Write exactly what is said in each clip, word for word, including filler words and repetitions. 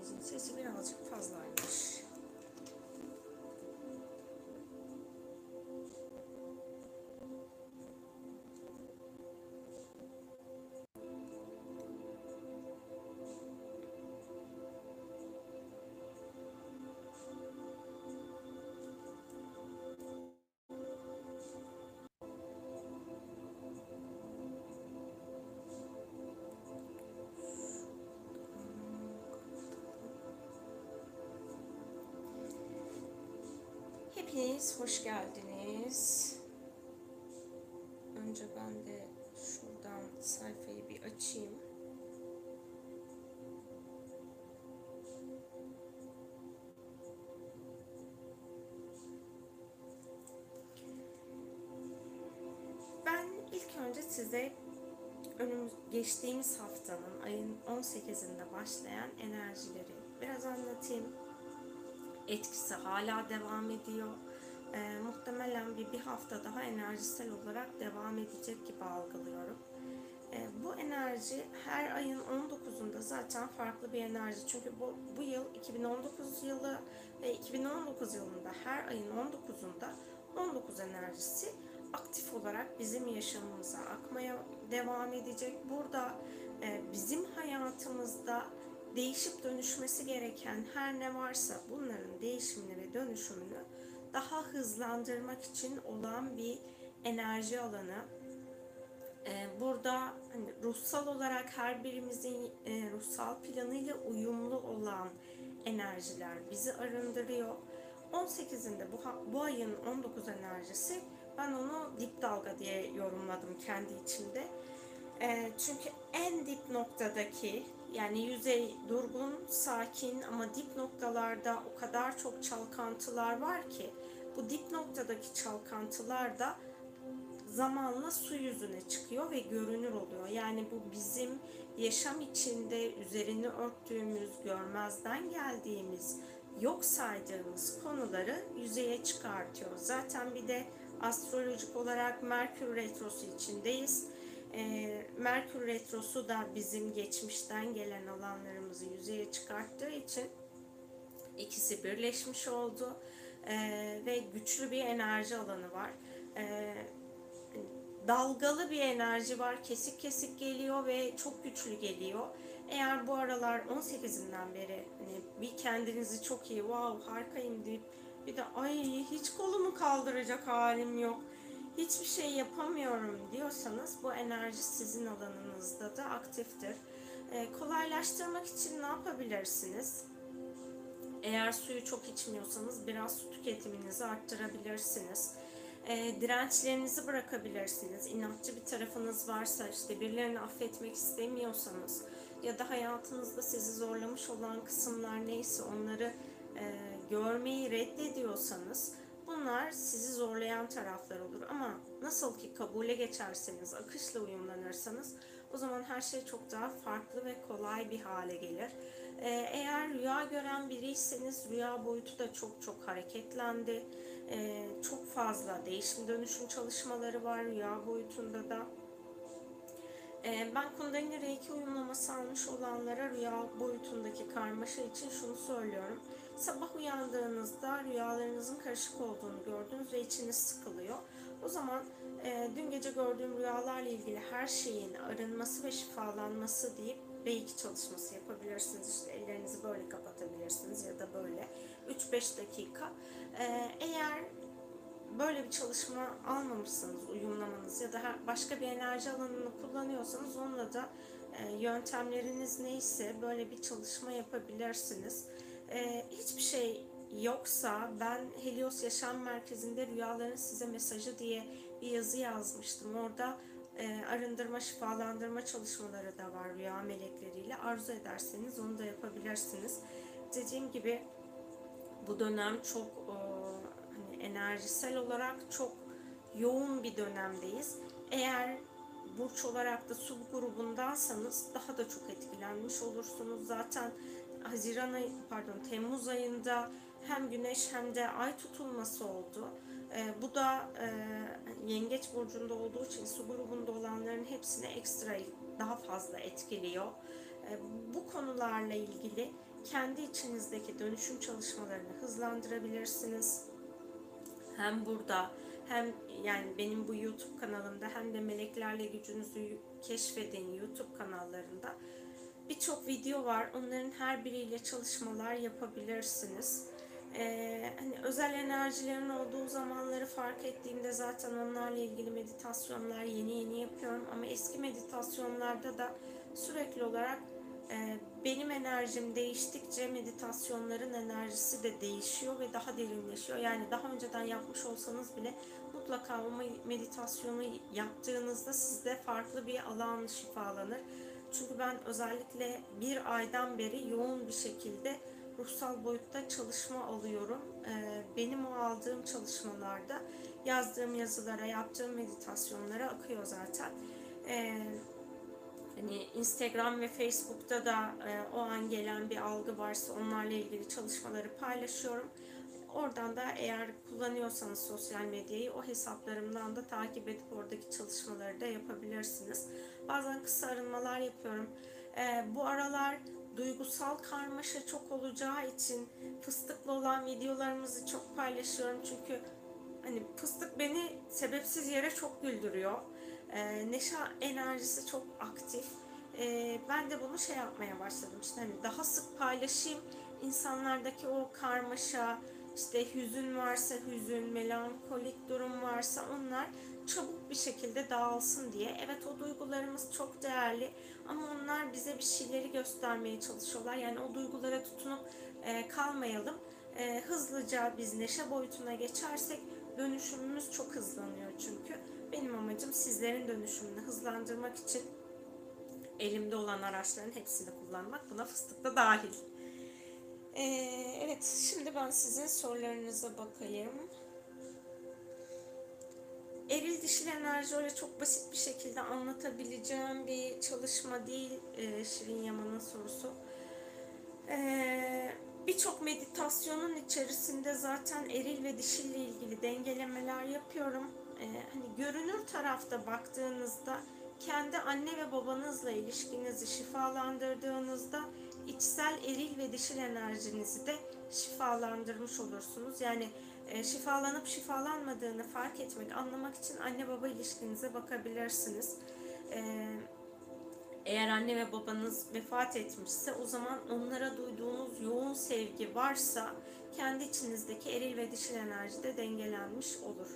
Telefonunuzun sesi birazcık fazlaymış. Hepiniz hoş geldiniz. Önce ben de şuradan sayfayı bir açayım. Ben ilk önce size önümüz geçtiğimiz haftanın ayın on sekizinde başlayan enerjileri biraz anlatayım. Etkisi hala devam ediyor. Ee, muhtemelen bir, bir hafta daha enerjisel olarak devam edecek gibi algılıyorum. Ee, bu enerji her ayın on dokuzunda zaten farklı bir enerji. Çünkü bu, bu yıl iki bin on dokuz yılı ve iki bin on dokuz yılında her ayın on dokuzunda on dokuz enerjisi aktif olarak bizim yaşamımıza akmaya devam edecek. Burada e, bizim hayatımızda değişip dönüşmesi gereken her ne varsa bunların değişimini ve dönüşümünü daha hızlandırmak için olan bir enerji alanı. Burada hani ruhsal olarak her birimizin e, ruhsal planıyla uyumlu olan enerjiler bizi arındırıyor. on sekizinde bu, bu ayın on dokuz enerjisi, ben onu dip dalga diye yorumladım kendi içimde. E, çünkü en dip noktadaki, yani yüzey durgun, sakin ama dip noktalarda o kadar çok çalkantılar var ki bu dip noktadaki çalkantılar da zamanla su yüzüne çıkıyor ve görünür oluyor. Yani bu bizim yaşam içinde üzerini örttüğümüz, görmezden geldiğimiz, yok saydığımız konuları yüzeye çıkartıyor. Zaten bir de astrolojik olarak Merkür Retrosu içindeyiz. Ee, Merkür Retrosu da bizim geçmişten gelen alanlarımızı yüzeye çıkarttığı için ikisi birleşmiş oldu. Ee, ve güçlü bir enerji alanı var. Ee, dalgalı bir enerji var. Kesik kesik geliyor ve çok güçlü geliyor. Eğer bu aralar on sekizinden beri hani bir kendinizi çok iyi, wow harikayım deyip bir de ay hiç kolumu kaldıracak halim yok, hiçbir şey yapamıyorum diyorsanız bu enerji sizin alanınızda da aktiftir. Ee, kolaylaştırmak için ne yapabilirsiniz? Eğer suyu çok içmiyorsanız biraz su tüketiminizi arttırabilirsiniz. E, dirençlerinizi bırakabilirsiniz. İnatçı bir tarafınız varsa, işte birilerini affetmek istemiyorsanız ya da hayatınızda sizi zorlamış olan kısımlar neyse onları e, görmeyi reddediyorsanız bunlar sizi zorlayan taraflar olur. Ama nasıl ki kabule geçerseniz, akışla uyumlanırsanız o zaman her şey çok daha farklı ve kolay bir hale gelir. Ee, eğer rüya gören biriyseniz rüya boyutu da çok çok hareketlendi. Ee, çok fazla değişim dönüşüm çalışmaları var rüya boyutunda da. Ee, ben Kundalini Reiki uyumlaması almış olanlara rüya boyutundaki karmaşa için şunu söylüyorum. Sabah uyandığınızda rüyalarınızın karışık olduğunu gördünüz ve içiniz sıkılıyor. O zaman e, dün gece gördüğüm rüyalarla ilgili her şeyin arınması ve şifalanması deyip Reiki çalışması yapabilirsiniz. İşte ellerinizi böyle kapatabilirsiniz ya da böyle üç beş dakika. Ee, eğer böyle bir çalışma almamışsınız, uyumlamanız ya da başka bir enerji alanını kullanıyorsanız onunla da e, yöntemleriniz neyse böyle bir çalışma yapabilirsiniz. E, hiçbir şey yoksa ben Helios Yaşam Merkezi'nde Rüyaların Size Mesajı diye bir yazı yazmıştım. Orada e, arındırma, şifalandırma çalışmaları da var rüya melekleriyle. Arzu ederseniz onu da yapabilirsiniz. Dediğim gibi bu dönem çok hani enerjisel olarak çok yoğun bir dönemdeyiz. Eğer burç olarak da su grubundansanız daha da çok etkilenmiş olursunuz. Zaten Haziran ayı, pardon Temmuz ayında hem Güneş hem de Ay tutulması oldu. E, bu da e, Yengeç burcunda olduğu için su grubunda olanların hepsine ekstra daha fazla etkiliyor. E, bu konularla ilgili kendi içinizdeki dönüşüm çalışmalarını hızlandırabilirsiniz. Hem burada hem yani benim bu YouTube kanalımda hem de Meleklerle Gücünüzü Keşfedin YouTube kanallarında birçok video var. Onların her biriyle çalışmalar yapabilirsiniz. Ee, hani özel enerjilerin olduğu zamanları fark ettiğimde zaten onlarla ilgili meditasyonlar yeni yeni yapıyorum. Ama eski meditasyonlarda da sürekli olarak e, benim enerjim değiştikçe meditasyonların enerjisi de değişiyor ve daha derinleşiyor. Yani daha önceden yapmış olsanız bile mutlaka o meditasyonu yaptığınızda sizde farklı bir alan şifalanır. Çünkü ben özellikle bir aydan beri yoğun bir şekilde ruhsal boyutta çalışma alıyorum. Benim o aldığım çalışmalarda yazdığım yazılara, yaptığım meditasyonlara akıyor zaten. Hani Instagram ve Facebook'ta da o an gelen bir algı varsa onlarla ilgili çalışmaları paylaşıyorum. Oradan da eğer kullanıyorsanız sosyal medyayı o hesaplarımdan da takip edip oradaki çalışmaları da yapabilirsiniz. Bazen kısa arınmalar yapıyorum. Ee, bu aralar duygusal karmaşa çok olacağı için fıstıklı olan videolarımızı çok paylaşıyorum. Çünkü hani fıstık beni sebepsiz yere çok güldürüyor. Ee, neşe enerjisi çok aktif. Ee, ben de bunu şey yapmaya başladım. İşte hani daha sık paylaşayım. İnsanlardaki o karmaşa, işte hüzün varsa hüzün, melankolik durum varsa onlar çabuk bir şekilde dağılsın diye. Evet, o duygularımız çok değerli ama onlar bize bir şeyleri göstermeye çalışıyorlar. Yani o duygulara tutunup e, kalmayalım. E, hızlıca biz neşe boyutuna geçersek dönüşümümüz çok hızlanıyor çünkü. Benim amacım sizlerin dönüşümünü hızlandırmak için elimde olan araçların hepsini kullanmak. Buna fıstık da dahil. Ee, evet, şimdi ben sizin sorularınıza bakayım. Eril dişil enerji öyle çok basit bir şekilde anlatabileceğim bir çalışma değil e, Şirin Yaman'ın sorusu. Ee, Birçok meditasyonun içerisinde zaten eril ve dişille ilgili dengelemeler yapıyorum. Ee, hani görünür tarafta baktığınızda kendi anne ve babanızla ilişkinizi şifalandırdığınızda içsel eril ve dişil enerjinizi de şifalandırmış olursunuz. Yani e, şifalanıp şifalanmadığını fark etmek, anlamak için anne baba ilişkinize bakabilirsiniz. E, eğer anne ve babanız vefat etmişse o zaman onlara duyduğunuz yoğun sevgi varsa kendi içinizdeki eril ve dişil enerji de dengelenmiş olur.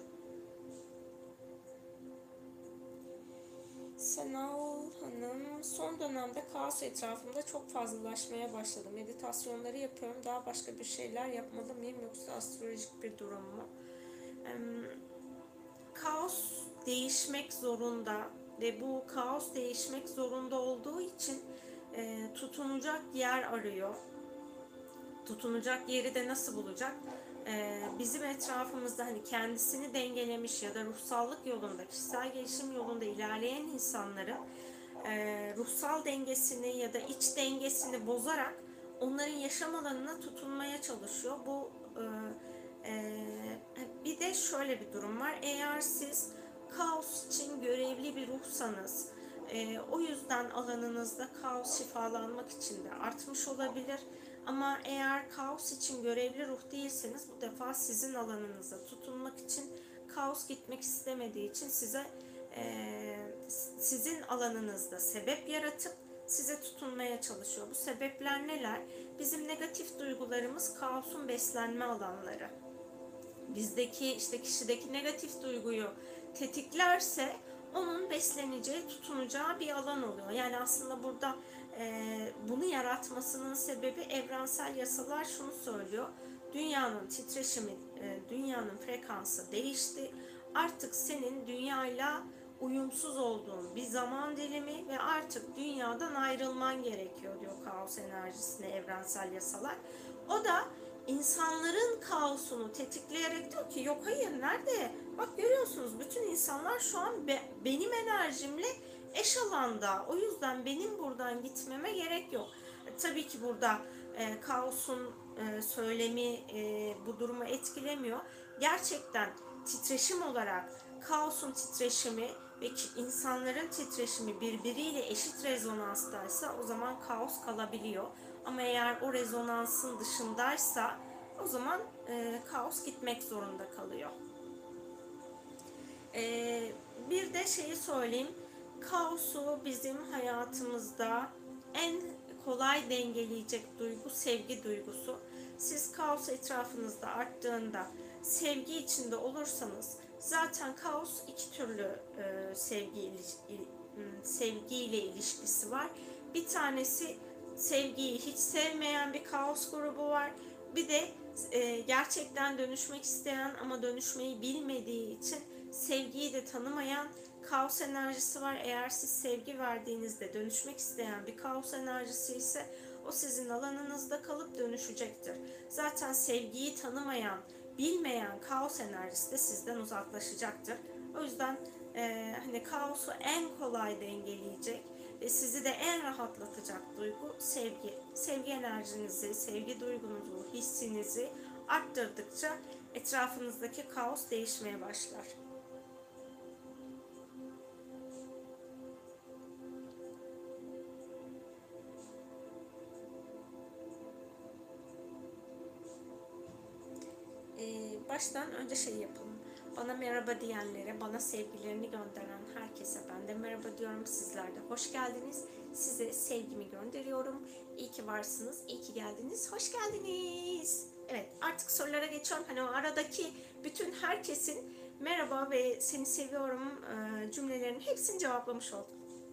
Senal Hanım, son dönemde kaos etrafımda çok fazlalaşmaya başladı. Meditasyonları yapıyorum. Daha başka bir şeyler yapmalı mıyım yoksa astrolojik bir durum mu? Ee, kaos değişmek zorunda ve bu kaos değişmek zorunda olduğu için e, tutunacak yer arıyor. Tutunacak yeri de nasıl bulacak? Bizim etrafımızda hani kendisini dengelemiş ya da ruhsallık yolunda, kişisel gelişim yolunda ilerleyen insanların ruhsal dengesini ya da iç dengesini bozarak onların yaşam alanına tutunmaya çalışıyor. Bu bir de şöyle bir durum var. Eğer siz kaos için görevli bir ruhsanız, o yüzden alanınızda kaos şifalanmak için de artmış olabilir. Ama eğer kaos için görevli ruh değilseniz bu defa sizin alanınıza tutunmak için, kaos gitmek istemediği için size e, sizin alanınızda sebep yaratıp size tutunmaya çalışıyor. Bu sebepler neler? Bizim negatif duygularımız kaosun beslenme alanları. Bizdeki işte kişideki negatif duyguyu tetiklerse onun besleneceği, tutunacağı bir alan oluyor. Yani aslında burada e, bunu yaratmasının sebebi evrensel yasalar şunu söylüyor. Dünyanın titreşimi, e, dünyanın frekansı değişti. Artık senin dünyayla uyumsuz olduğun bir zaman dilimi ve artık dünyadan ayrılman gerekiyor diyor kaos enerjisine evrensel yasalar. O da insanların kaosunu tetikleyerek diyor ki yok hayır nerede? Bak görüyorsunuz bütün insanlar şu an be, benim enerjimle eş alanda. O yüzden benim buradan gitmeme gerek yok. E, tabii ki burada e, kaosun e, söylemi e, bu durumu etkilemiyor. Gerçekten titreşim olarak kaosun titreşimi ve insanların titreşimi birbiriyle eşit rezonanstaysa o zaman kaos kalabiliyor. Ama eğer o rezonansın dışındaysa o zaman e, kaos gitmek zorunda kalıyor. E, bir de şeyi söyleyeyim. Kaosu bizim hayatımızda en kolay dengeleyecek duygu sevgi duygusu. Siz kaos etrafınızda arttığında sevgi içinde olursanız zaten kaos iki türlü e, sevgi sevgiyle ilişkisi var. Bir tanesi sevgiyi hiç sevmeyen bir kaos grubu var. Bir de e, gerçekten dönüşmek isteyen ama dönüşmeyi bilmediği için sevgiyi de tanımayan kaos enerjisi var. Eğer siz sevgi verdiğinizde dönüşmek isteyen bir kaos enerjisi ise o sizin alanınızda kalıp dönüşecektir. Zaten sevgiyi tanımayan, bilmeyen kaos enerjisi de sizden uzaklaşacaktır. O yüzden e, hani kaosu en kolay dengeleyecek ve sizi de en rahatlatacak duygu sevgi. Sevgi enerjinizi, sevgi duygunuzu, hissinizi arttırdıkça etrafınızdaki kaos değişmeye başlar. Ee, baştan önce şey yapalım. Bana merhaba diyenlere, bana sevgilerini gönderen herkese ben de merhaba diyorum. Sizler de hoş geldiniz. Size sevgimi gönderiyorum. İyi ki varsınız, iyi ki geldiniz, hoş geldiniz. Evet, artık sorulara geçiyorum. Hani o aradaki bütün herkesin merhaba ve seni seviyorum e, cümlelerinin hepsini cevaplamış oldum.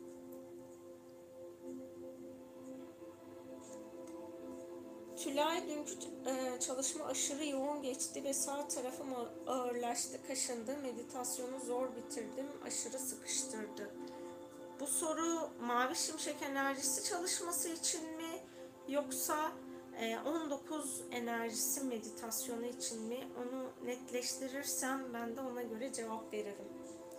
Tülay, dünkü e, çalışma aşırı yoğun geçti ve sağ tarafım ağırlaştı, kaşındı. Meditasyonu zor bitirdim, aşırı sıkıştırdı. Bu soru mavi şimşek enerjisi çalışması için mi yoksa e, on dokuz enerjisi meditasyonu için mi? Onu netleştirirsem ben de ona göre cevap veririm.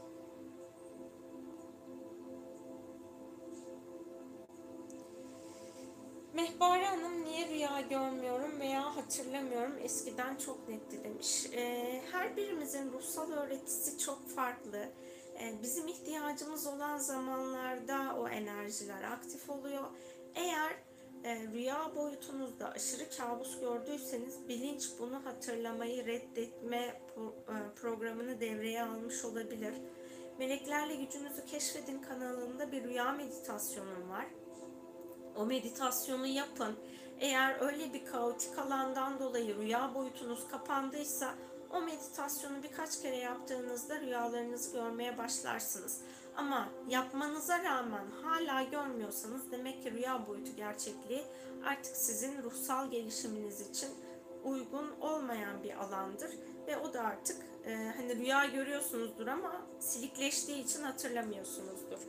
Mehbare Hanım, niye rüya görmüyorum veya hatırlamıyorum, eskiden çok netti demiş. Ee, her birimizin ruhsal öğretisi çok farklı. Ee, bizim ihtiyacımız olan zamanlarda o enerjiler aktif oluyor. Eğer e, rüya boyutunuzda aşırı kabus gördüyseniz bilinç bunu hatırlamayı reddetme pro- e, programını devreye almış olabilir. Meleklerle Gücünüzü Keşfedin kanalında bir rüya meditasyonum var. O meditasyonu yapın. Eğer öyle bir kaotik alandan dolayı rüya boyutunuz kapandıysa o meditasyonu birkaç kere yaptığınızda rüyalarınızı görmeye başlarsınız. Ama yapmanıza rağmen hala görmüyorsanız demek ki rüya boyutu gerçekliği artık sizin ruhsal gelişiminiz için uygun olmayan bir alandır ve o da artık e, hani rüya görüyorsunuzdur ama silikleştiği için hatırlamıyorsunuzdur.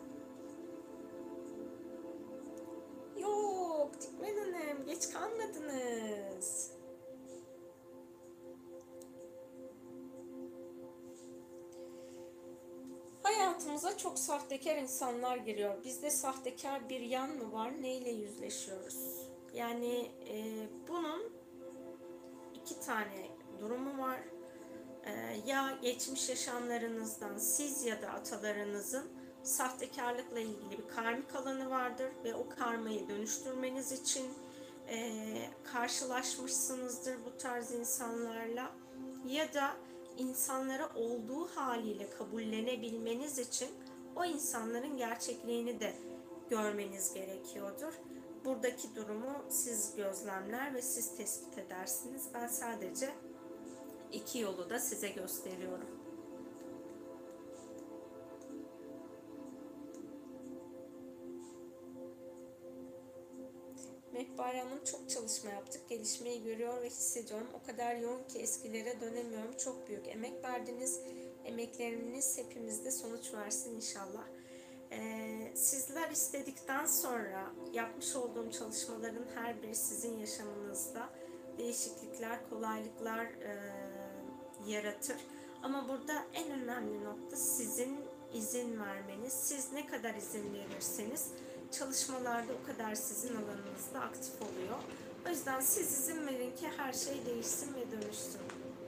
Yok, Dikmen Hanım, geç kalmadınız. Hayatımıza çok sahtekar insanlar giriyor. Bizde sahtekar bir yan mı var? Neyle yüzleşiyoruz? Yani e, bunun iki tane durumu var. E, ya geçmiş yaşamlarınızdan siz ya da atalarınızın sahtekarlıkla ilgili bir karmik alanı vardır ve o karmayı dönüştürmeniz için e, karşılaşmışsınızdır bu tarz insanlarla, ya da insanları olduğu haliyle kabullenebilmeniz için o insanların gerçekliğini de görmeniz gerekiyordur. Buradaki durumu siz gözlemler ve siz tespit edersiniz. Ben sadece iki yolu da size gösteriyorum. Mehbare Hanım, çok çalışma yaptık. Gelişmeyi görüyor ve hissediyorum. O kadar yoğun ki eskilere dönemiyorum. Çok büyük emek verdiniz. Emekleriniz hepimizde sonuç versin inşallah. Ee, sizler istedikten sonra yapmış olduğum çalışmaların her biri sizin yaşamınızda değişiklikler, kolaylıklar e, yaratır. Ama burada en önemli nokta sizin izin vermeniz. Siz ne kadar izin verirseniz çalışmalarda o kadar sizin alanınızda aktif oluyor. O yüzden siz izin verin ki her şey değişsin ve dönüşsün.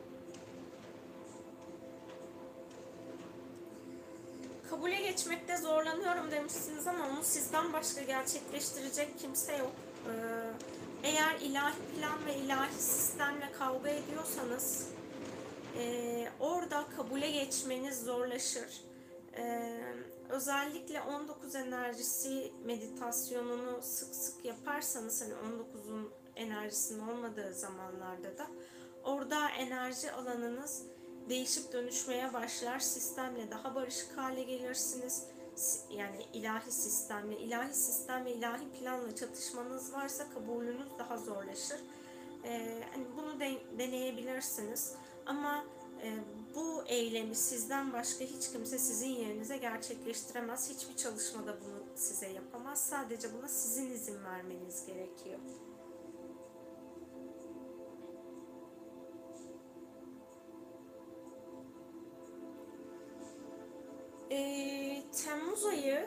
Kabule geçmekte zorlanıyorum demişsiniz ama onu sizden başka gerçekleştirecek kimse yok. Ee, Eğer ilahi plan ve ilahi sistemle kavga ediyorsanız e, orada kabule geçmeniz zorlaşır. E, özellikle on dokuz enerjisi meditasyonunu sık sık yaparsanız, hani on dokuzun enerjisinin olmadığı zamanlarda da orada enerji alanınız değişip dönüşmeye başlar. Sistemle daha barışık hale gelirsiniz. Yani ilahi sistemle, ilahi sistem ve ilahi planla çatışmanız varsa kabulünüz daha zorlaşır. Ee, hani bunu de, deneyebilirsiniz. Ama e, bu eylemi sizden başka hiç kimse sizin yerinize gerçekleştiremez. Hiçbir çalışmada bunu size yapamaz. Sadece buna sizin izin vermeniz gerekiyor. Ee, Temmuz ayı,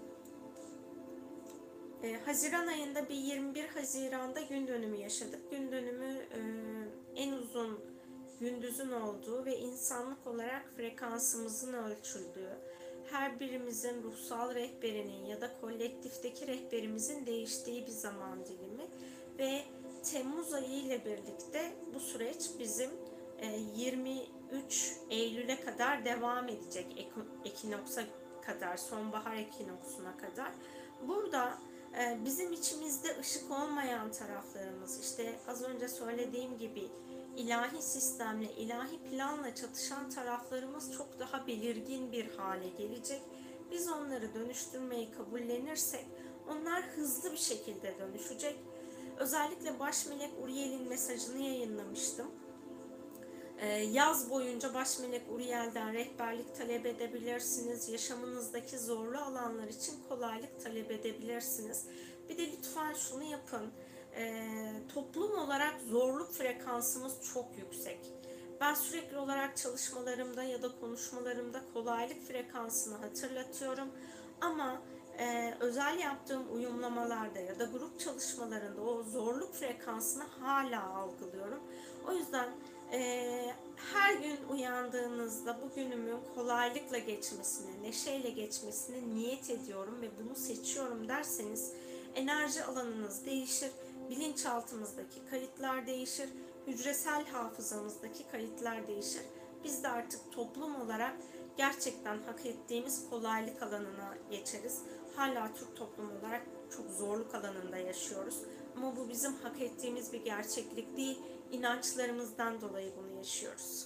e, Haziran ayında bir yirmi bir Haziran'da gün dönümü yaşadık. Gün dönümü e, en uzun gündüzün olduğu ve insanlık olarak frekansımızın ölçüldüğü, her birimizin ruhsal rehberinin ya da kolektifteki rehberimizin değiştiği bir zaman dilimi ve Temmuz ayı ile birlikte bu süreç bizim yirmi üç Eylül'e kadar devam edecek, ekinoksa kadar, sonbahar ekinoksuna kadar. Burada bizim içimizde ışık olmayan taraflarımız, işte az önce söylediğim gibi ilahi sistemle, ilahi planla çatışan taraflarımız çok daha belirgin bir hale gelecek. Biz onları dönüştürmeyi kabullenirsek onlar hızlı bir şekilde dönüşecek. Özellikle Baş Melek Uriel'in mesajını yayınlamıştım. Yaz boyunca Baş Melek Uriel'den rehberlik talep edebilirsiniz. Yaşamınızdaki zorlu alanlar için kolaylık talep edebilirsiniz. Bir de lütfen şunu yapın. E, toplum olarak zorluk frekansımız çok yüksek. Ben sürekli olarak çalışmalarımda ya da konuşmalarımda kolaylık frekansını hatırlatıyorum. Ama e, özel yaptığım uyumlamalarda ya da grup çalışmalarında o zorluk frekansını hala algılıyorum. O yüzden e, her gün uyandığınızda bu günümün kolaylıkla geçmesini, neşeyle geçmesini niyet ediyorum ve bunu seçiyorum derseniz enerji alanınız değişir, bilinçaltımızdaki kayıtlar değişir, hücresel hafızamızdaki kayıtlar değişir. Biz de artık toplum olarak gerçekten hak ettiğimiz kolaylık alanına geçeriz. Hala Türk toplumu olarak çok zorluk alanında yaşıyoruz. Ama bu bizim hak ettiğimiz bir gerçeklik değil, inançlarımızdan dolayı bunu yaşıyoruz.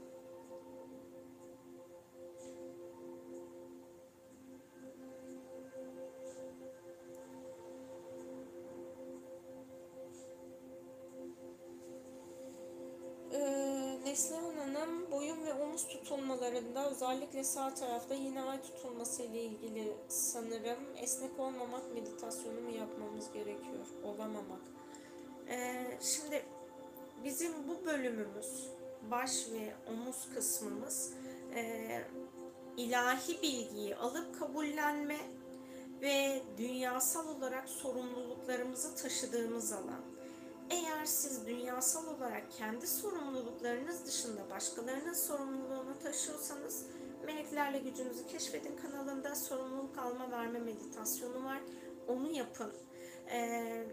Neslihan Hanım, boyun ve omuz tutulmalarında özellikle sağ tarafta yine ay tutulması ile ilgili sanırım esnek olmamak meditasyonu mu yapmamız gerekiyor? Olamamak. Ee, şimdi bizim bu bölümümüz, baş ve omuz kısmımız e, ilahi bilgiyi alıp kabullenme ve dünyasal olarak sorumluluklarımızı taşıdığımız alan. Eğer siz dünyasal olarak kendi sorumluluklarınız dışında başkalarının sorumluluğunu taşıyorsanız, Meleklerle Gücünüzü Keşfedin kanalında sorumluluk alma verme meditasyonu var. Onu yapın. Ee,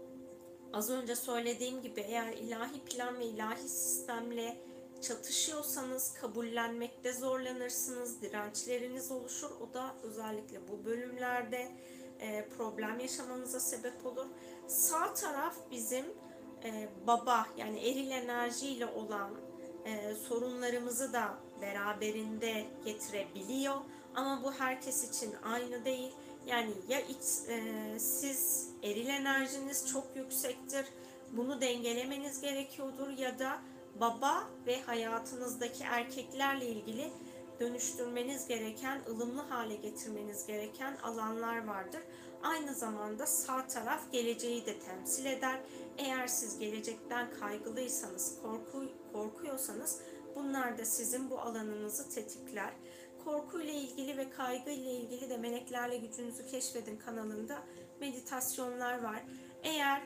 az önce söylediğim gibi eğer ilahi plan ve ilahi sistemle çatışıyorsanız kabullenmekte zorlanırsınız, dirençleriniz oluşur. O da özellikle bu bölümlerde e, problem yaşamanıza sebep olur. Sağ taraf bizim e, baba, yani eril enerjiyle olan e, sorunlarımızı da beraberinde getirebiliyor. Ama bu herkes için aynı değil. Yani ya iç, e, siz eril enerjiniz çok yüksektir, bunu dengelemeniz gerekiyordur, ya da baba ve hayatınızdaki erkeklerle ilgili dönüştürmeniz gereken, ılımlı hale getirmeniz gereken alanlar vardır. Aynı zamanda sağ taraf geleceği de temsil eder. Eğer siz gelecekten kaygılıysanız, korku, korkuyorsanız bunlar da sizin bu alanınızı tetikler. Korkuyla ilgili ve kaygıyla ilgili de Meleklerle Gücünüzü Keşfedin kanalında meditasyonlar var. Eğer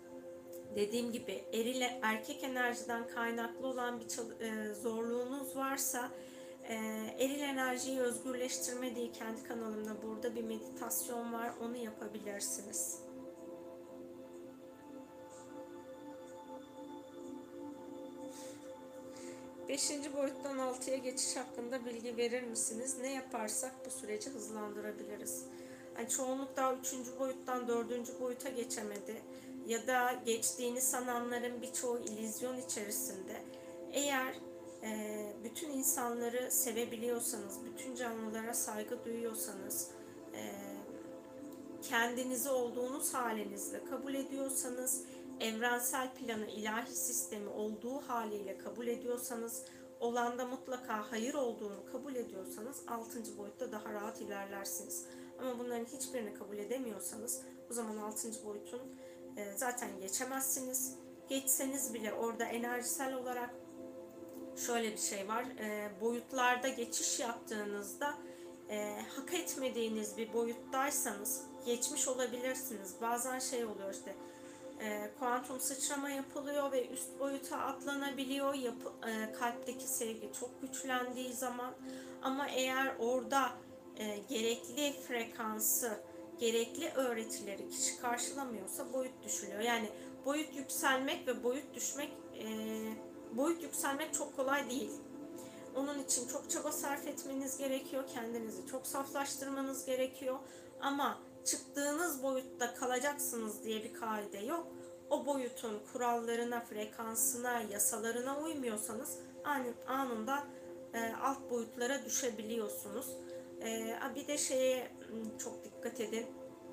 dediğim gibi eril erkek enerjiden kaynaklı olan bir zorluğunuz varsa, eril enerjiyi özgürleştirme diye kendi kanalımda burada bir meditasyon var, onu yapabilirsiniz. beşinci boyuttan altıya geçiş hakkında bilgi verir misiniz? Ne yaparsak bu süreci hızlandırabiliriz? Yani çoğunluk daha üçüncü boyuttan dördüncü boyuta geçemedi. Ya da geçtiğini sananların birçoğu illüzyon içerisinde. Eğer e, bütün insanları sevebiliyorsanız, bütün canlılara saygı duyuyorsanız, e, kendinizi olduğunuz halinizle kabul ediyorsanız, evrensel planı, ilahi sistemi olduğu haliyle kabul ediyorsanız, olanda mutlaka hayır olduğunu kabul ediyorsanız altıncı boyutta daha rahat ilerlersiniz. Ama bunların hiçbirini kabul edemiyorsanız o zaman altıncı boyutun e, zaten geçemezsiniz. Geçseniz bile orada enerjisel olarak şöyle bir şey var. E, boyutlarda geçiş yaptığınızda e, hak etmediğiniz bir boyuttaysanız geçmiş olabilirsiniz. Bazen şey oluyor işte, e, kuantum sıçrama yapılıyor ve üst boyuta atlanabiliyor. Yapı, e, kalpteki sevgi çok güçlendiği zaman. Ama eğer orada e, gerekli frekansı, gerekli öğretileri kişi karşılamıyorsa boyut düşülüyor. Yani boyut yükselmek ve boyut düşmek, e, boyut yükselmek çok kolay değil. Onun için çok çaba sarf etmeniz gerekiyor. Kendinizi çok saflaştırmanız gerekiyor. Ama çıktığınız boyutta kalacaksınız diye bir kaide yok. O boyutun kurallarına, frekansına, yasalarına uymuyorsanız anında e, alt boyutlara düşebiliyorsunuz. E, bir de şeye çok dikkat edin.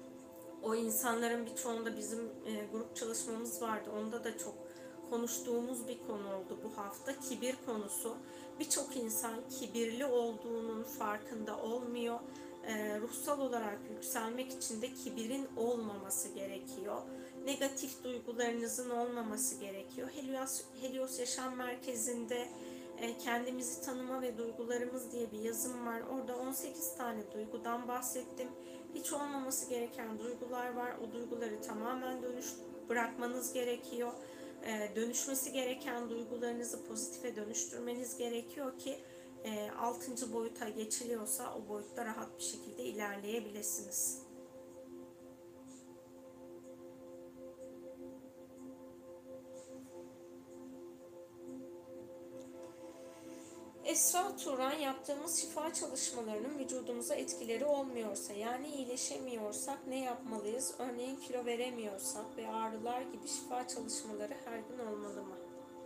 O insanların birçoğunda bizim e, grup çalışmamız vardı. Onda da çok konuştuğumuz bir konu oldu bu hafta. Kibir konusu. Birçok insan kibirli olduğunun farkında olmuyor. E, ruhsal olarak yükselmek için de kibirin olmaması gerekiyor. Negatif duygularınızın olmaması gerekiyor. Helios, Helios Yaşam Merkezi'nde e, kendimizi tanıma ve duygularımız diye bir yazım var. Orada on sekiz tane duygudan bahsettim. Hiç olmaması gereken duygular var. O duyguları tamamen dönüş bırakmanız gerekiyor. Ee, dönüşmesi gereken duygularınızı pozitife dönüştürmeniz gerekiyor ki e, altıncı boyuta geçiliyorsa o boyutta rahat bir şekilde ilerleyebilirsiniz. Esra Turan, yaptığımız şifa çalışmalarının vücudumuza etkileri olmuyorsa, yani iyileşemiyorsak ne yapmalıyız? Örneğin kilo veremiyorsak ve ağrılar gibi şifa çalışmaları her gün olmalı mı?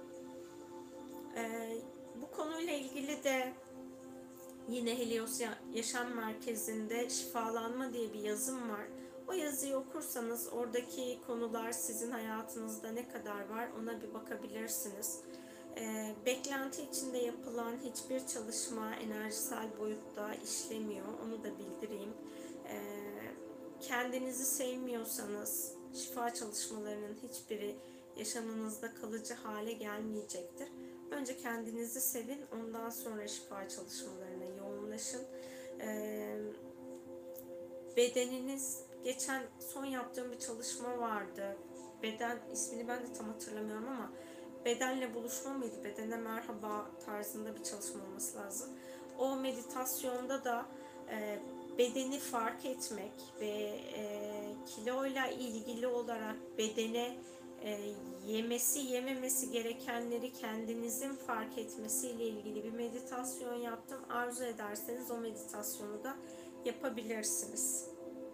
Ee, bu konuyla ilgili de yine Helios Yaşam Merkezi'nde şifalanma diye bir yazım var. O yazıyı okursanız oradaki konular sizin hayatınızda ne kadar var ona bir bakabilirsiniz. E, beklenti içinde yapılan hiçbir çalışma enerjisel boyutta işlemiyor. Onu da bildireyim. E, kendinizi sevmiyorsanız şifa çalışmalarının hiçbiri yaşamınızda kalıcı hale gelmeyecektir. Önce kendinizi sevin, ondan sonra şifa çalışmalarına yoğunlaşın. E, bedeniniz, geçen son yaptığım bir çalışma vardı. Beden ismini ben de tam hatırlamıyorum ama bedenle buluşma mıydı? Bedene merhaba tarzında bir çalışma olması lazım. O meditasyonda da e, bedeni fark etmek ve e, kiloyla ilgili olarak bedene e, yemesi yememesi gerekenleri kendinizin fark etmesiyle ilgili bir meditasyon yaptım. Arzu ederseniz o meditasyonu da yapabilirsiniz.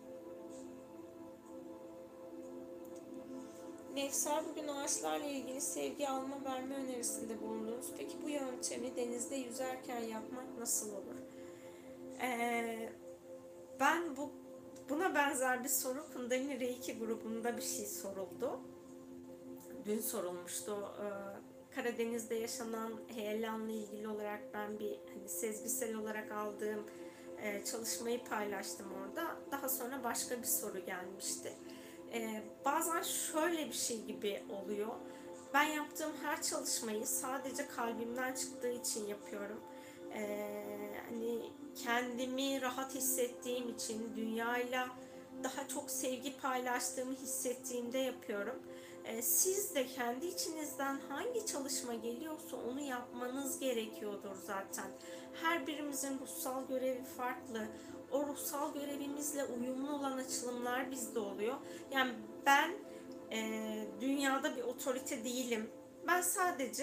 Nefsar, bugün ağaçlarla ilgili sevgi alma verme önerisinde bulundunuz. Peki bu yöntemi denizde yüzerken yapmak nasıl olur? Ee, ben bu buna benzer bir soru Kundalini Reiki grubunda bir şey soruldu. Dün sorulmuştu. Ee, Karadeniz'de yaşanan heyelanla ilgili olarak ben bir hani sezgisel olarak aldığım e, çalışmayı paylaştım orada. Daha sonra başka bir soru gelmişti. Ee, bazen şöyle bir şey gibi oluyor. Ben yaptığım her çalışmayı sadece kalbimden çıktığı için yapıyorum. Ee, hani kendimi rahat hissettiğim için, dünyayla daha çok sevgi paylaştığımı hissettiğimde yapıyorum. Ee, siz de kendi içinizden hangi çalışma geliyorsa onu yapmanız gerekiyordur zaten. Her birimizin ruhsal görevi farklı. O ruhsal görevimizle uyumlu olan açılımlar bizde oluyor. Yani ben e, dünyada bir otorite değilim. Ben sadece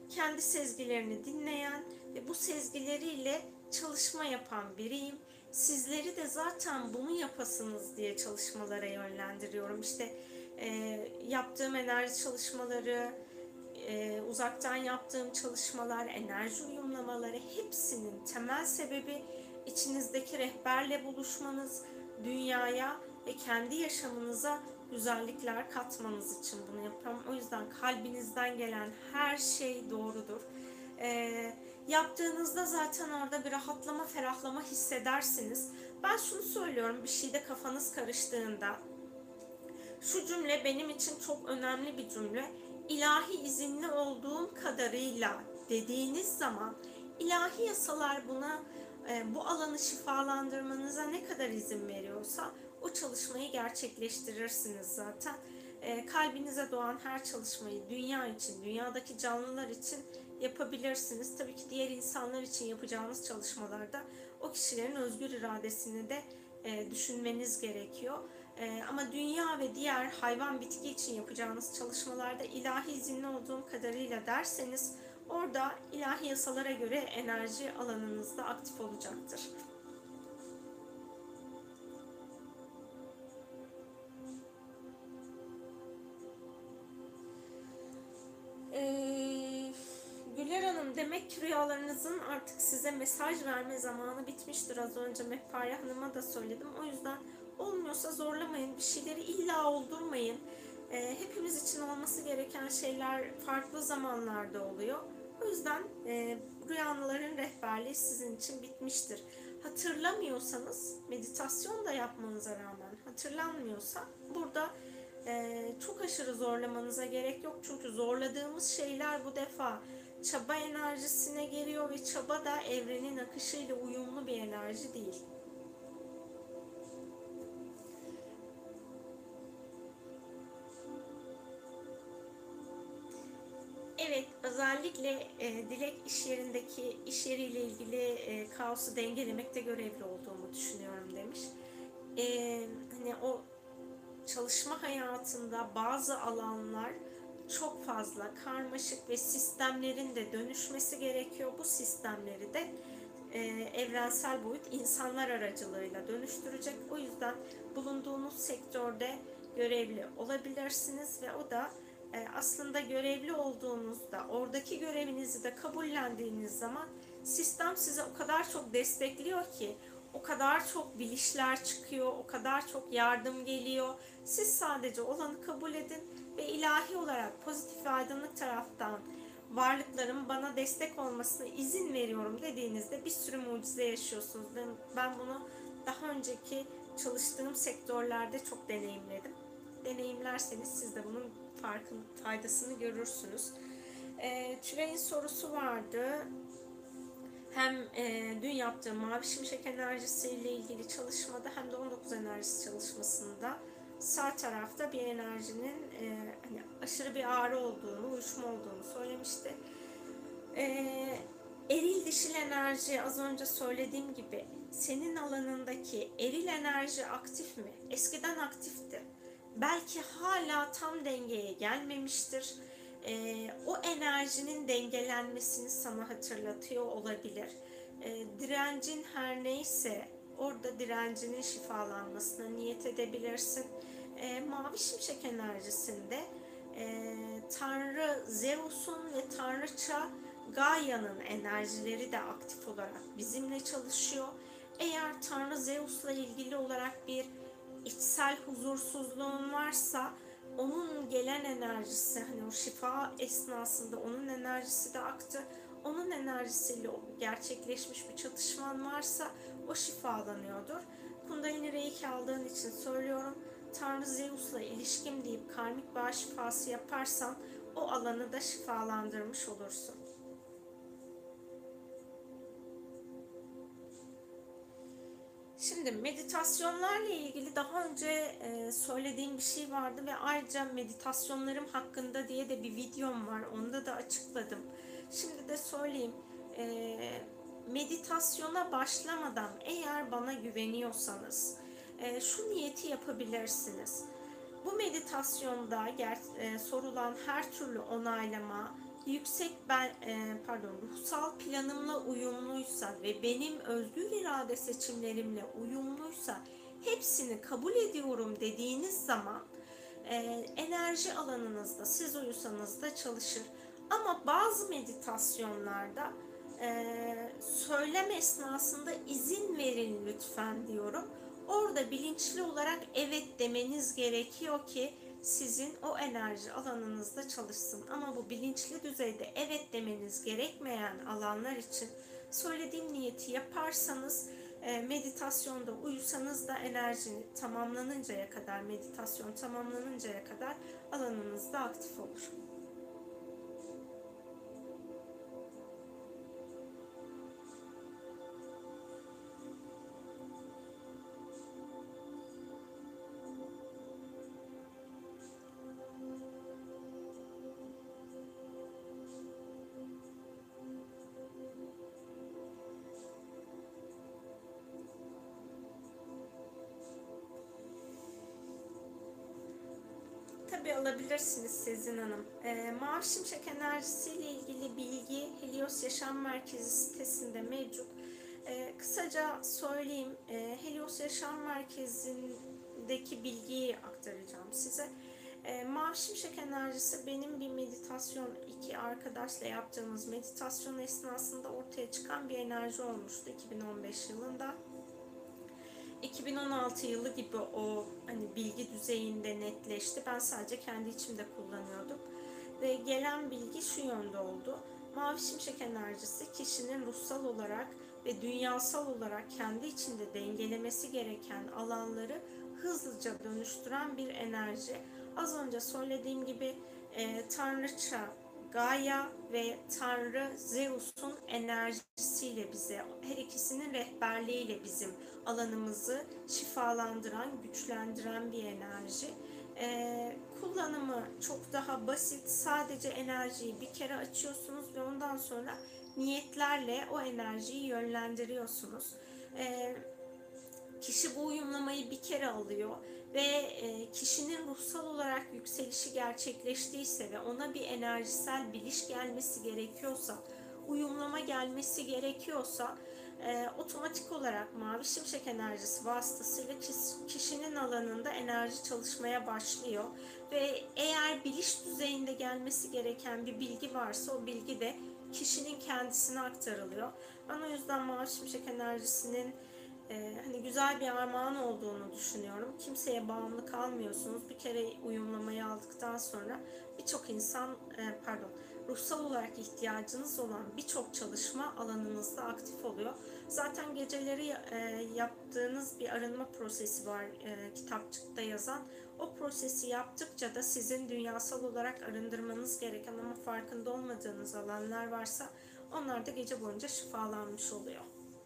kendi sezgilerini dinleyen ve bu sezgileriyle çalışma yapan biriyim. Sizleri de zaten bunu yapasınız diye çalışmalara yönlendiriyorum. İşte e, yaptığım enerji çalışmaları, e, uzaktan yaptığım çalışmalar, enerji uyumlamaları, hepsinin temel sebebi içinizdeki rehberle buluşmanız, dünyaya ve kendi yaşamınıza güzellikler katmanız için bunu yapıyorum. O yüzden kalbinizden gelen her şey doğrudur. Ee, yaptığınızda zaten orada bir rahatlama, ferahlama hissedersiniz. Ben şunu söylüyorum, bir şeyde kafanız karıştığında, şu cümle benim için çok önemli bir cümle. İlahi izinli olduğum kadarıyla dediğiniz zaman ilahi yasalar buna, e, bu alanı şifalandırmanıza ne kadar izin veriyorsa o çalışmayı gerçekleştirirsiniz zaten. E, kalbinize doğan her çalışmayı dünya için, dünyadaki canlılar için yapabilirsiniz. Tabii ki diğer insanlar için yapacağınız çalışmalarda o kişilerin özgür iradesini de e, düşünmeniz gerekiyor. Ee, ama dünya ve diğer hayvan, bitki için yapacağınız çalışmalarda ilahi izinli olduğum kadarıyla derseniz orada ilahi yasalara göre enerji alanınızda aktif olacaktır. Ee, Güler Hanım, demek ki rüyalarınızın artık size mesaj verme zamanı bitmiştir. Az önce Mehpare Hanım'a da söyledim. O yüzden olmuyorsa zorlamayın. Bir şeyleri illa oldurmayın. E, hepimiz için olması gereken şeyler farklı zamanlarda oluyor. O yüzden e, rüyaların rehberliği sizin için bitmiştir. Hatırlamıyorsanız, meditasyon da yapmanıza rağmen hatırlanmıyorsa burada e, çok aşırı zorlamanıza gerek yok. Çünkü zorladığımız şeyler bu defa çaba enerjisine geliyor ve çaba da evrenin akışıyla uyumlu bir enerji değil. Evet, özellikle e, Dilek iş yerindeki iş yeriyle ilgili e, kaosu dengelemekte görevli olduğumu düşünüyorum demiş. E, hani o çalışma hayatında bazı alanlar çok fazla karmaşık ve sistemlerin de dönüşmesi gerekiyor. Bu sistemleri de e, evrensel boyut insanlar aracılığıyla dönüştürecek. O yüzden bulunduğunuz sektörde görevli olabilirsiniz ve o da e, aslında görevli olduğunuzda, oradaki görevinizi de kabullendiğiniz zaman sistem size o kadar çok destekliyor ki, o kadar çok bilişler çıkıyor, o kadar çok yardım geliyor. Siz sadece olanı kabul edin ve ilahi olarak pozitif ve aydınlık taraftan varlıkların bana destek olmasına izin veriyorum dediğinizde bir sürü mucize yaşıyorsunuz. Ben bunu daha önceki çalıştığım sektörlerde çok deneyimledim. Deneyimlerseniz siz de bunun farkın, faydasını görürsünüz. E, Tülay'ın sorusu vardı. Hem e, dün yaptığım Mavi Şimşek enerjisiyle ilgili çalışmada hem de on dokuz enerjisi çalışmasında sağ tarafta bir enerjinin e, hani aşırı bir ağrı olduğunu, uyuşma olduğunu söylemişti. E, eril dişil enerji, az önce söylediğim gibi senin alanındaki eril enerji aktif mi? Eskiden aktifti. Belki hala tam dengeye gelmemiştir. Ee, o enerjinin dengelenmesini sana hatırlatıyor olabilir. Ee, direncin her neyse orada direncinin şifalanmasına niyet edebilirsin. Ee, Mavi Şimşek enerjisinde e, Tanrı Zeus'un ve Tanrıça Gaia'nın enerjileri de aktif olarak bizimle çalışıyor. Eğer Tanrı Zeus'la ilgili olarak bir içsel huzursuzluğun varsa onun gelen enerjisi, hani o şifa esnasında onun enerjisi de aktı. Onun enerjisiyle gerçekleşmiş bir çatışman varsa o şifalanıyordur. Kundalini Reiki aldığın için söylüyorum. Tanrı Zeus'la ilişkim deyip karmik bağ şifası yaparsan o alanı da şifalandırmış olursun. Şimdi meditasyonlarla ilgili daha önce söylediğim bir şey vardı ve ayrıca meditasyonlarım hakkında diye de bir videom var. Onda da açıkladım. Şimdi de söyleyeyim. Meditasyona başlamadan eğer bana güveniyorsanız şu niyeti yapabilirsiniz. Bu meditasyonda sorulan her türlü onaylama yüksek ben e, pardon ruhsal planımla uyumluysa ve benim özgür irade seçimlerimle uyumluysa hepsini kabul ediyorum dediğiniz zaman e, enerji alanınızda siz uyusanız da çalışır. Ama bazı meditasyonlarda e, söylem esnasında izin verin lütfen diyorum. Orada bilinçli olarak evet demeniz gerekiyor ki sizin o enerji alanınızda çalışsın. Ama bu bilinçli düzeyde evet demeniz gerekmeyen alanlar için söylediğim niyeti yaparsanız, meditasyonda uyusanız da enerji tamamlanıncaya kadar, meditasyon tamamlanıncaya kadar alanınızda aktif olur. Tabii alabilirsiniz Sezin Hanım. E, Mavi Şimşek enerjisiyle ilgili bilgi Helios Yaşam Merkezi sitesinde mevcut. E, kısaca söyleyeyim, e, Helios Yaşam Merkezi'ndeki bilgiyi aktaracağım size. E, Mavi Şimşek enerjisi benim bir meditasyon, iki arkadaşla yaptığımız meditasyon esnasında ortaya çıkan bir enerji olmuştu iki bin on beş yılında. iki bin on altı yılı gibi o hani bilgi düzeyinde netleşti. Ben sadece kendi içimde kullanıyordum. Ve gelen bilgi şu yönde oldu. Mavi Şimşek enerjisi kişinin ruhsal olarak ve dünyasal olarak kendi içinde dengelemesi gereken alanları hızlıca dönüştüren bir enerji. Az önce söylediğim gibi e, Tanrıça Gaia ve Tanrı Zeus'un enerjisiyle bize, her ikisinin rehberliğiyle bizim alanımızı şifalandıran, güçlendiren bir enerji. Ee, kullanımı çok daha basit. Sadece enerjiyi bir kere açıyorsunuz ve ondan sonra niyetlerle o enerjiyi yönlendiriyorsunuz. Ee, kişi bu uyumlamayı bir kere alıyor ve e, kişinin ruhsal olarak yükselişi gerçekleştiyse ve ona bir enerjisel biliş gelmesi gerekiyorsa, uyumlama gelmesi gerekiyorsa e, otomatik olarak Mavi Şimşek enerjisi vasıtasıyla kişinin alanında enerji çalışmaya başlıyor ve eğer biliş düzeyinde gelmesi gereken bir bilgi varsa o bilgi de kişinin kendisine aktarılıyor. Ben o yüzden Mavi Şimşek enerjisinin Ee, hani güzel bir armağan olduğunu düşünüyorum. Kimseye bağımlı kalmıyorsunuz. Bir kere uyumlamayı aldıktan sonra birçok insan, e, pardon, ruhsal olarak ihtiyacınız olan birçok çalışma alanınızda aktif oluyor. Zaten geceleri e, yaptığınız bir arınma prosesi var e, kitapçıkta yazan. O prosesi yaptıkça da sizin dünyasal olarak arındırmanız gereken ama farkında olmadığınız alanlar varsa onlar da gece boyunca şifalanmış oluyor.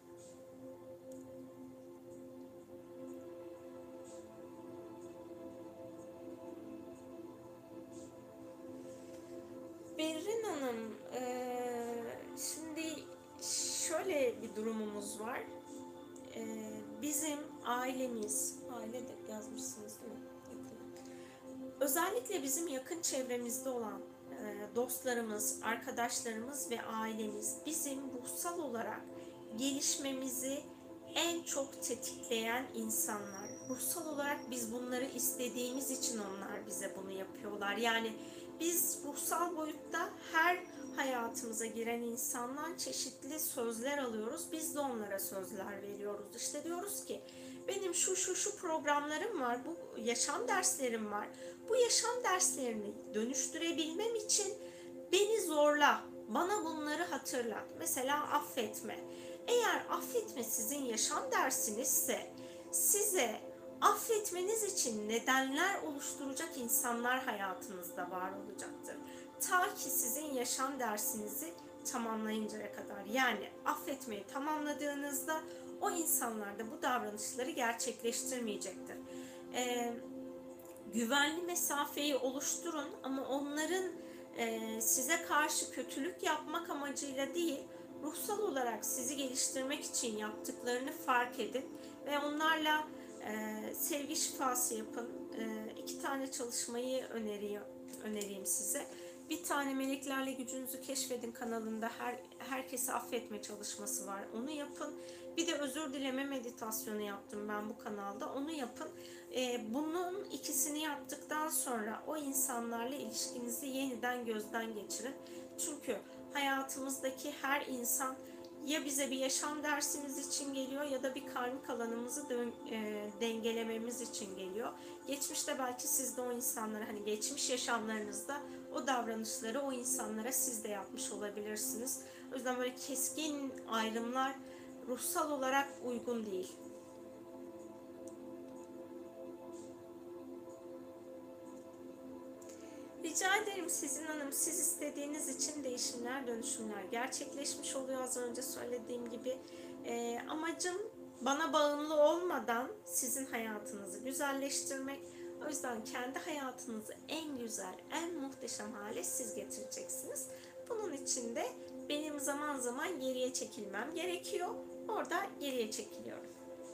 Berrin Hanım, e, şimdi şöyle bir durumumuz var. E, bizim ailemiz, aile de yazmışsınız değil mi? Özellikle bizim yakın çevremizde olan e, dostlarımız, arkadaşlarımız ve ailemiz bizim ruhsal olarak gelişmemizi en çok tetikleyen insanlar. Ruhsal olarak biz bunları istediğimiz için onlar bize bunu yapıyorlar. Yani biz ruhsal boyutta her hayatımıza giren insandan çeşitli sözler alıyoruz. Biz de onlara sözler veriyoruz. İşte diyoruz ki benim şu şu şu programlarım var, bu yaşam derslerim var. Bu yaşam derslerini dönüştürebilmem için beni zorla, bana bunları hatırlat. Mesela affetme. Eğer affetme sizin yaşam dersinizse size affetmeniz için nedenler oluşturacak insanlar hayatınızda var olacaktır. Ta ki sizin yaşam dersinizi tamamlayıncaya kadar. Yani affetmeyi tamamladığınızda o insanlar da bu davranışları gerçekleştirmeyecektir. Ee, güvenli mesafeyi oluşturun ama onların e, size karşı kötülük yapmak amacıyla değil, ruhsal olarak sizi geliştirmek için yaptıklarını fark edin ve onlarla e, sevgi şifası yapın. E, iki tane çalışmayı öneriyor, önereyim size. Bir tane Meleklerle Gücünüzü Keşfedin kanalında her, herkesi affetme çalışması var. Onu yapın. Bir de özür dileme meditasyonu yaptım ben bu kanalda. Onu yapın. Ee, bunun ikisini yaptıktan sonra o insanlarla ilişkinizi yeniden gözden geçirin. Çünkü hayatımızdaki her insan ya bize bir yaşam dersimiz için geliyor ya da bir karmik alanımızı dön, e, dengelememiz için geliyor. Geçmişte belki siz de o insanlara, hani geçmiş yaşamlarınızda o davranışları o insanlara siz de yapmış olabilirsiniz. O yüzden böyle keskin ayrımlar ruhsal olarak uygun değil. Rica ederim Sizin Hanım, siz istediğiniz için değişimler, dönüşümler gerçekleşmiş oluyor az önce söylediğim gibi. E, amacım bana bağımlı olmadan sizin hayatınızı güzelleştirmek. O yüzden kendi hayatınızı en güzel, en muhteşem hale siz getireceksiniz. Bunun için de benim zaman zaman geriye çekilmem gerekiyor. Orada geriye çekiliyorum.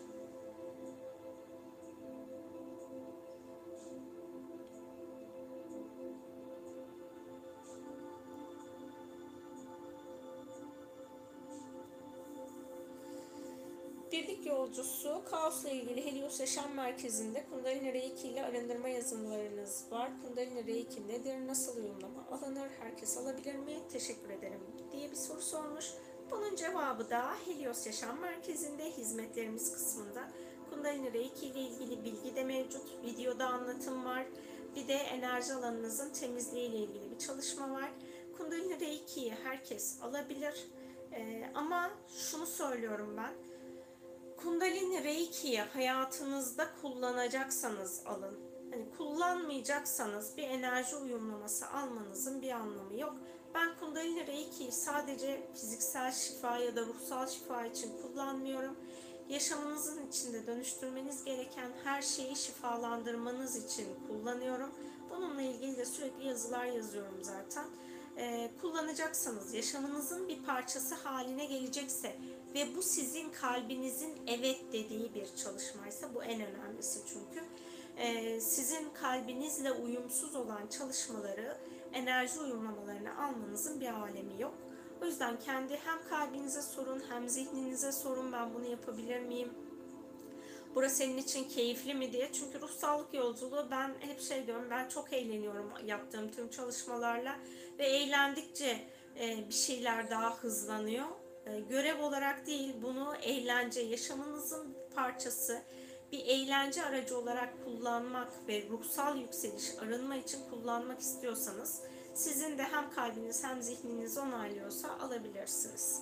Birlik Yolcusu, Kaos'la ilgili Helios Yaşam Merkezi'nde Kundalini Reiki ile arındırma yazımlarınız var. Kundalini Reiki nedir, nasıl uyumlama alınır, herkes alabilir mi, teşekkür ederim diye bir soru sormuş. Bunun cevabı da Helios Yaşam Merkezi'nde hizmetlerimiz kısmında Kundalini Reiki ile ilgili bilgi de mevcut. Videoda anlatım var. Bir de enerji alanınızın temizliği ile ilgili bir çalışma var. Kundalini Reiki'yi herkes alabilir. Ee, ama şunu söylüyorum ben. Kundalini Reiki'yi hayatınızda kullanacaksanız alın. Hani kullanmayacaksanız bir enerji uyumlaması almanızın bir anlamı yok. Ben Kundalini Reiki'yi sadece fiziksel şifa ya da ruhsal şifa için kullanmıyorum. Yaşamınızın içinde dönüştürmeniz gereken her şeyi şifalandırmanız için kullanıyorum. Bununla ilgili de sürekli yazılar yazıyorum zaten. Ee, kullanacaksanız, yaşamınızın bir parçası haline gelecekse ve bu sizin kalbinizin evet dediği bir çalışmaysa, bu en önemlisi çünkü. Ee, sizin kalbinizle uyumsuz olan çalışmaları, enerji uyumlamalarını almanızın bir alemi yok. O yüzden kendi hem kalbinize sorun hem zihninize sorun, ben bunu yapabilir miyim? Burası senin için keyifli mi diye. Çünkü ruh sağlık yolculuğu, ben hep şey diyorum, ben çok eğleniyorum yaptığım tüm çalışmalarla ve eğlendikçe bir şeyler daha hızlanıyor. Görev olarak değil, bunu eğlence, yaşamınızın parçası, bir eğlence aracı olarak kullanmak ve ruhsal yükseliş, arınma için kullanmak istiyorsanız, sizin de hem kalbiniz hem zihniniz onaylıyorsa alabilirsiniz.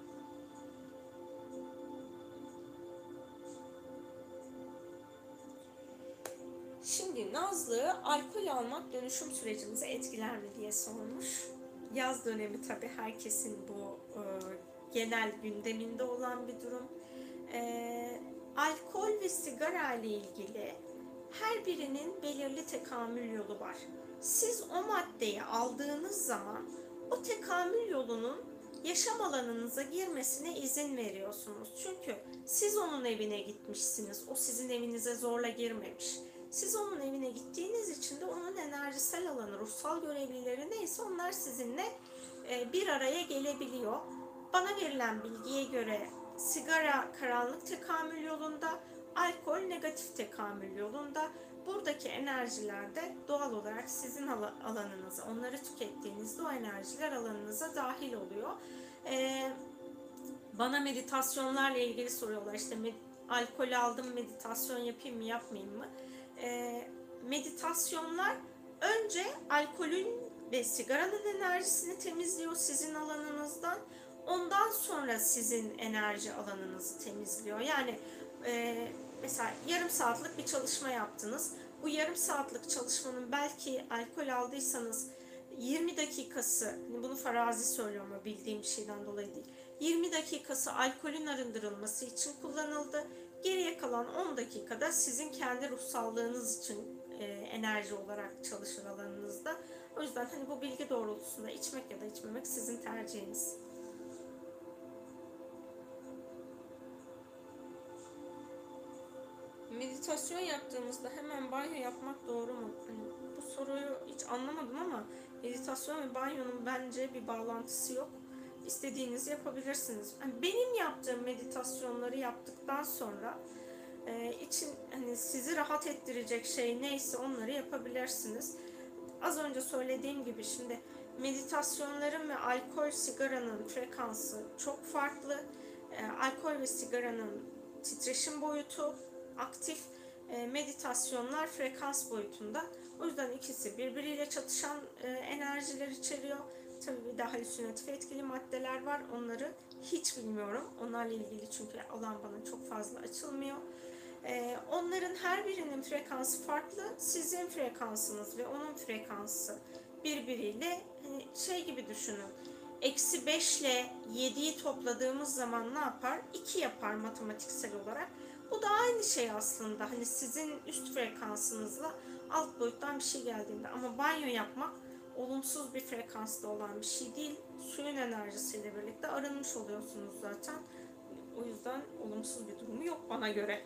Şimdi Nazlı, alkol almak dönüşüm sürecimizi etkiler mi diye sormuş. Yaz dönemi tabii herkesin bu e, genel gündeminde olan bir durum. E, alkol ve sigara ile ilgili her birinin belirli tekamül yolu var. Siz o maddeyi aldığınız zaman o tekamül yolunun yaşam alanınıza girmesine izin veriyorsunuz. Çünkü siz onun evine gitmişsiniz. O sizin evinize zorla girmemiş. Siz onun evine gittiğiniz için de onun enerjisel alanı, ruhsal görevlileri neyse onlar sizinle bir araya gelebiliyor. Bana verilen bilgiye göre sigara karanlık tekamül yolunda, alkol negatif tekamül yolunda. Buradaki enerjiler de doğal olarak sizin alanınıza, onları tükettiğinizde o enerjiler alanınıza dahil oluyor. Ee, bana meditasyonlarla ilgili soruyorlar, işte alkol aldım, meditasyon yapayım mı yapmayayım mı? Ee, meditasyonlar önce alkolün ve sigaranın enerjisini temizliyor sizin alanınızdan. Ondan sonra sizin enerji alanınızı temizliyor. Yani e, mesela yarım saatlik bir çalışma yaptınız. Bu yarım saatlik çalışmanın belki alkol aldıysanız yirmi dakikası, bunu farazi söylüyorum ama bildiğim bir şeyden dolayı değil, yirmi dakikası alkolün arındırılması için kullanıldı. Geriye kalan on dakikada sizin kendi ruhsallığınız için e, enerji olarak çalışır alanınızda. O yüzden hani bu bilgi doğrultusunda içmek ya da içmemek sizin tercihiniz. Meditasyon yaptığımızda hemen banyo yapmak doğru mu? Hani bu soruyu hiç anlamadım ama meditasyon ve banyonun bence bir bağlantısı yok. İstediğinizi yapabilirsiniz. Yani benim yaptığım meditasyonları yaptıktan sonra e, için hani sizi rahat ettirecek şey neyse onları yapabilirsiniz. Az önce söylediğim gibi şimdi meditasyonların ve alkol, sigaranın frekansı çok farklı. E, alkol ve sigaranın titreşim boyutu aktif, e, meditasyonlar frekans boyutunda. O yüzden ikisi birbiriyle çatışan e, enerjiler içeriyor. Tabii bir de halüsinatif etkili maddeler var. Onları hiç bilmiyorum. Onlarla ilgili çünkü alan bana çok fazla açılmıyor. Ee, onların her birinin frekansı farklı. Sizin frekansınız ve onun frekansı birbiriyle hani şey gibi düşünün. Eksi beş ile yediyi topladığımız zaman ne yapar? iki yapar matematiksel olarak. Bu da aynı şey aslında. Hani sizin üst frekansınızla alt boyuttan bir şey geldiğinde. Ama banyo yapmak olumsuz bir frekansta olan bir şey değil. Suyun enerjisiyle birlikte arınmış oluyorsunuz zaten. O yüzden olumsuz bir durumu yok bana göre.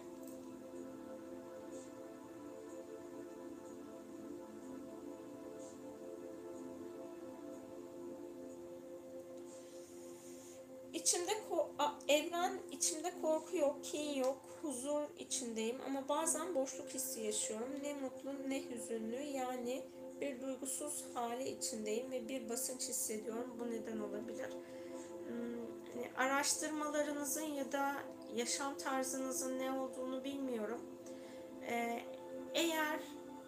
İçimde evren, içimde korku yok, kin yok, huzur içindeyim ama bazen boşluk hissi yaşıyorum. Ne mutlu ne hüzünlü, yani bir duygusuz hali içindeyim ve bir basınç hissediyorum. Bu neden olabilir? Hmm, hani araştırmalarınızın ya da yaşam tarzınızın ne olduğunu bilmiyorum. Ee, eğer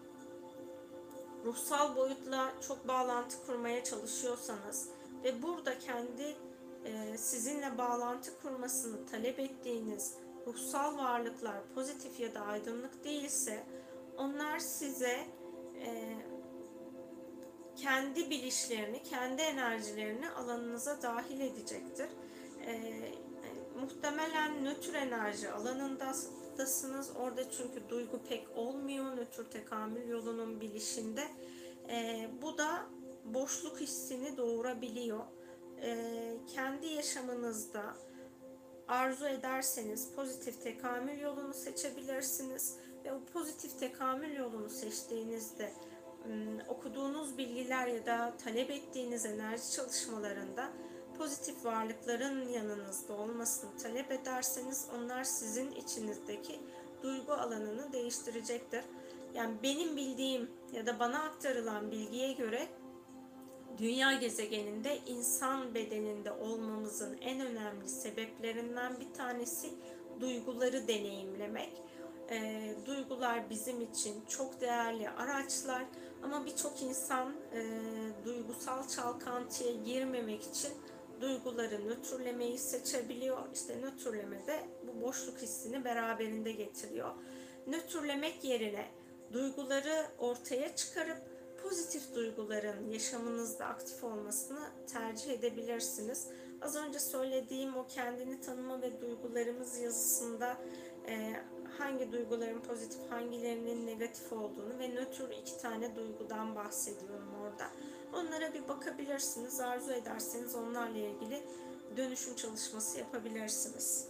ruhsal boyutla çok bağlantı kurmaya çalışıyorsanız ve burada kendi e, sizinle bağlantı kurmasını talep ettiğiniz ruhsal varlıklar pozitif ya da aydınlık değilse, onlar size e, kendi bilişlerini, kendi enerjilerini alanınıza dahil edecektir. E, muhtemelen nötr enerji alanındasınız. Orada çünkü duygu pek olmuyor nötr tekamül yolunun bilişinde. E, bu da boşluk hissini doğurabiliyor. E, kendi yaşamınızda arzu ederseniz pozitif tekamül yolunu seçebilirsiniz ve o pozitif tekamül yolunu seçtiğinizde okuduğunuz bilgiler ya da talep ettiğiniz enerji çalışmalarında pozitif varlıkların yanınızda olmasını talep ederseniz, onlar sizin içinizdeki duygu alanını değiştirecektir. Yani benim bildiğim ya da bana aktarılan bilgiye göre dünya gezegeninde insan bedeninde olmamızın en önemli sebeplerinden bir tanesi duyguları deneyimlemek. E, duygular bizim için çok değerli araçlar ama birçok insan e, duygusal çalkantıya girmemek için duyguları nötrlemeyi seçebiliyor. İşte nötrleme de bu boşluk hissini beraberinde getiriyor. Nötrlemek yerine duyguları ortaya çıkarıp pozitif duyguların yaşamınızda aktif olmasını tercih edebilirsiniz. Az önce söylediğim o kendini tanıma ve duygularımız yazısında e, hangi duyguların pozitif, hangilerinin negatif olduğunu ve nötr iki tane duygudan bahsediyorum orada. Onlara bir bakabilirsiniz. Arzu ederseniz onlarla ilgili dönüşüm çalışması yapabilirsiniz.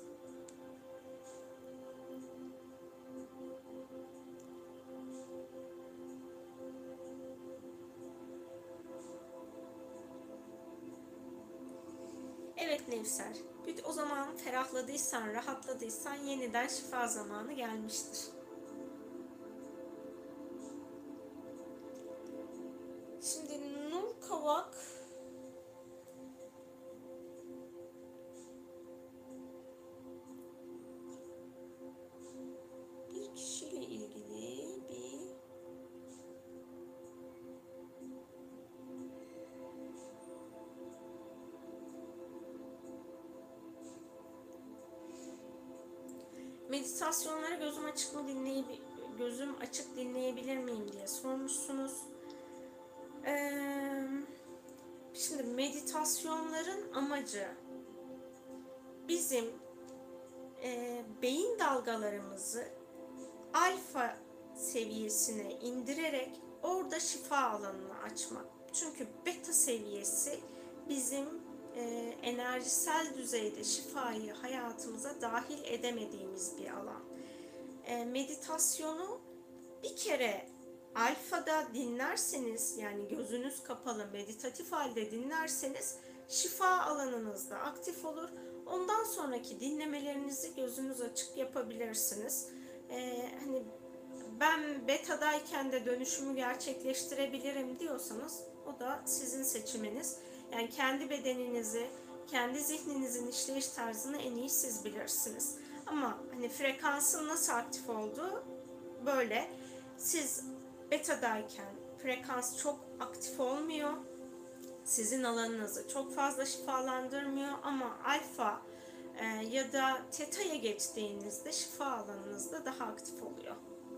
Evet Nevser, o zaman ferahladıysan, rahatladıysan yeniden şifa zamanı gelmiştir. Şimdi Nur Kavak bir kişiyle ilgili bir meditasyonları gözüm açık mı dinleyebilir, gözüm açık dinleyebilir miyim diye sormuşsunuz. Ee, şimdi meditasyonların amacı bizim e, beyin dalgalarımızı alfa seviyesine indirerek orada şifa alanını açmak. Çünkü beta seviyesi bizim e, enerjisel düzeyde şifayı hayatımıza dahil edemediğimiz bir alan. E, meditasyonu bir kere Alfa'da dinlerseniz, yani gözünüz kapalı meditatif halde dinlerseniz şifa alanınızda aktif olur. Ondan sonraki dinlemelerinizi gözünüz açık yapabilirsiniz. Ee, hani ben betadayken de dönüşümü gerçekleştirebilirim diyorsanız o da sizin seçiminiz. Yani kendi bedeninizi, kendi zihninizin işleyiş tarzını en iyi siz bilirsiniz. Ama hani frekansın nasıl aktif olduğu böyle. Siz betadayken frekans çok aktif olmuyor. Sizin alanınızı çok fazla şifalandırmıyor ama alfa e, ya da teta'ya geçtiğinizde şifa alanınızda daha aktif oluyor.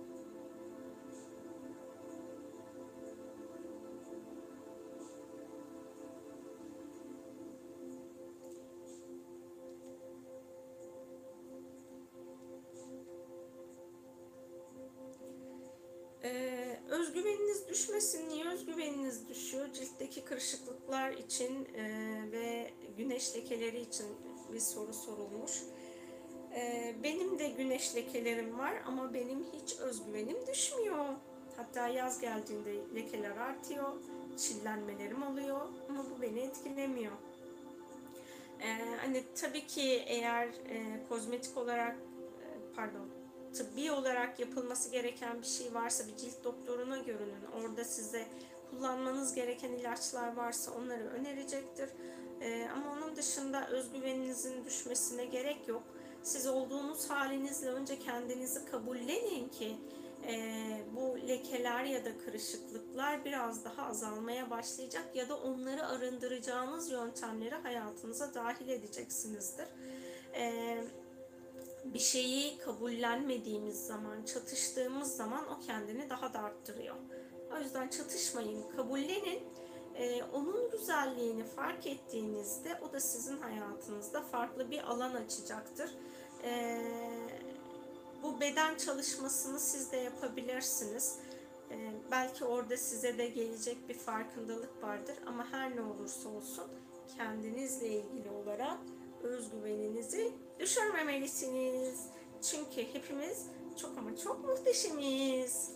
Ee, özgüveniniz düşmesin. Niye özgüveniniz düşüyor? Ciltteki kırışıklıklar için e, ve güneş lekeleri için bir soru sorulmuş. Ee, benim de güneş lekelerim var ama benim hiç özgüvenim düşmüyor. Hatta yaz geldiğinde lekeler artıyor, çillenmelerim oluyor ama bu beni etkilemiyor. Ee, hani tabii ki eğer e, kozmetik olarak, e, pardon, tıbbi olarak yapılması gereken bir şey varsa bir cilt doktoruna görünün. Orada size kullanmanız gereken ilaçlar varsa onları önerecektir. Ee, ama onun dışında özgüveninizin düşmesine gerek yok. Siz olduğunuz halinizle önce kendinizi kabullenin ki e, bu lekeler ya da kırışıklıklar biraz daha azalmaya başlayacak ya da onları arındıracağınız yöntemleri hayatınıza dahil edeceksinizdir. E, bir şeyi kabullenmediğimiz zaman, çatıştığımız zaman o kendini daha da arttırıyor. O yüzden çatışmayın, kabullenin. Ee, onun güzelliğini fark ettiğinizde o da sizin hayatınızda farklı bir alan açacaktır. Ee, bu beden çalışmasını siz de yapabilirsiniz. Ee, belki orada size de gelecek bir farkındalık vardır ama her ne olursa olsun kendinizle ilgili olarak özgüveninizi düşürmemelisiniz. Çünkü hepimiz çok ama çok muhteşemiz.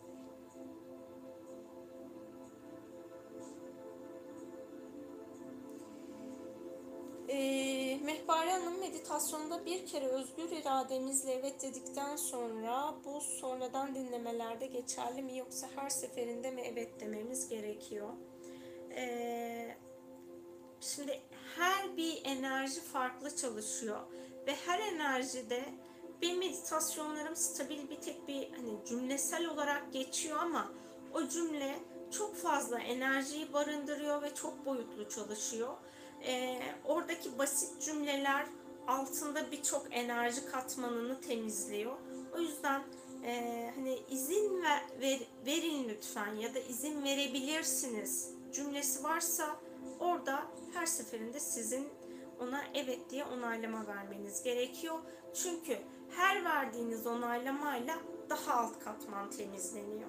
Ee, Mehpare Hanım, meditasyonda bir kere özgür irademizle evet dedikten sonra bu sonradan dinlemelerde geçerli mi yoksa her seferinde mi evet dememiz gerekiyor? Ee, Şimdi her bir enerji farklı çalışıyor ve her enerjide benim meditasyonlarım stabil bir tek bir hani cümlesel olarak geçiyor ama o cümle çok fazla enerjiyi barındırıyor ve çok boyutlu çalışıyor. Ee, oradaki basit cümleler altında birçok enerji katmanını temizliyor. O yüzden e, hani izin ver, ver, verin lütfen ya da izin verebilirsiniz cümlesi varsa orada her seferinde sizin ona evet diye onaylama vermeniz gerekiyor. Çünkü her verdiğiniz onaylamayla daha alt katman temizleniyor.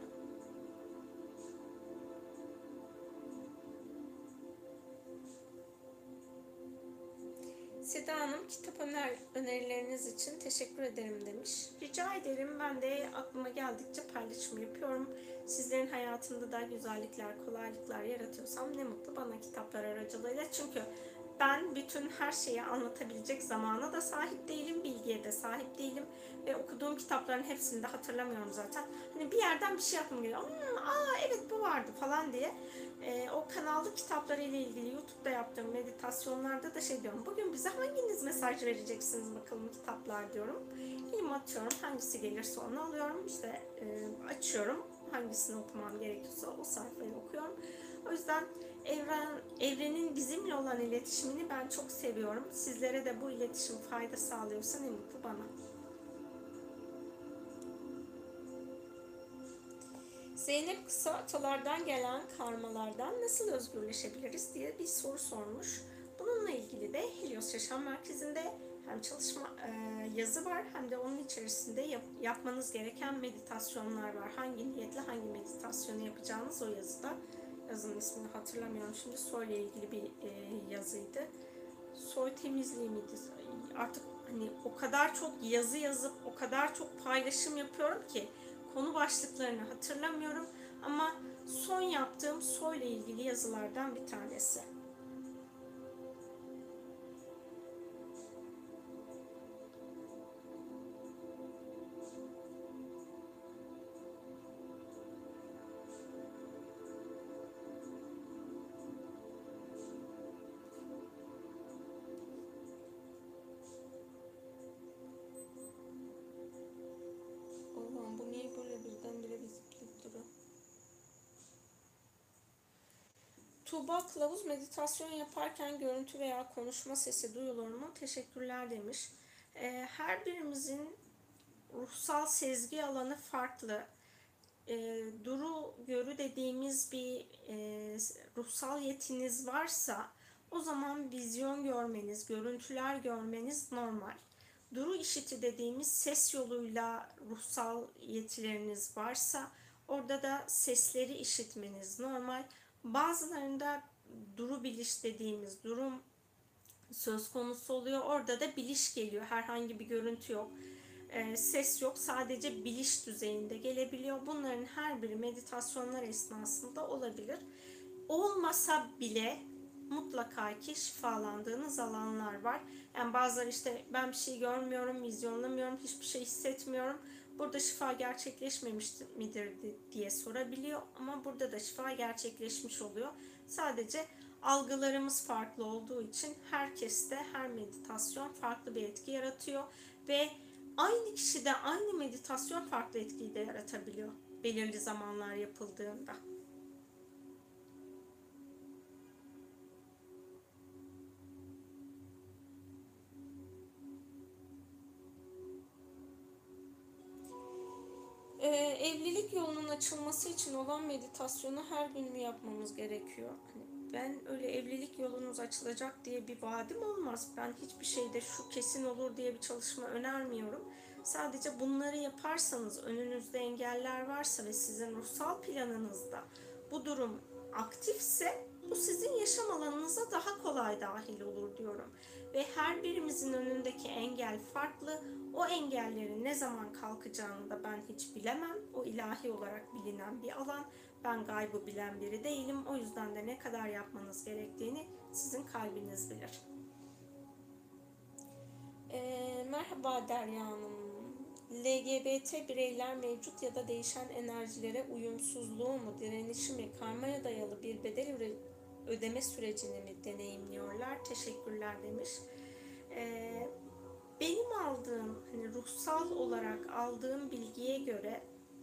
Seda Hanım, kitap öner önerileriniz için teşekkür ederim demiş. Rica ederim. Ben de aklıma geldikçe paylaşım yapıyorum. Sizlerin hayatında da güzellikler, kolaylıklar yaratıyorsam ne mutlu bana kitaplar aracılığıyla. Çünkü ben bütün her şeyi anlatabilecek zamana da sahip değilim, bilgiye de sahip değilim. Ve okuduğum kitapların hepsini de hatırlamıyorum zaten. Hani bir yerden bir şey aklıma geliyor. Hmm, aa evet bu vardı falan diye. Ee, o kanallı kitapları ile ilgili YouTube'da yaptığım meditasyonlarda da şey diyorum. Bugün bize hanginiz mesaj vereceksiniz bakalım kitaplar diyorum. Elim atıyorum. Hangisi gelirse onu alıyorum. İşte e, açıyorum. Hangisini okumam gerekiyorsa o sayfayı okuyorum. O yüzden evren, evrenin bizimle olan iletişimini ben çok seviyorum. Sizlere de bu iletişim fayda sağlıyorsa ne mutlu bana. Zeynep Kısa, atalardan gelen karmalardan nasıl özgürleşebiliriz diye bir soru sormuş. Bununla ilgili de Helios Yaşam Merkezi'nde hem çalışma e, yazı var hem de onun içerisinde yap, yapmanız gereken meditasyonlar var. Hangi niyetle hangi meditasyonu yapacağınız o yazıda. Yazının ismini hatırlamıyorum şimdi. Soyla ilgili bir e, yazıydı. Soy temizliği miydi? Artık hani o kadar çok yazı yazıp o kadar çok paylaşım yapıyorum ki konu başlıklarını hatırlamıyorum. Ama son yaptığım soyla ilgili yazılardan bir tanesi. Allah'ım bu niye böyle birdenbire bir zıplayıp duruyor? Tuğba Kılavuz, meditasyon yaparken görüntü veya konuşma sesi duyulur mu? Teşekkürler demiş. Ee, her birimizin ruhsal sezgi alanı farklı. E, duru görü dediğimiz bir e, ruhsal yetiniz varsa o zaman vizyon görmeniz, görüntüler görmeniz normal. Duru işiti dediğimiz ses yoluyla ruhsal yetileriniz varsa orada da sesleri işitmeniz normal. Bazılarında duru biliş dediğimiz durum söz konusu oluyor. Orada da biliş geliyor. Herhangi bir görüntü yok. E, ses yok. Sadece biliş düzeyinde gelebiliyor. Bunların her biri meditasyonlar esnasında olabilir. Olmasa bile mutlaka ki şifalandığınız alanlar var. Yani bazıları işte ben bir şey görmüyorum, vizyonlamıyorum, hiçbir şey hissetmiyorum. Burada şifa gerçekleşmemiş midir diye sorabiliyor. Ama burada da şifa gerçekleşmiş oluyor. Sadece algılarımız farklı olduğu için herkeste her meditasyon farklı bir etki yaratıyor. Ve aynı kişide aynı meditasyon farklı etkiyi de yaratabiliyor belirli zamanlar yapıldığında. Ee, evlilik yolunun açılması için olan meditasyonu her gün mü yapmamız gerekiyor? Hani ben öyle evlilik yolunuz açılacak diye bir vaadim olmaz. Ben hiçbir şeyde şu kesin olur diye bir çalışma önermiyorum. Sadece bunları yaparsanız, önünüzde engeller varsa ve sizin ruhsal planınızda bu durum aktifse bu sizin yaşam alanınıza daha kolay dahil olur diyorum. Ve her birimizin önündeki engel farklı. O engellerin ne zaman kalkacağını da ben hiç bilemem. O ilahi olarak bilinen bir alan. Ben gaybı bilen biri değilim. O yüzden de ne kadar yapmanız gerektiğini sizin kalbiniz bilir. E, merhaba Derya Hanım. L G B T bireyler mevcut ya da değişen enerjilere uyumsuzluğu mu, direnişi mi, karmaya dayalı bir bedel ödeme sürecini mi deneyimliyorlar? Teşekkürler demiş. Ee, benim aldığım, hani ruhsal olarak aldığım bilgiye göre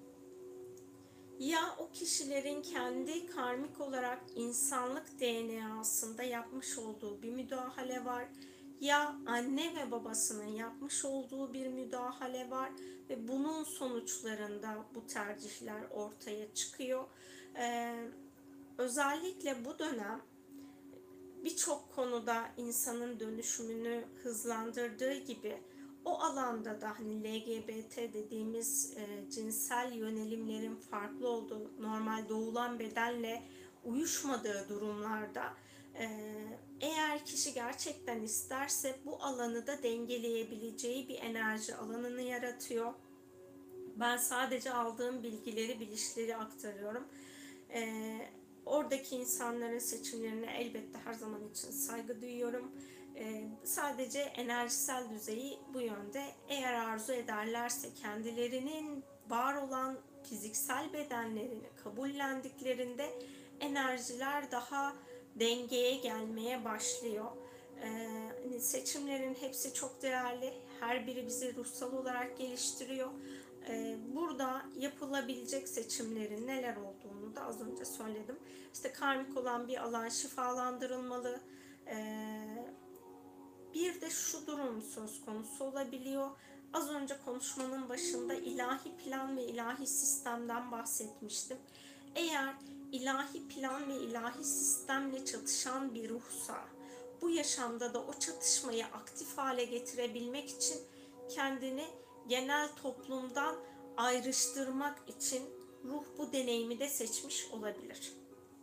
ya o kişilerin kendi karmik olarak insanlık D N A'sında yapmış olduğu bir müdahale var, ya anne ve babasının yapmış olduğu bir müdahale var ve bunun sonuçlarında bu tercihler ortaya çıkıyor. Ee, özellikle bu dönem birçok konuda insanın dönüşümünü hızlandırdığı gibi o alanda da hani L G B T dediğimiz e, cinsel yönelimlerin farklı olduğu, normal doğulan bedenle uyuşmadığı durumlarda e, eğer kişi gerçekten isterse bu alanı da dengeleyebileceği bir enerji alanını yaratıyor. Ben sadece aldığım bilgileri, bilişleri aktarıyorum. Eee Oradaki insanların seçimlerine elbette her zaman için saygı duyuyorum. Ee, sadece enerjisel düzeyi bu yönde. Eğer arzu ederlerse kendilerinin var olan fiziksel bedenlerini kabullendiklerinde enerjiler daha dengeye gelmeye başlıyor. Ee, seçimlerin hepsi çok değerli. Her biri bizi ruhsal olarak geliştiriyor. Ee, burada yapılabilecek seçimlerin neler olduğunu da az önce söyledim. İşte karmik olan bir alan şifalandırılmalı. Ee, bir de şu durum söz konusu olabiliyor. Az önce konuşmanın başında ilahi plan ve ilahi sistemden bahsetmiştim. Eğer ilahi plan ve ilahi sistemle çatışan bir ruhsa, bu yaşamda da o çatışmayı aktif hale getirebilmek için kendini genel toplumdan ayrıştırmak için ruh bu deneyimi de seçmiş olabilir.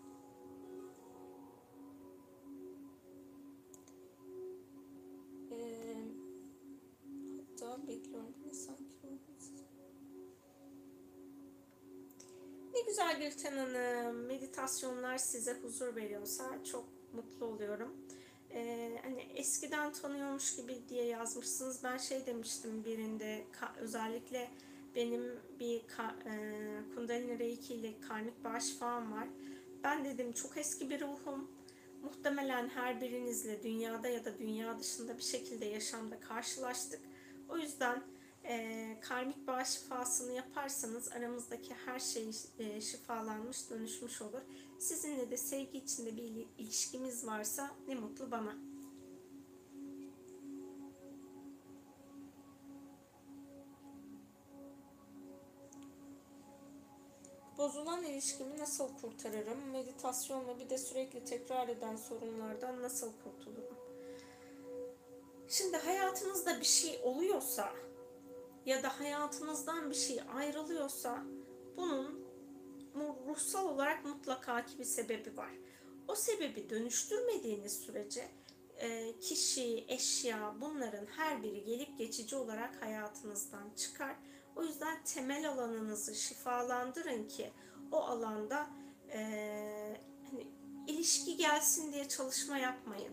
Ee, hatta bekliyorum ne sanki Ne güzel Gülten Hanım. Meditasyonlar size huzur veriyorsa çok mutlu oluyorum. Ee, hani eskiden tanıyormuş gibi diye yazmışsınız. Ben şey demiştim birinde, özellikle benim bir e, Kundalini Reiki ile karmik bağ şifam var. Ben dedim çok eski bir ruhum. Muhtemelen her birinizle dünyada ya da dünya dışında bir şekilde yaşamda karşılaştık. O yüzden e, karmik bağ şifasını yaparsanız aramızdaki her şey e, şifalanmış, dönüşmüş olur. Sizinle de sevgi içinde bir ilişkimiz varsa ne mutlu bana. Bozulan ilişkimi nasıl kurtarırım? Meditasyonla bir de sürekli tekrar eden sorunlardan nasıl kurtulurum? Şimdi hayatınızda bir şey oluyorsa ya da hayatınızdan bir şey ayrılıyorsa bunun ruhsal olarak mutlaka ki bir sebebi var. O sebebi dönüştürmediğiniz sürece kişi, eşya, bunların her biri gelip geçici olarak hayatınızdan çıkar. O yüzden temel alanınızı şifalandırın ki o alanda e, hani ilişki gelsin diye çalışma yapmayın.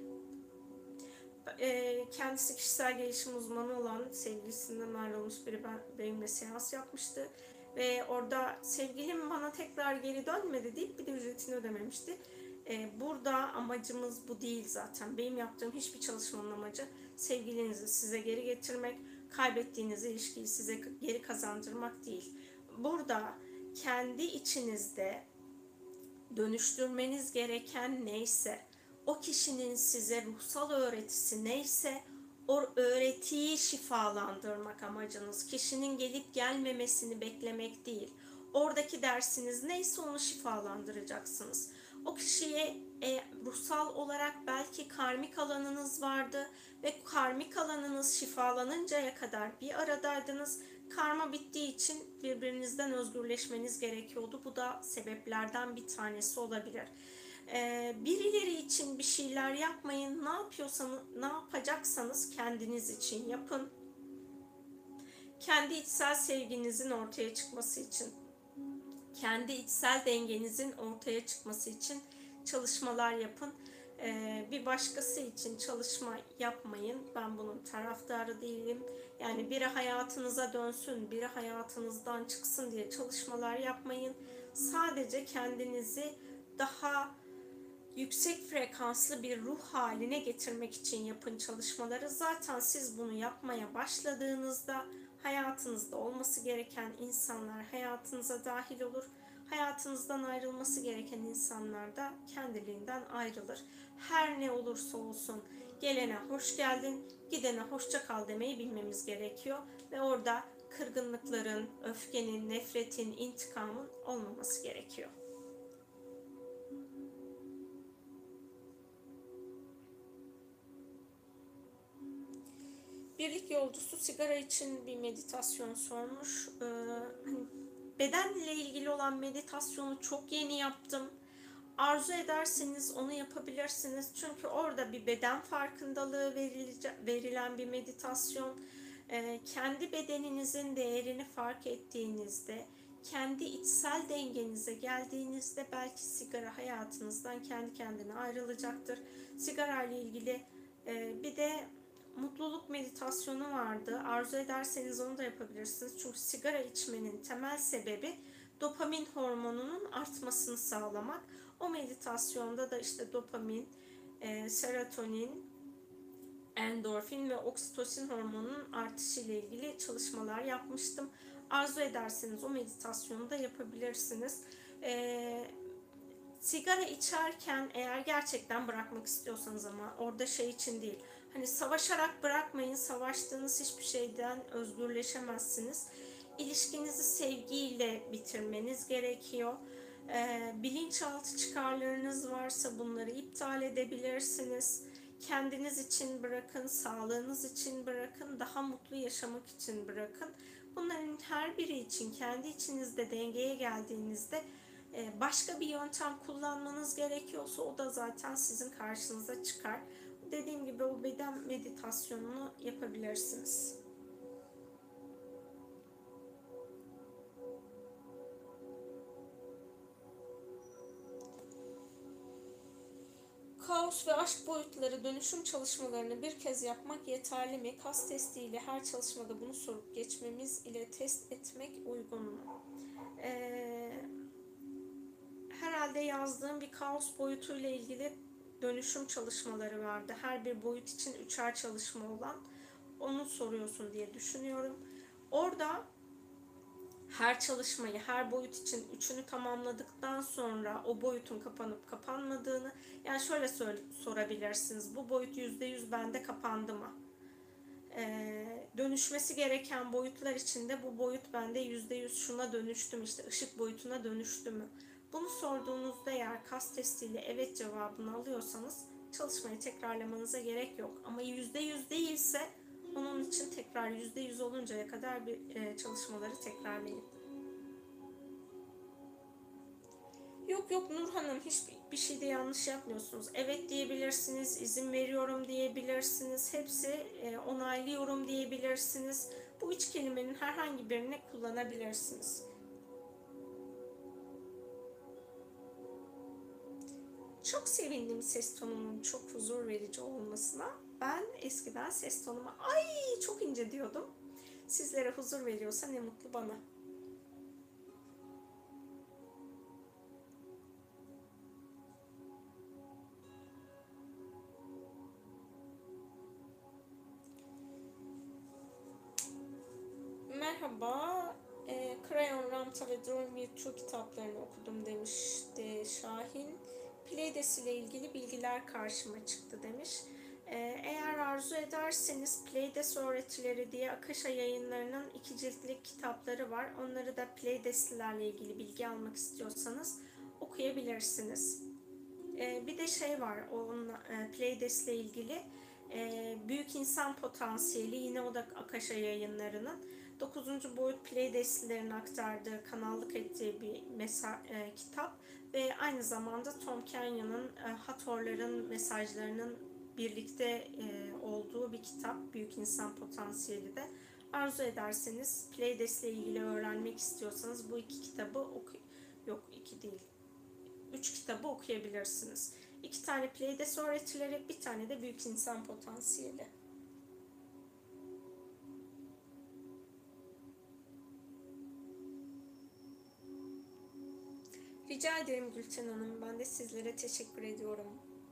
E, kendisi kişisel gelişim uzmanı olan, sevgilisinden ayrılmış biri ben, benimle seans yapmıştı. Ve orada sevgilim bana tekrar geri dönmedi deyip bir de ücretini ödememişti. Ee, burada amacımız bu değil zaten. Benim yaptığım hiçbir çalışmanın amacı sevgilinizi size geri getirmek, kaybettiğiniz ilişkiyi size geri kazandırmak değil. Burada kendi içinizde dönüştürmeniz gereken neyse, o kişinin size ruhsal öğretisi neyse, o öğretiyi şifalandırmak amacınız. Kişinin gelip gelmemesini beklemek değil. Oradaki dersiniz neyse onu şifalandıracaksınız. O kişiye e, ruhsal olarak belki karmik alanınız vardı ve karmik alanınız şifalanıncaya kadar bir aradaydınız. Karma bittiği için birbirinizden özgürleşmeniz gerekiyordu. Bu da sebeplerden bir tanesi olabilir. Ee, birileri için bir şeyler yapmayın. Ne yapıyorsanız, ne yapacaksanız kendiniz için yapın. Kendi içsel sevginizin ortaya çıkması için, kendi içsel dengenizin ortaya çıkması için çalışmalar yapın. Ee, bir başkası için çalışma yapmayın. Ben bunun taraftarı değilim. Yani biri hayatınıza dönsün, biri hayatınızdan çıksın diye çalışmalar yapmayın. Sadece kendinizi daha yüksek frekanslı bir ruh haline getirmek için yapın çalışmaları. Zaten siz bunu yapmaya başladığınızda hayatınızda olması gereken insanlar hayatınıza dahil olur. Hayatınızdan ayrılması gereken insanlar da kendiliğinden ayrılır. Her ne olursa olsun gelene hoş geldin, gidene hoşça kal demeyi bilmemiz gerekiyor. Ve orada kırgınlıkların, öfkenin, nefretin, intikamın olmaması gerekiyor. Birlik yolcusu sigara için bir meditasyon sormuş. Ee, hani bedenle ilgili olan meditasyonu çok yeni yaptım. Arzu ederseniz onu yapabilirsiniz. Çünkü orada bir beden farkındalığı verilen bir meditasyon. Ee, kendi bedeninizin değerini fark ettiğinizde, kendi içsel dengenize geldiğinizde belki sigara hayatınızdan kendi kendine ayrılacaktır. Sigara ile ilgili e, bir de mutluluk meditasyonu vardı. Arzu ederseniz onu da yapabilirsiniz. Çünkü sigara içmenin temel sebebi dopamin hormonunun artmasını sağlamak. O meditasyonda da işte dopamin, e, serotonin, endorfin ve oksitosin hormonunun artışı ile ilgili çalışmalar yapmıştım. Arzu ederseniz o meditasyonu da yapabilirsiniz. E, sigara içerken eğer gerçekten bırakmak istiyorsanız, ama orada şey için değil. Hani savaşarak bırakmayın. Savaştığınız hiçbir şeyden özgürleşemezsiniz. İlişkinizi sevgiyle bitirmeniz gerekiyor. Ee, bilinçaltı çıkarlarınız varsa bunları iptal edebilirsiniz. Kendiniz için bırakın, sağlığınız için bırakın, daha mutlu yaşamak için bırakın. Bunların her biri için kendi içinizde dengeye geldiğinizde başka bir yöntem kullanmanız gerekiyorsa o da zaten sizin karşınıza çıkar. Dediğim gibi o beden meditasyonunu yapabilirsiniz. Kaos ve aşk boyutları dönüşüm çalışmalarını bir kez yapmak yeterli mi? Kas testiyle her çalışmada bunu sorup geçmemiz ile test etmek uygun mu? Ee, herhalde yazdığım bir kaos boyutuyla ilgili dönüşüm çalışmaları vardı. Her bir boyut için üçer çalışma olan. Onu soruyorsun diye düşünüyorum. Orada her çalışmayı, her boyut için üçünü tamamladıktan sonra o boyutun kapanıp kapanmadığını, yani şöyle sorabilirsiniz: bu boyut yüzde yüz bende kapandı mı? Ee, dönüşmesi gereken boyutlar içinde bu boyut bende yüzde yüz şuna dönüştü mü, işte ışık boyutuna dönüştü mü? Bunu sorduğunuzda eğer kas testiyle evet cevabını alıyorsanız çalışmayı tekrarlamanıza gerek yok. Ama yüzde yüz değilse onun için tekrar yüzde yüz oluncaya kadar bir e, çalışmaları tekrarlayın. Yok yok Nur Hanım, hiçbir şeyde yanlış yapmıyorsunuz. Evet diyebilirsiniz, izin veriyorum diyebilirsiniz, hepsi e, onaylıyorum diyebilirsiniz. Bu üç kelimenin herhangi birini kullanabilirsiniz. Çok sevindim ses tonumun çok huzur verici olmasına. Ben eskiden ses tonuma ay çok ince diyordum. Sizlere huzur veriyorsa ne mutlu bana. Merhaba, e, Crayon Ramta ve Drawing Virtue kitaplarını okudum demişti Şahin. Pleiades ile ilgili bilgiler karşıma çıktı demiş. E, eğer arzu ederseniz Pleiades öğretileri diye Akasha Yayınları'nın iki ciltlik kitapları var. Onları da Pleideslilerle ilgili bilgi almak istiyorsanız okuyabilirsiniz. E, bir de şey var, onun e, Pleides'le ilgili e, Büyük İnsan Potansiyeli, yine o da Akasha Yayınları'nın dokuzuncu boyut Pleideslilerin aktardığı, kanallık ettiği bir mesa- e, kitap ve aynı zamanda Tom Kenyon'un e, Hathor'ların mesajlarının birlikte e, olduğu bir kitap, Büyük İnsan Potansiyeli de. Arzu ederseniz Pleides'le ilgili öğrenmek istiyorsanız bu iki kitabı oku yok iki değil üç kitabı okuyabilirsiniz. İki tane Pleiades öğretileri, bir tane de Büyük İnsan Potansiyeli. Rica ederim Gülten Hanım. Ben de sizlere teşekkür ediyorum.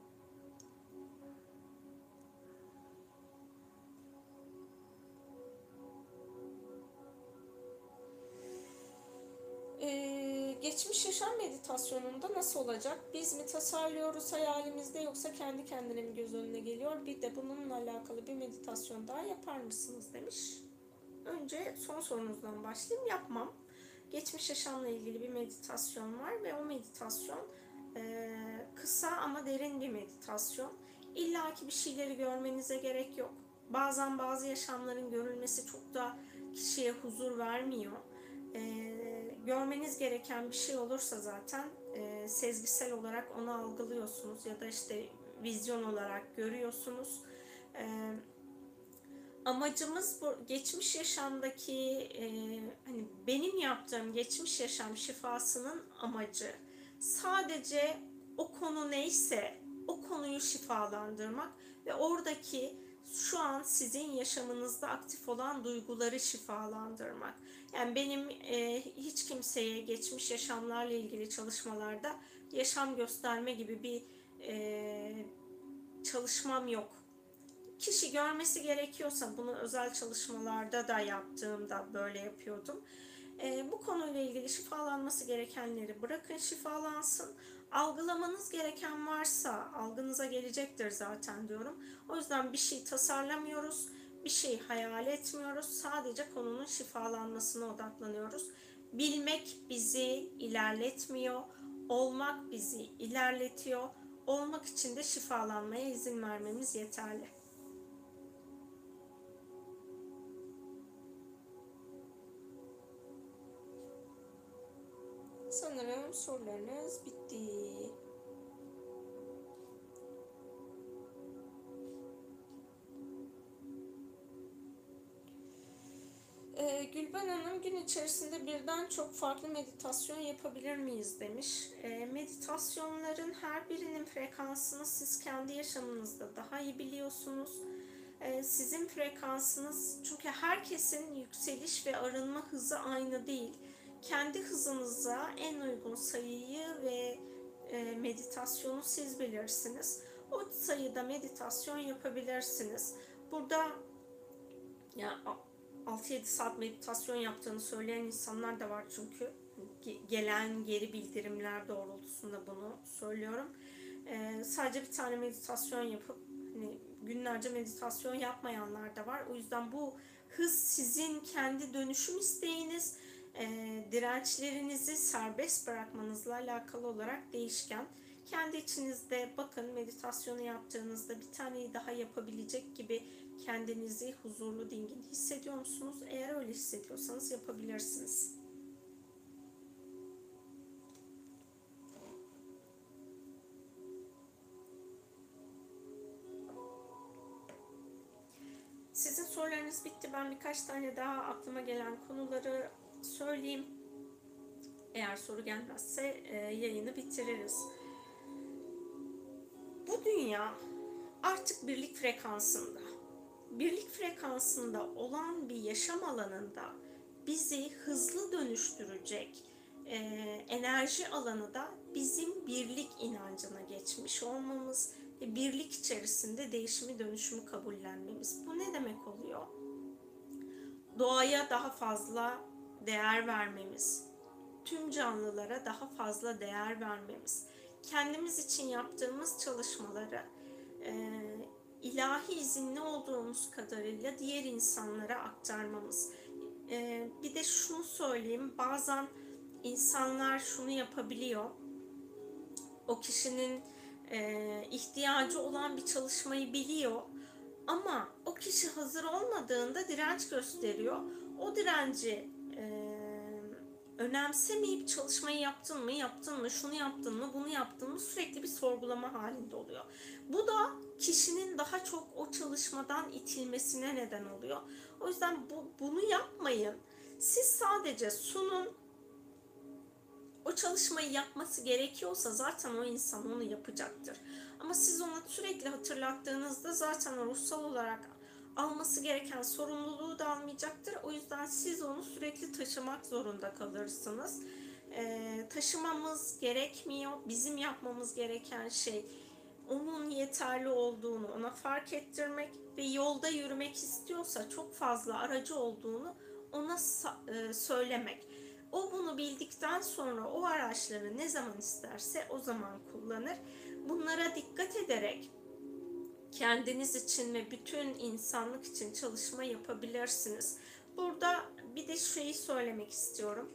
Ee, geçmiş yaşam meditasyonunda nasıl olacak? Biz mi tasarlıyoruz hayalimizde, yoksa kendi kendine mi göz önüne geliyor? Bir de bununla alakalı bir meditasyon daha yapar mısınız demiş. Önce son sorunuzdan başlayayım. Yapmam. Geçmiş yaşamla ilgili bir meditasyon var ve o meditasyon e, kısa ama derin bir meditasyon. İlla ki bir şeyleri görmenize gerek yok. Bazen bazı yaşamların görülmesi çok da kişiye huzur vermiyor. E, görmeniz gereken bir şey olursa zaten e, sezgisel olarak onu algılıyorsunuz ya da işte vizyon olarak görüyorsunuz. E, amacımız bu geçmiş yaşamdaki e, hani benim yaptığım geçmiş yaşam şifasının amacı sadece o konu neyse o konuyu şifalandırmak ve oradaki şu an sizin yaşamınızda aktif olan duyguları şifalandırmak. Yani benim e, hiç kimseye geçmiş yaşamlarla ilgili çalışmalarda yaşam gösterme gibi bir e, çalışmam yok. Kişi görmesi gerekiyorsa, bunu özel çalışmalarda da yaptığımda böyle yapıyordum. E, bu konuyla ilgili şifalanması gerekenleri bırakın şifalansın. Algılamanız gereken varsa algınıza gelecektir zaten diyorum. O yüzden bir şey tasarlamıyoruz, bir şey hayal etmiyoruz. Sadece konunun şifalanmasına odaklanıyoruz. Bilmek bizi ilerletmiyor, olmak bizi ilerletiyor. Olmak için de şifalanmaya izin vermemiz yeterli. Sanırım sorularınız bitti. Ee, Gülben Hanım gün içerisinde birden çok farklı meditasyon yapabilir miyiz demiş. E, meditasyonların her birinin frekansını siz kendi yaşamınızda daha iyi biliyorsunuz. E, sizin frekansınız, çünkü herkesin yükseliş ve arınma hızı aynı değil. Kendi hızınıza en uygun sayıyı ve e, meditasyonu siz bilirsiniz. O sayıda meditasyon yapabilirsiniz. Burada ya altı yedi saat meditasyon yaptığını söyleyen insanlar da var çünkü. Gelen geri bildirimler doğrultusunda bunu söylüyorum. Ee, sadece bir tane meditasyon yapıp hani günlerce meditasyon yapmayanlar da var. O yüzden bu hız sizin kendi dönüşüm isteğiniz, e, dirençlerinizi serbest bırakmanızla alakalı olarak değişken. Kendi içinizde bakın, meditasyonu yaptığınızda bir taneyi daha yapabilecek gibi kendinizi huzurlu, dingin hissediyor musunuz? Eğer öyle hissediyorsanız yapabilirsiniz. Sizin sorularınız bitti. Ben birkaç tane daha aklıma gelen konuları söyleyeyim. Eğer soru gelmezse e, yayını bitiririz. Bu dünya artık birlik frekansında. Birlik frekansında olan bir yaşam alanında bizi hızlı dönüştürecek e, enerji alanı da bizim birlik inancına geçmiş olmamız ve birlik içerisinde değişimi dönüşümü kabullenmemiz. Bu ne demek oluyor? Doğaya daha fazla değer vermemiz, tüm canlılara daha fazla değer vermemiz, kendimiz için yaptığımız çalışmaları e, ilahi izinli olduğumuz kadarıyla diğer insanlara aktarmamız. Ee, bir de şunu söyleyeyim, bazen insanlar şunu yapabiliyor. O kişinin e, ihtiyacı olan bir çalışmayı biliyor ama o kişi hazır olmadığında direnç gösteriyor. O direnci e, önemsemeyip çalışmayı yaptın mı, yaptın mı, şunu yaptın mı, bunu yaptın mı sürekli bir sorgulama halinde oluyor. Bu da kişinin daha çok o çalışmadan itilmesine neden oluyor. O yüzden bu, bunu yapmayın. Siz sadece sunun. O çalışmayı yapması gerekiyorsa zaten o insan onu yapacaktır. Ama siz ona sürekli hatırlattığınızda zaten o ruhsal olarak alması gereken sorumluluğu da almayacaktır. O yüzden siz onu sürekli taşımak zorunda kalırsınız. Ee, taşımamız gerekmiyor. Bizim yapmamız gereken şey onun yeterli olduğunu ona fark ettirmek ve yolda yürümek istiyorsa çok fazla aracı olduğunu ona e, söylemek. O bunu bildikten sonra o araçları ne zaman isterse o zaman kullanır. Bunlara dikkat ederek kendiniz için ve bütün insanlık için çalışma yapabilirsiniz. Burada bir de şeyi söylemek istiyorum.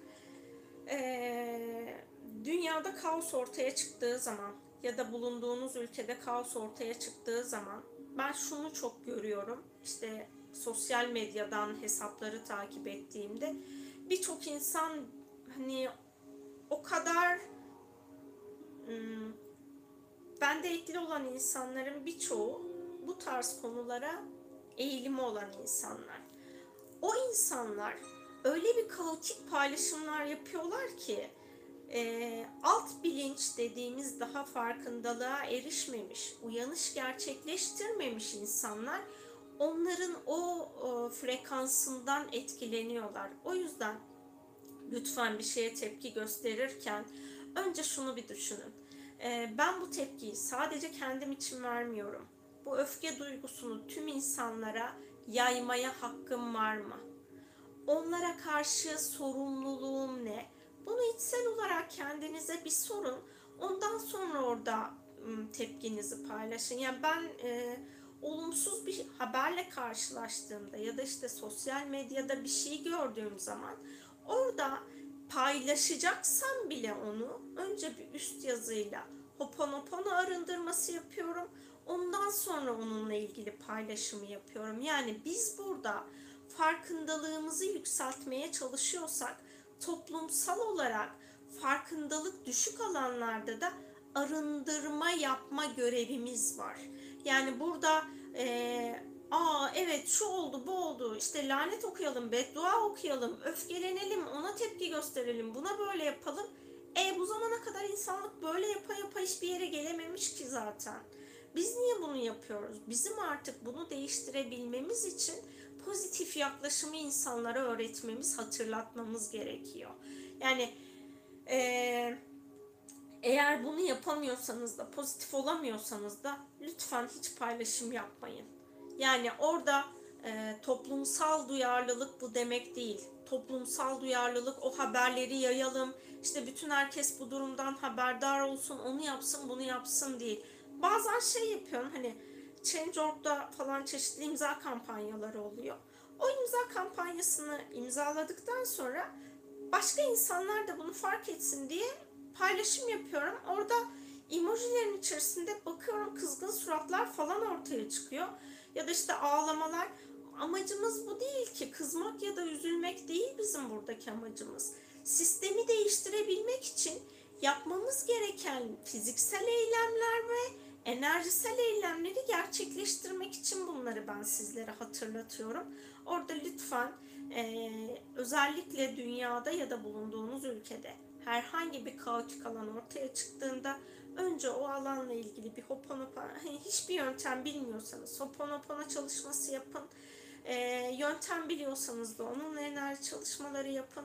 Ee, dünyada kaos ortaya çıktığı zaman ya da bulunduğunuz ülkede kaos ortaya çıktığı zaman ben şunu çok görüyorum. İşte sosyal medyadan hesapları takip ettiğimde birçok insan hani o kadar ım, bende etkili olan insanların birçoğu bu tarz konulara eğilimi olan insanlar. O insanlar öyle bir kaotik paylaşımlar yapıyorlar ki e, alt bilinç dediğimiz daha farkındalığa erişmemiş, uyanış gerçekleştirmemiş insanlar onların o, o frekansından etkileniyorlar. O yüzden lütfen bir şeye tepki gösterirken önce şunu bir düşünün. E, ben bu tepkiyi sadece kendim için vermiyorum. Bu öfke duygusunu tüm insanlara yaymaya hakkım var mı? Onlara karşı sorumluluğum ne? Bunu içsel olarak kendinize bir sorun. Ondan sonra orada tepkinizi paylaşın. Yani ben e, olumsuz bir haberle karşılaştığımda ya da işte sosyal medyada bir şey gördüğüm zaman orada paylaşacaksam bile onu önce bir üst yazıyla Ho'oponopono arındırması yapıyorum. Ondan sonra onunla ilgili paylaşımı yapıyorum. Yani biz burada farkındalığımızı yükseltmeye çalışıyorsak toplumsal olarak farkındalık düşük alanlarda da arındırma yapma görevimiz var. Yani burada e, Aa evet, şu oldu bu oldu, işte lanet okuyalım, beddua okuyalım, öfkelenelim, ona tepki gösterelim, buna böyle yapalım. E bu zamana kadar insanlık böyle yapa yapa hiçbir yere gelememiş ki zaten. Biz niye bunu yapıyoruz? Bizim artık bunu değiştirebilmemiz için pozitif yaklaşımı insanlara öğretmemiz, hatırlatmamız gerekiyor. Yani eee eğer bunu yapamıyorsanız da, pozitif olamıyorsanız da lütfen hiç paylaşım yapmayın. Yani orada e, toplumsal duyarlılık bu demek değil. Toplumsal duyarlılık, o haberleri yayalım, işte bütün herkes bu durumdan haberdar olsun, onu yapsın, bunu yapsın değil. Bazen şey yapıyorum, hani change nokta org'da falan çeşitli imza kampanyaları oluyor. O imza kampanyasını imzaladıktan sonra başka insanlar da bunu fark etsin diye paylaşım yapıyorum. Orada emojilerin içerisinde bakıyorum, kızgın suratlar falan ortaya çıkıyor. Ya da işte ağlamalar. Amacımız bu değil ki. Kızmak ya da üzülmek değil bizim buradaki amacımız. Sistemi değiştirebilmek için yapmamız gereken fiziksel eylemler ve enerjisel eylemleri gerçekleştirmek için bunları ben sizlere hatırlatıyorum. Orada lütfen e, özellikle dünyada ya da bulunduğunuz ülkede herhangi bir kaotik alan ortaya çıktığında önce o alanla ilgili bir hoponopono, hani hiçbir yöntem bilmiyorsanız hoponopono çalışması yapın. E, yöntem biliyorsanız da onunla enerji çalışmaları yapın.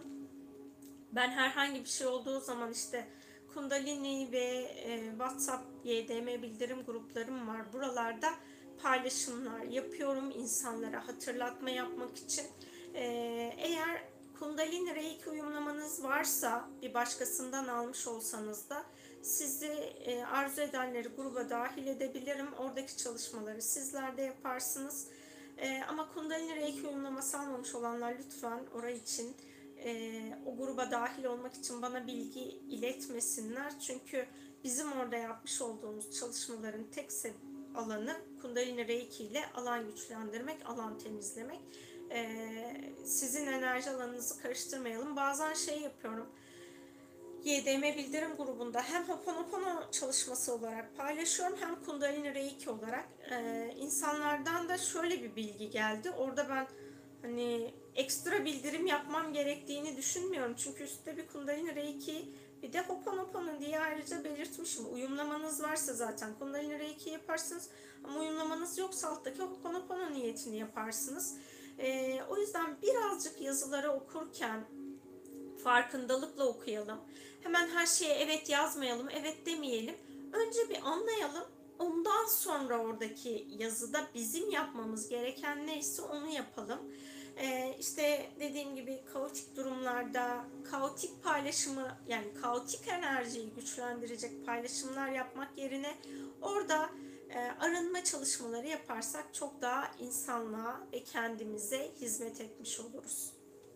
Ben herhangi bir şey olduğu zaman işte Kundalini ve e, WhatsApp Y D M bildirim gruplarım var. Buralarda paylaşımlar yapıyorum insanlara hatırlatma yapmak için. E, eğer Kundalini Reiki uyumlamanız varsa, bir başkasından almış olsanız da sizi e, arzu edenleri gruba dahil edebilirim. Oradaki çalışmaları sizler de yaparsınız. E, ama Kundalini Reiki uyumlaması almamış olanlar lütfen orayı için e, o gruba dahil olmak için bana bilgi iletmesinler. Çünkü bizim orada yapmış olduğumuz çalışmaların tek alanı Kundalini Reiki ile alan güçlendirmek, alan temizlemek. E, sizin enerji alanınızı karıştırmayalım. Bazen şey yapıyorum. Y D M bildirim grubunda hem Ho'oponopono çalışması olarak paylaşıyorum hem Kundalini Reiki olarak. Ee, insanlardan da şöyle bir bilgi geldi. Orada ben hani ekstra bildirim yapmam gerektiğini düşünmüyorum. Çünkü üstte bir Kundalini Reiki bir de Ho'oponopono diye ayrıca belirtmişim. Uyumlamanız varsa zaten Kundalini Reiki yaparsınız. Ama uyumlamanız yoksa alttaki Ho'oponopono niyetini yaparsınız. Ee, o yüzden birazcık yazıları okurken farkındalıkla okuyalım. Hemen her şeye evet yazmayalım, evet demeyelim. Önce bir anlayalım. Ondan sonra oradaki yazıda bizim yapmamız gereken neyse onu yapalım. Ee, işte dediğim gibi kaotik durumlarda kaotik paylaşımı, yani kaotik enerjiyi güçlendirecek paylaşımlar yapmak yerine orada e, arınma çalışmaları yaparsak çok daha insanlığa ve kendimize hizmet etmiş oluruz.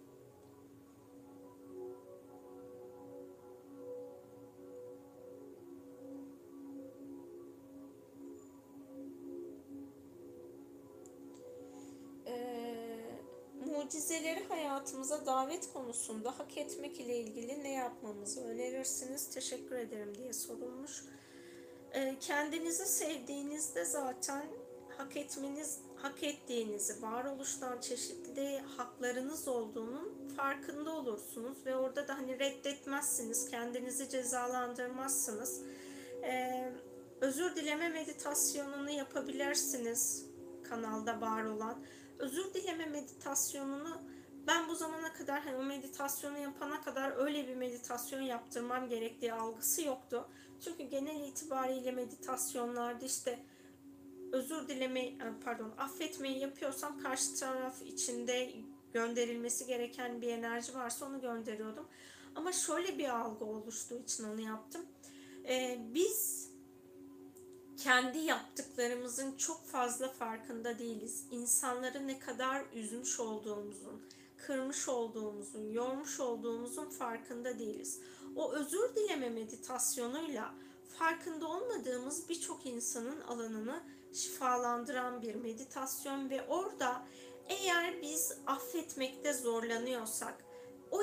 Ee, mucizeleri hayatımıza davet konusunda hak etmek ile ilgili ne yapmamızı önerirsiniz? Teşekkür ederim diye sorulmuş. Ee, kendinizi sevdiğinizde zaten hak etmeniz, hak ettiğinizi, varoluştan çeşitli haklarınız olduğunun farkında olursunuz ve orada da hani reddetmezsiniz, kendinizi cezalandırmazsınız. Ee, özür dileme meditasyonunu yapabilirsiniz kanalda var olan. Özür dileme meditasyonunu ben bu zamana kadar, hani o meditasyonu yapana kadar öyle bir meditasyon yaptırmam gerektiği algısı yoktu. Çünkü genel itibariyle meditasyonlarda işte özür dileme, pardon, affetmeyi yapıyorsam karşı taraf içinde gönderilmesi gereken bir enerji varsa onu gönderiyordum. Ama şöyle bir algı oluştuğu için onu yaptım. Ee, biz kendi yaptıklarımızın çok fazla farkında değiliz. İnsanları ne kadar üzmüş olduğumuzun, kırmış olduğumuzun, yormuş olduğumuzun farkında değiliz. O özür dileme meditasyonuyla farkında olmadığımız birçok insanın alanını şifalandıran bir meditasyon ve orada eğer biz affetmekte zorlanıyorsak, o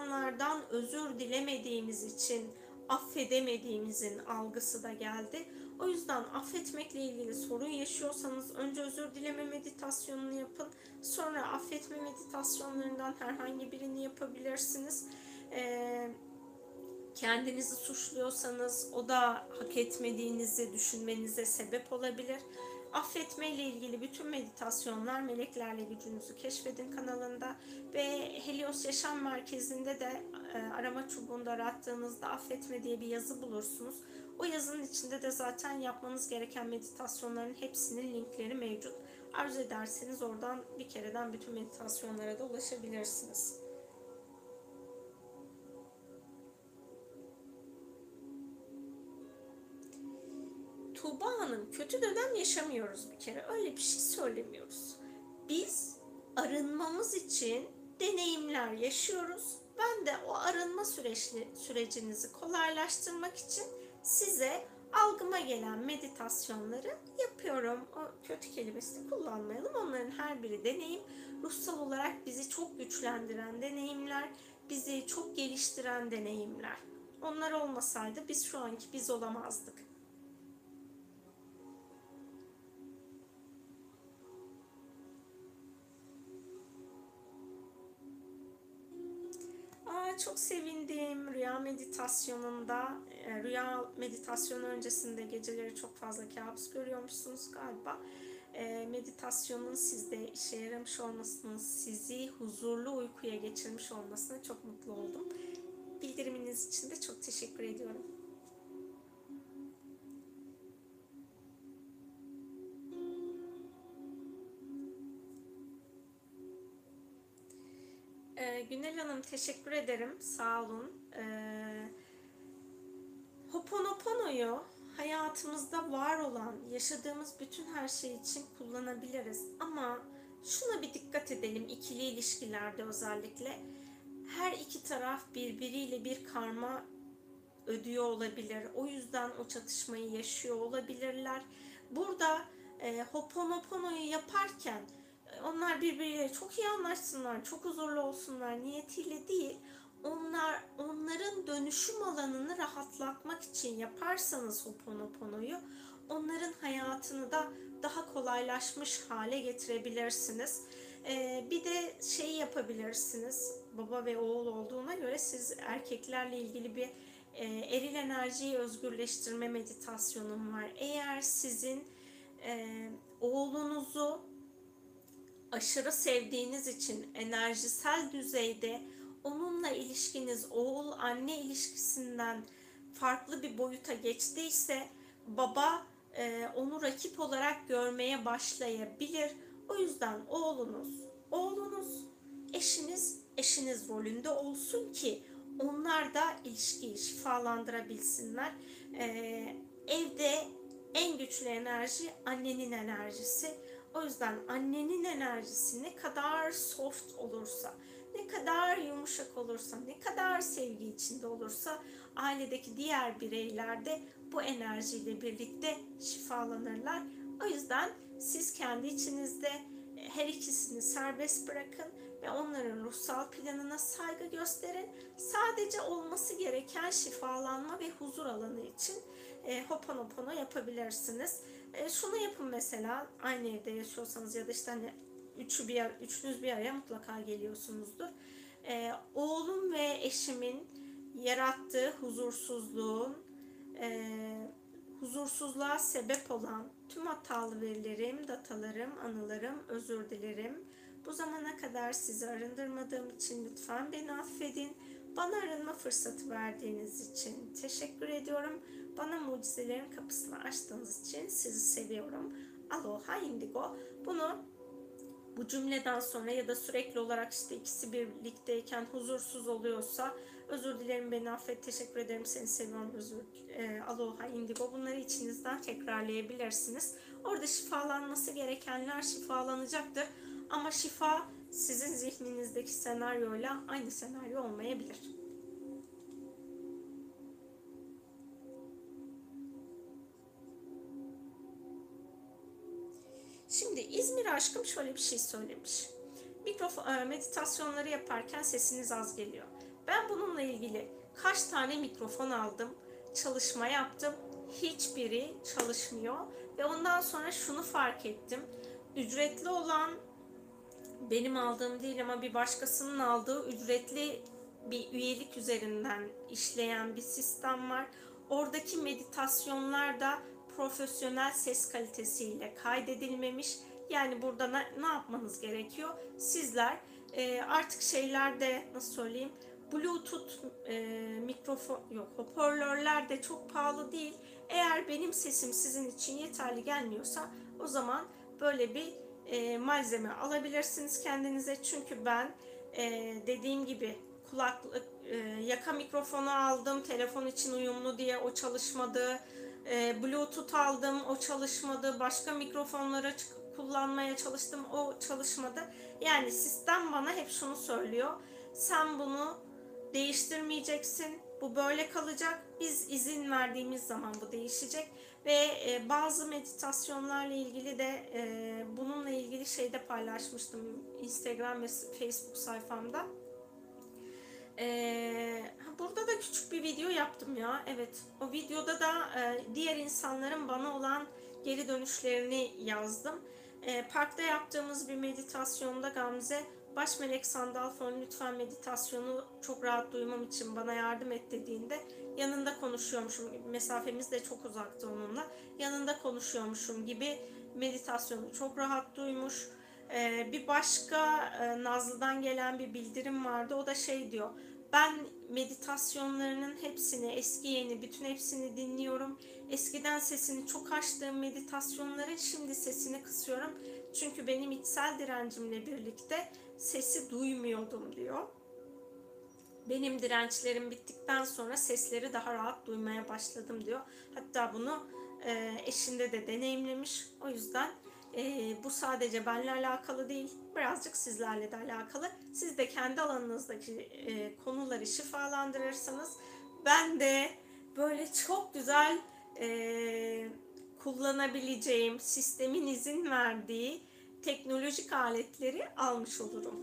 insanlardan özür dilemediğimiz için affedemediğimizin algısı da geldi. O yüzden affetmekle ilgili sorun yaşıyorsanız önce özür dileme meditasyonunu yapın. Sonra affetme meditasyonlarından herhangi birini yapabilirsiniz. Ee, kendinizi suçluyorsanız o da hak etmediğinizi düşünmenize sebep olabilir. Affetme ile ilgili bütün meditasyonlar Meleklerle Gücünüzü Keşfedin kanalında ve Helios Yaşam Merkezi'nde de e, arama çubuğunda arattığınızda affetme diye bir yazı bulursunuz. O yazının içinde de zaten yapmanız gereken meditasyonların hepsinin linkleri mevcut. Arzu ederseniz oradan bir kereden bütün meditasyonlara da ulaşabilirsiniz. Tuğba Hanım, kötü dönem yaşamıyoruz bir kere. Öyle bir şey söylemiyoruz. Biz arınmamız için deneyimler yaşıyoruz. Ben de o arınma süreçli, sürecinizi kolaylaştırmak için size algıma gelen meditasyonları yapıyorum. O kötü kelimesini kullanmayalım. Onların her biri deneyim. Ruhsal olarak bizi çok güçlendiren deneyimler, bizi çok geliştiren deneyimler. Onlar olmasaydı biz şu anki biz olamazdık. Aa, çok sevindim. Rüya meditasyonunda, e, rüya meditasyonu öncesinde geceleri çok fazla kabus görüyormuşsunuz galiba. E, meditasyonun sizde işe yaramış olmasını, sizi huzurlu uykuya geçirmiş olmasına çok mutlu oldum. Bildiriminiz için de çok teşekkür ediyorum. Ee, Günel Hanım teşekkür ederim. Sağ olun. Ee, Ho'oponopono'yu hayatımızda var olan, yaşadığımız bütün her şey için kullanabiliriz. Ama şuna bir dikkat edelim ikili ilişkilerde özellikle. Her iki taraf birbiriyle bir karma ödüyor olabilir. O yüzden o çatışmayı yaşıyor olabilirler. Burada e, Ho'oponopono'yu yaparken onlar birbiriyle çok iyi anlaşsınlar, çok huzurlu olsunlar niyetiyle değil, onlar onların dönüşüm alanını rahatlatmak için yaparsanız Ho'oponopono'yu, onların hayatını da daha kolaylaşmış hale getirebilirsiniz. Ee, bir de şey yapabilirsiniz, baba ve oğul olduğuna göre siz erkeklerle ilgili bir e, eril enerjiyi özgürleştirme meditasyonum var. Eğer sizin e, oğlunuzu aşırı sevdiğiniz için enerjisel düzeyde onunla ilişkiniz oğul anne ilişkisinden farklı bir boyuta geçtiyse baba e, onu rakip olarak görmeye başlayabilir. O yüzden oğlunuz oğlunuz, eşiniz eşiniz rolünde olsun ki onlar da ilişkiyi şifalandırabilsinler. E, evde en güçlü enerji annenin enerjisi. O yüzden annenin enerjisi ne kadar soft olursa, ne kadar yumuşak olursa, ne kadar sevgi içinde olursa ailedeki diğer bireyler de bu enerjiyle birlikte şifalanırlar. O yüzden siz kendi içinizde her ikisini serbest bırakın ve onların ruhsal planına saygı gösterin. Sadece olması gereken şifalanma ve huzur alanı için e, Ho'oponopono yapabilirsiniz. E, şunu yapın mesela, aynı evde yaşıyorsanız ya da işte hani üçü bir, üçünüz bir araya mutlaka geliyorsunuzdur. E, oğlum ve eşimin yarattığı huzursuzluğun, e, huzursuzluğa sebep olan tüm hatalı verilerim, datalarım, anılarım, özür dilerim. Bu zamana kadar sizi arındırmadığım için lütfen beni affedin. Bana arınma fırsatı verdiğiniz için teşekkür ediyorum. Bana mucizelerin kapısını açtığınız için sizi seviyorum. Aloha Indigo. Bunu bu cümleden sonra ya da sürekli olarak işte ikisi birlikteyken huzursuz oluyorsa özür dilerim, beni affet, teşekkür ederim, seni seviyorum, özür, e, aloha Indigo, bunları içinizden tekrarlayabilirsiniz. Orada şifalanması gerekenler şifalanacaktır. Ama şifa sizin zihninizdeki senaryoyla aynı senaryo olmayabilir. Şimdi İzmir aşkım şöyle bir şey söylemiş. Mikrofon meditasyonları yaparken sesiniz az geliyor. Ben bununla ilgili kaç tane mikrofon aldım, çalışma yaptım. hiçbiri çalışmıyor. Ve ondan sonra şunu fark ettim. Ücretli olan, benim aldığım değil ama bir başkasının aldığı ücretli bir üyelik üzerinden işleyen bir sistem var. Oradaki meditasyonlar da profesyonel ses kalitesiyle kaydedilmemiş. Yani burada ne, ne yapmanız gerekiyor? Sizler e, artık şeylerde, nasıl söyleyeyim, Bluetooth e, mikrofon yok, hoparlörler de çok pahalı değil. Eğer benim sesim sizin için yeterli gelmiyorsa o zaman böyle bir e, malzeme alabilirsiniz kendinize. Çünkü ben e, dediğim gibi kulaklık, e, yaka mikrofonu aldım telefon için uyumlu diye, o çalışmadı. E, Bluetooth aldım, o çalışmadı. Başka mikrofonları kullanmaya çalıştım, o çalışmadı. Yani sistem bana hep şunu söylüyor: sen bunu değiştirmeyeceksin, bu böyle kalacak. Biz izin verdiğimiz zaman bu değişecek. Ve e, bazı meditasyonlarla ilgili de e, bununla ilgili şeyde paylaşmıştım Instagram ve Facebook sayfamda. E, burada da küçük bir video yaptım ya. Evet, o videoda da e, diğer insanların bana olan geri dönüşlerini yazdım. E, parkta yaptığımız bir meditasyonda Gamze, baş melek sandal fon lütfen meditasyonu çok rahat duymam için bana yardım et dediğinde yanında konuşuyormuşum, mesafemiz de çok uzaktı onunla, yanında konuşuyormuşum gibi meditasyonu çok rahat duymuş. Ee, bir başka e, Nazlı'dan gelen bir bildirim vardı, o da şey diyor: ben meditasyonlarının hepsini, eski yeni bütün hepsini dinliyorum. Eskiden sesini çok açtığım meditasyonların şimdi sesini kısıyorum. Çünkü benim içsel direncimle birlikte sesi duymuyordum diyor. Benim dirençlerim bittikten sonra sesleri daha rahat duymaya başladım diyor. Hatta bunu e, eşinde de deneyimlemiş. O yüzden e, bu sadece benimle alakalı değil, birazcık sizlerle de alakalı. Siz de kendi alanınızdaki e, konuları şifalandırırsanız, ben de böyle çok güzel e, kullanabileceğim, sistemin izin verdiği teknolojik aletleri almış olurum.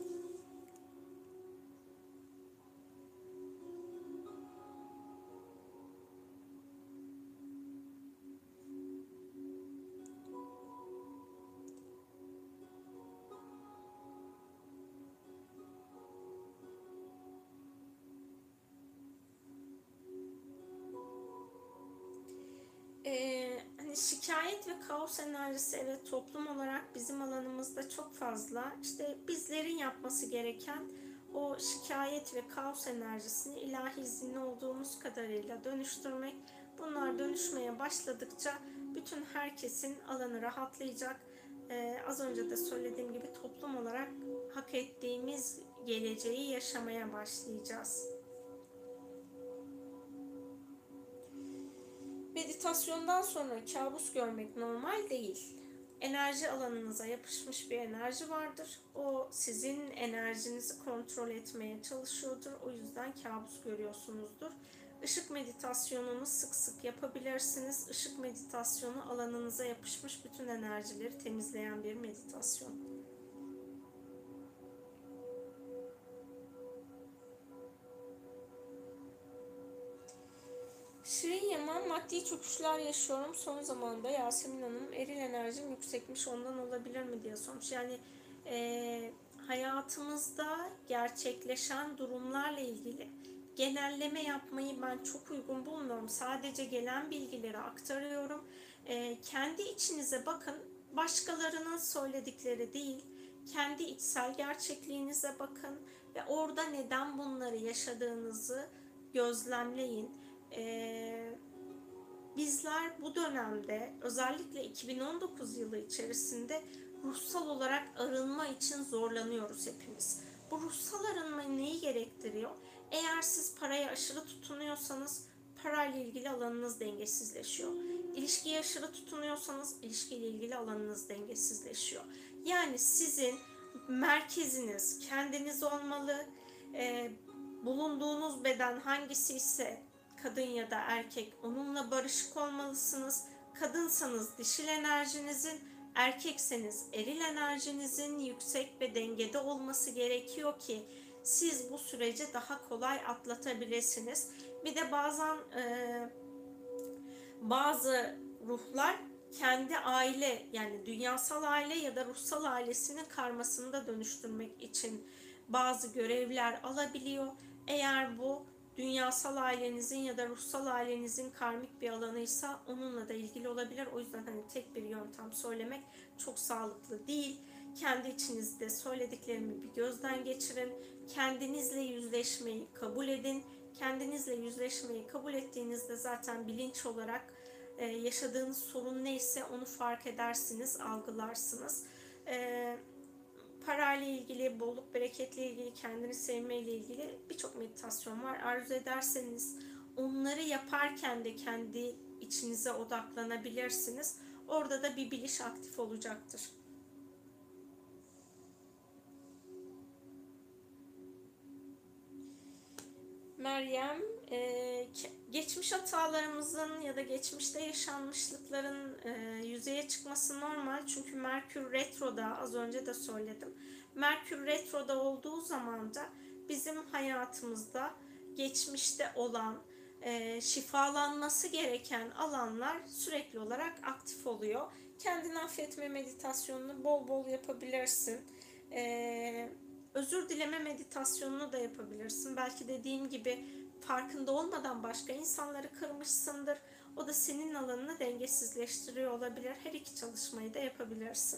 Ee, hani şikayet ve kaos enerjisi, evet, toplum olarak bizim alanımızda çok fazla. İşte bizlerin yapması gereken o şikayet ve kaos enerjisini ilahi izinli olduğumuz kadarıyla dönüştürmek. Bunlar dönüşmeye başladıkça bütün herkesin alanı rahatlayacak. Ee, az önce de söylediğim gibi toplum olarak hak ettiğimiz geleceği yaşamaya başlayacağız. Meditasyondan sonra kabus görmek normal değil. Enerji alanınıza yapışmış bir enerji vardır. O sizin enerjinizi kontrol etmeye çalışıyordur. O yüzden kabus görüyorsunuzdur. Işık meditasyonunu sık sık yapabilirsiniz. Işık meditasyonu alanınıza yapışmış bütün enerjileri temizleyen bir meditasyon. Şirin Yaman, maddi çöküşler yaşıyorum son zamanda. Yasemin Hanım, eril enerjim yüksekmiş, ondan olabilir mi diye sormuş. Yani e, hayatımızda gerçekleşen durumlarla ilgili genelleme yapmayı ben çok uygun bulmuyorum. Sadece gelen bilgileri aktarıyorum. E, kendi içinize bakın, başkalarının söyledikleri değil, kendi içsel gerçekliğinize bakın ve orada neden bunları yaşadığınızı gözlemleyin. Ee, bizler bu dönemde, özellikle iki bin on dokuz yılı içerisinde ruhsal olarak arınma için zorlanıyoruz hepimiz. Bu ruhsal arınma neyi gerektiriyor? Eğer siz paraya aşırı tutunuyorsanız parayla ilgili alanınız dengesizleşiyor. İlişkiye aşırı tutunuyorsanız ilişkiyle ilgili alanınız dengesizleşiyor. Yani sizin merkeziniz kendiniz olmalı. Ee, bulunduğunuz beden hangisi ise, kadın ya da erkek, onunla barışık olmalısınız. Kadınsanız dişil enerjinizin, erkekseniz eril enerjinizin yüksek ve dengede olması gerekiyor ki siz bu süreci daha kolay atlatabilirsiniz. Bir de bazen e, bazı ruhlar kendi aile, yani dünyasal aile ya da ruhsal ailesinin karmasını da dönüştürmek için bazı görevler alabiliyor. Eğer bu dünyasal ailenizin ya da ruhsal ailenizin karmik bir alanıysa onunla da ilgili olabilir. O yüzden hani tek bir yöntem söylemek çok sağlıklı değil. Kendi içinizde söylediklerimi bir gözden geçirin. Kendinizle yüzleşmeyi kabul edin. Kendinizle yüzleşmeyi kabul ettiğinizde zaten bilinç olarak e, yaşadığınız sorun neyse onu fark edersiniz, algılarsınız. E, parayla ilgili, bolluk bereketle ilgili, kendini sevmeyle ilgili birçok meditasyon var. Arzu ederseniz onları yaparken de kendi içinize odaklanabilirsiniz. Orada da bir biliş aktif olacaktır. Meryem, e, geçmiş hatalarımızın ya da geçmişte yaşanmışlıkların e, yüzeye çıkması normal. Çünkü Merkür Retro'da, az önce de söyledim. Merkür Retro'da olduğu zaman da bizim hayatımızda geçmişte olan, e, şifalanması gereken alanlar sürekli olarak aktif oluyor. Kendini affetme meditasyonunu bol bol yapabilirsin. Eee Özür dileme meditasyonunu da yapabilirsin. Belki dediğim gibi farkında olmadan başka insanları kırmışsındır. O da senin alanını dengesizleştiriyor olabilir. Her iki çalışmayı da yapabilirsin.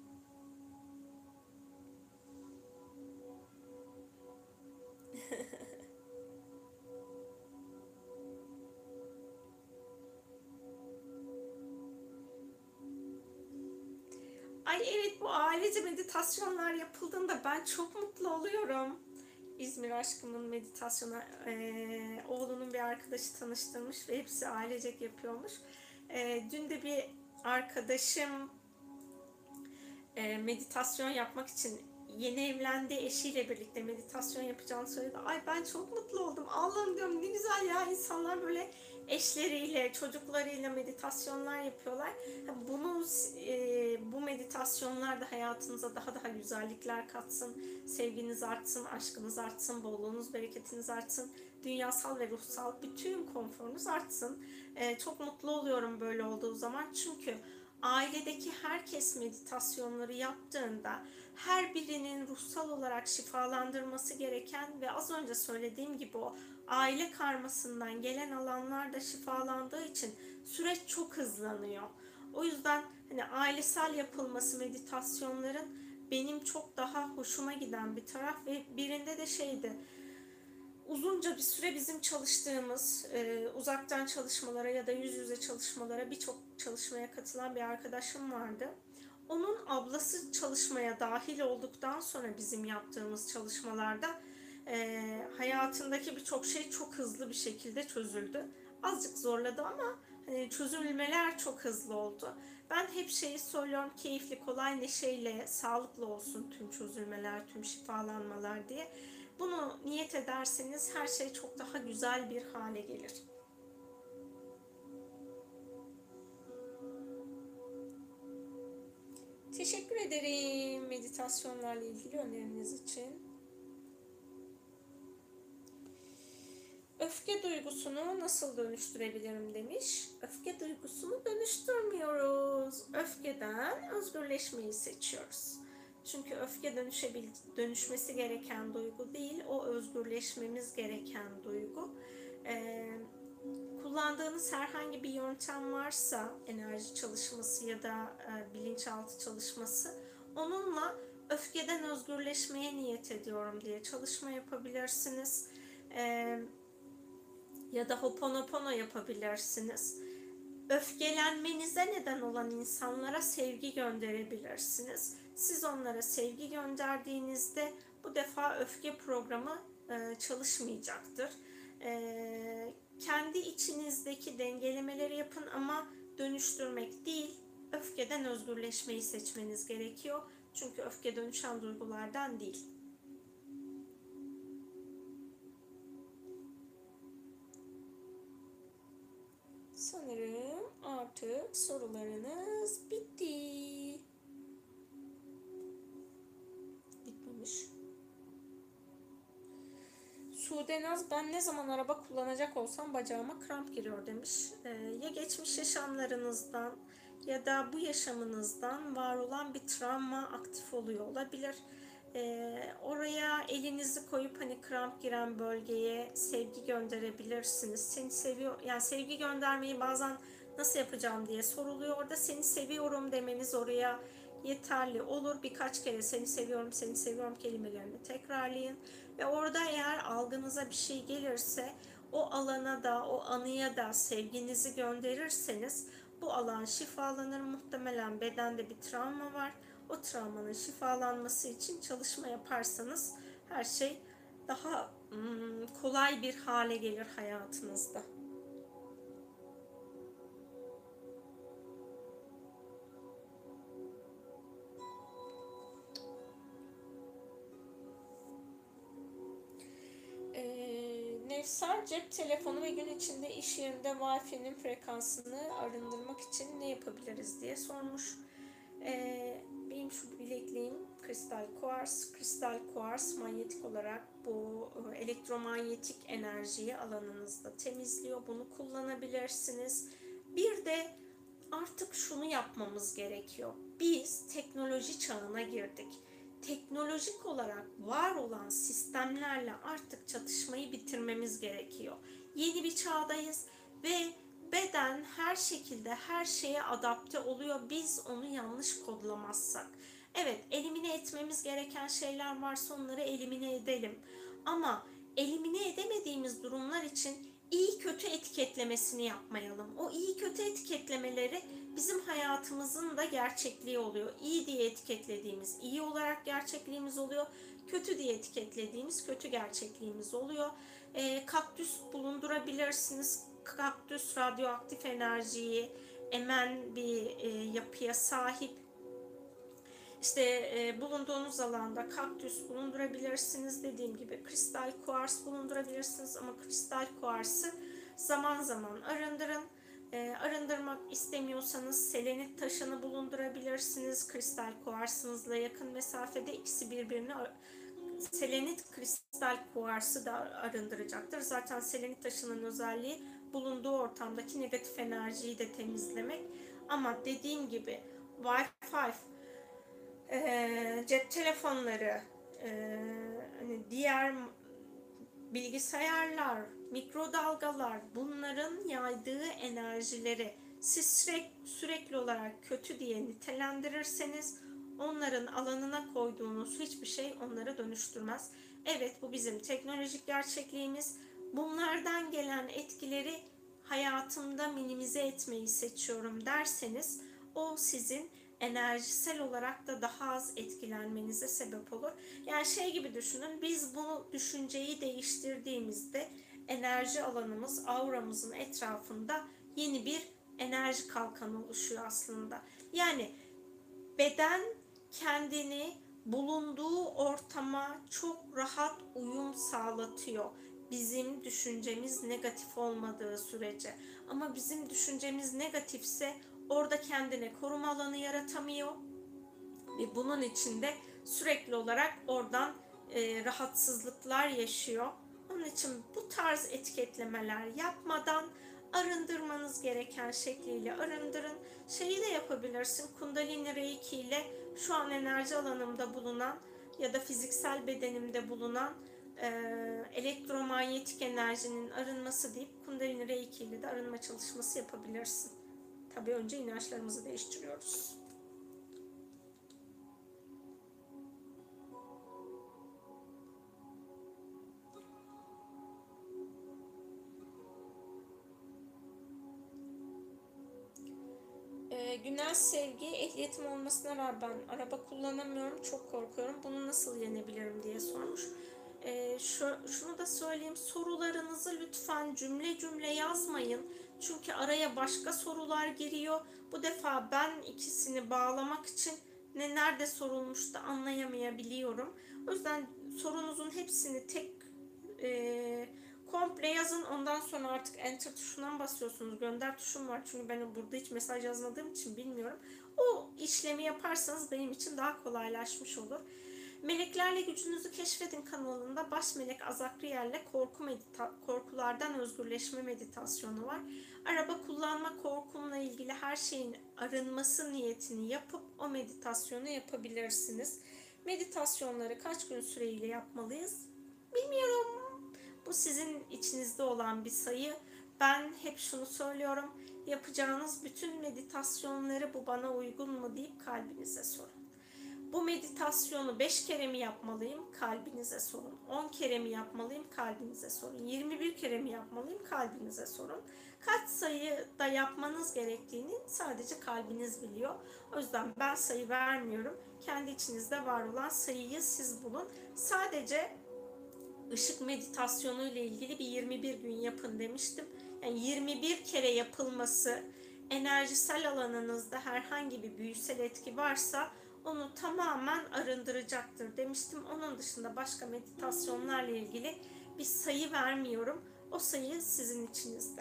Ay evet, bu ailece meditasyonlar yapıldığında ben çok mutlu oluyorum. İzmir aşkımın meditasyonu, e, oğlunun bir arkadaşı tanıştırmış ve hepsi ailecek yapıyormuş. E, dün de bir arkadaşım e, meditasyon yapmak için yeni evlendiği eşiyle birlikte meditasyon yapacağını söyledi. Ay ben çok mutlu oldum. Allah'ım diyorum, ne güzel ya, insanlar böyle eşleriyle, çocuklarıyla meditasyonlar yapıyorlar. Bunu e, bu meditasyonlar da hayatınıza daha daha güzellikler katsın, sevginiz artsın, aşkınız artsın, bolluğunuz, bereketiniz artsın, dünyasal ve ruhsal bütün konforunuz artsın. E, çok mutlu oluyorum böyle olduğu zaman, çünkü ailedeki herkes meditasyonları yaptığında her birinin ruhsal olarak şifalandırması gereken ve az önce söylediğim gibi o aile karmasından gelen alanlar da şifalandığı için süreç çok hızlanıyor. O yüzden hani ailesel yapılması meditasyonların benim çok daha hoşuma giden bir taraf ve birinde de şeydi, uzunca bir süre bizim çalıştığımız e, uzaktan çalışmalara ya da yüz yüze çalışmalara birçok çalışmaya katılan bir arkadaşım vardı. Onun ablası çalışmaya dahil olduktan sonra bizim yaptığımız çalışmalarda e, hayatındaki birçok şey çok hızlı bir şekilde çözüldü. Azıcık zorladı ama hani çözülmeler çok hızlı oldu. Ben hep şeyi söylüyorum: keyifli, kolay, neşeyle, sağlıklı olsun tüm çözülmeler, tüm şifalanmalar diye. Bunu niyet ederseniz her şey çok daha güzel bir hale gelir. Teşekkür ederim meditasyonlarla ilgili öneriniz için. Öfke duygusunu nasıl dönüştürebilirim demiş. Öfke duygusunu dönüştürmüyoruz. Öfkeden özgürleşmeyi seçiyoruz. Çünkü öfke dönüşebil dönüşmesi gereken duygu değil, o özgürleşmemiz gereken duygu. Ee, kullandığınız herhangi bir yöntem varsa, enerji çalışması ya da e, bilinçaltı çalışması, onunla öfkeden özgürleşmeye niyet ediyorum diye çalışma yapabilirsiniz. Ee, ya da Ho'oponopono yapabilirsiniz. Öfkelenmenize neden olan insanlara sevgi gönderebilirsiniz. Siz onlara sevgi gönderdiğinizde bu defa öfke programı e, çalışmayacaktır. E, kendi içinizdeki dengelemeleri yapın ama dönüştürmek değil, öfkeden özgürleşmeyi seçmeniz gerekiyor. Çünkü öfke dönüşen duygulardan değil. Sanırım artık sorularınız bitti. Bitmemiş. Sude Naz, ben ne zaman araba kullanacak olsam bacağıma kramp giriyor demiş. Ee, ya geçmiş yaşamlarınızdan ya da bu yaşamınızdan var olan bir travma aktif oluyor olabilir. Ee, oraya elinizi koyup hani kramp giren bölgeye sevgi gönderebilirsiniz. Seni seviyor, yani sevgi göndermeyi bazen nasıl yapacağım diye soruluyor. Orada seni seviyorum demeniz oraya yeterli olur. Birkaç kere seni seviyorum, seni seviyorum kelimelerini tekrarlayın. Ve orada eğer algınıza bir şey gelirse o alana da o anıya da sevginizi gönderirseniz bu alan şifalanır. Muhtemelen bedende bir travma var. O travmanın şifalanması için çalışma yaparsanız her şey daha hmm, kolay bir hale gelir hayatınızda. Nevsar, cep telefonu ve gün içinde iş yerinde Wi-Fi'nin frekansını arındırmak için ne yapabiliriz diye sormuş. Ee, benim şu bilekliğim kristal kuars. Kristal kuars manyetik olarak bu elektromanyetik enerjiyi alanınızda temizliyor. Bunu kullanabilirsiniz. Bir de artık şunu yapmamız gerekiyor. Biz teknoloji çağına girdik. Teknolojik olarak var olan sistemlerle artık çatışmayı bitirmemiz gerekiyor. Yeni bir çağdayız ve beden her şekilde her şeye adapte oluyor. Biz onu yanlış kodlamazsak. Evet, elimine etmemiz gereken şeyler varsa onları elimine edelim. Ama elimine edemediğimiz durumlar için iyi kötü etiketlemesini yapmayalım. O iyi kötü etiketlemeleri bizim hayatımızın da gerçekliği oluyor. İyi diye etiketlediğimiz iyi olarak gerçekliğimiz oluyor. Kötü diye etiketlediğimiz kötü gerçekliğimiz oluyor. E, kaktüs bulundurabilirsiniz. Kaktüs radyoaktif enerjiyi emen bir e, yapıya sahip. İşte e, bulunduğunuz alanda kaktüs bulundurabilirsiniz. Dediğim gibi kristal kuars bulundurabilirsiniz ama kristal kuarsı zaman zaman arındırın. E, arındırmak istemiyorsanız selenit taşını bulundurabilirsiniz. Kristal kuarsınızla yakın mesafede ikisi birbirini selenit kristal kuarsı da arındıracaktır. Zaten selenit taşının özelliği bulunduğu ortamdaki negatif enerjiyi de temizlemek. Ama dediğim gibi Wi-Fi, e, cep telefonları, e, hani diğer bilgisayarlar, mikrodalgalar, bunların yaydığı enerjileri siz sürekli, sürekli olarak kötü diye nitelendirirseniz onların alanına koyduğunuz hiçbir şey onları dönüştürmez. Evet, bu bizim teknolojik gerçekliğimiz. Bunlardan gelen etkileri hayatımda minimize etmeyi seçiyorum derseniz o sizin enerjisel olarak da daha az etkilenmenize sebep olur. Yani şey gibi düşünün, biz bu düşünceyi değiştirdiğimizde enerji alanımız, auramızın etrafında yeni bir enerji kalkanı oluşuyor aslında. Yani beden kendini bulunduğu ortama çok rahat uyum sağlatıyor. Bizim düşüncemiz negatif olmadığı sürece. Ama bizim düşüncemiz negatifse orada kendine koruma alanı yaratamıyor ve bunun içinde sürekli olarak oradan e, rahatsızlıklar yaşıyor. Onun için bu tarz etiketlemeler yapmadan arındırmanız gereken şekliyle arındırın. Şeyi de yapabilirsin, Kundalini Reiki ile şu an enerji alanımda bulunan ya da fiziksel bedenimde bulunan e, elektromanyetik enerjinin arınması deyip Kundalini Reiki ile de arınma çalışması yapabilirsin. Tabii önce inançlarımızı değiştiriyoruz. Ee, Günel Sevgi, ehliyetim olmasına rağmen araba kullanamıyorum, çok korkuyorum, bunu nasıl yenebilirim diye sormuş. Ee, şu, şunu da söyleyeyim, sorularınızı lütfen cümle cümle yazmayın. Çünkü araya başka sorular giriyor. Bu defa ben ikisini bağlamak için ne nerede sorulmuş da anlayamayabiliyorum. O yüzden sorunuzun hepsini tek e, komple yazın, ondan sonra artık enter tuşundan basıyorsunuz. Gönder tuşum var çünkü ben burada hiç mesaj yazmadığım için bilmiyorum. O işlemi yaparsanız benim için daha kolaylaşmış olur. Meleklerle Gücünüzü Keşfedin kanalında Baş Melek Azakriel'le korku medita korkulardan özgürleşme meditasyonu var. Araba kullanma korkumla ilgili her şeyin arınması niyetini yapıp o meditasyonu yapabilirsiniz. Meditasyonları kaç gün süreyle yapmalıyız? Bilmiyorum. Bu sizin içinizde olan bir sayı. Ben hep şunu söylüyorum. Yapacağınız bütün meditasyonları bu bana uygun mu deyip kalbinize sorun. Bu meditasyonu beş kere mi yapmalıyım? Kalbinize sorun. on kere mi yapmalıyım? Kalbinize sorun. yirmi bir kere mi yapmalıyım? Kalbinize sorun. Kaç sayıda yapmanız gerektiğini sadece kalbiniz biliyor. O yüzden ben sayı vermiyorum. Kendi içinizde var olan sayıyı siz bulun. Sadece ışık meditasyonu ile ilgili bir yirmi bir gün yapın demiştim. Yani yirmi bir kere yapılması, enerjisel alanınızda herhangi bir büyüsel etki varsa onu tamamen arındıracaktır demiştim. Onun dışında başka meditasyonlarla ilgili bir sayı vermiyorum. O sayı sizin içinizde.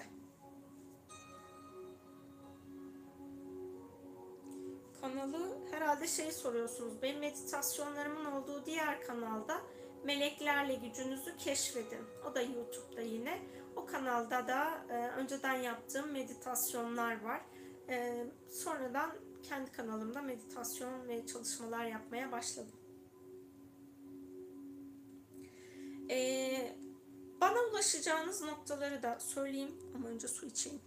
Kanalı herhalde şey soruyorsunuz. Benim meditasyonlarımın olduğu diğer kanalda Meleklerle Gücünüzü Keşfedin. O da YouTube'da yine. O kanalda da e, önceden yaptığım meditasyonlar var. E, sonradan kendi kanalımda meditasyon ve çalışmalar yapmaya başladım. E, bana ulaşacağınız noktaları da söyleyeyim ama önce su içeyim.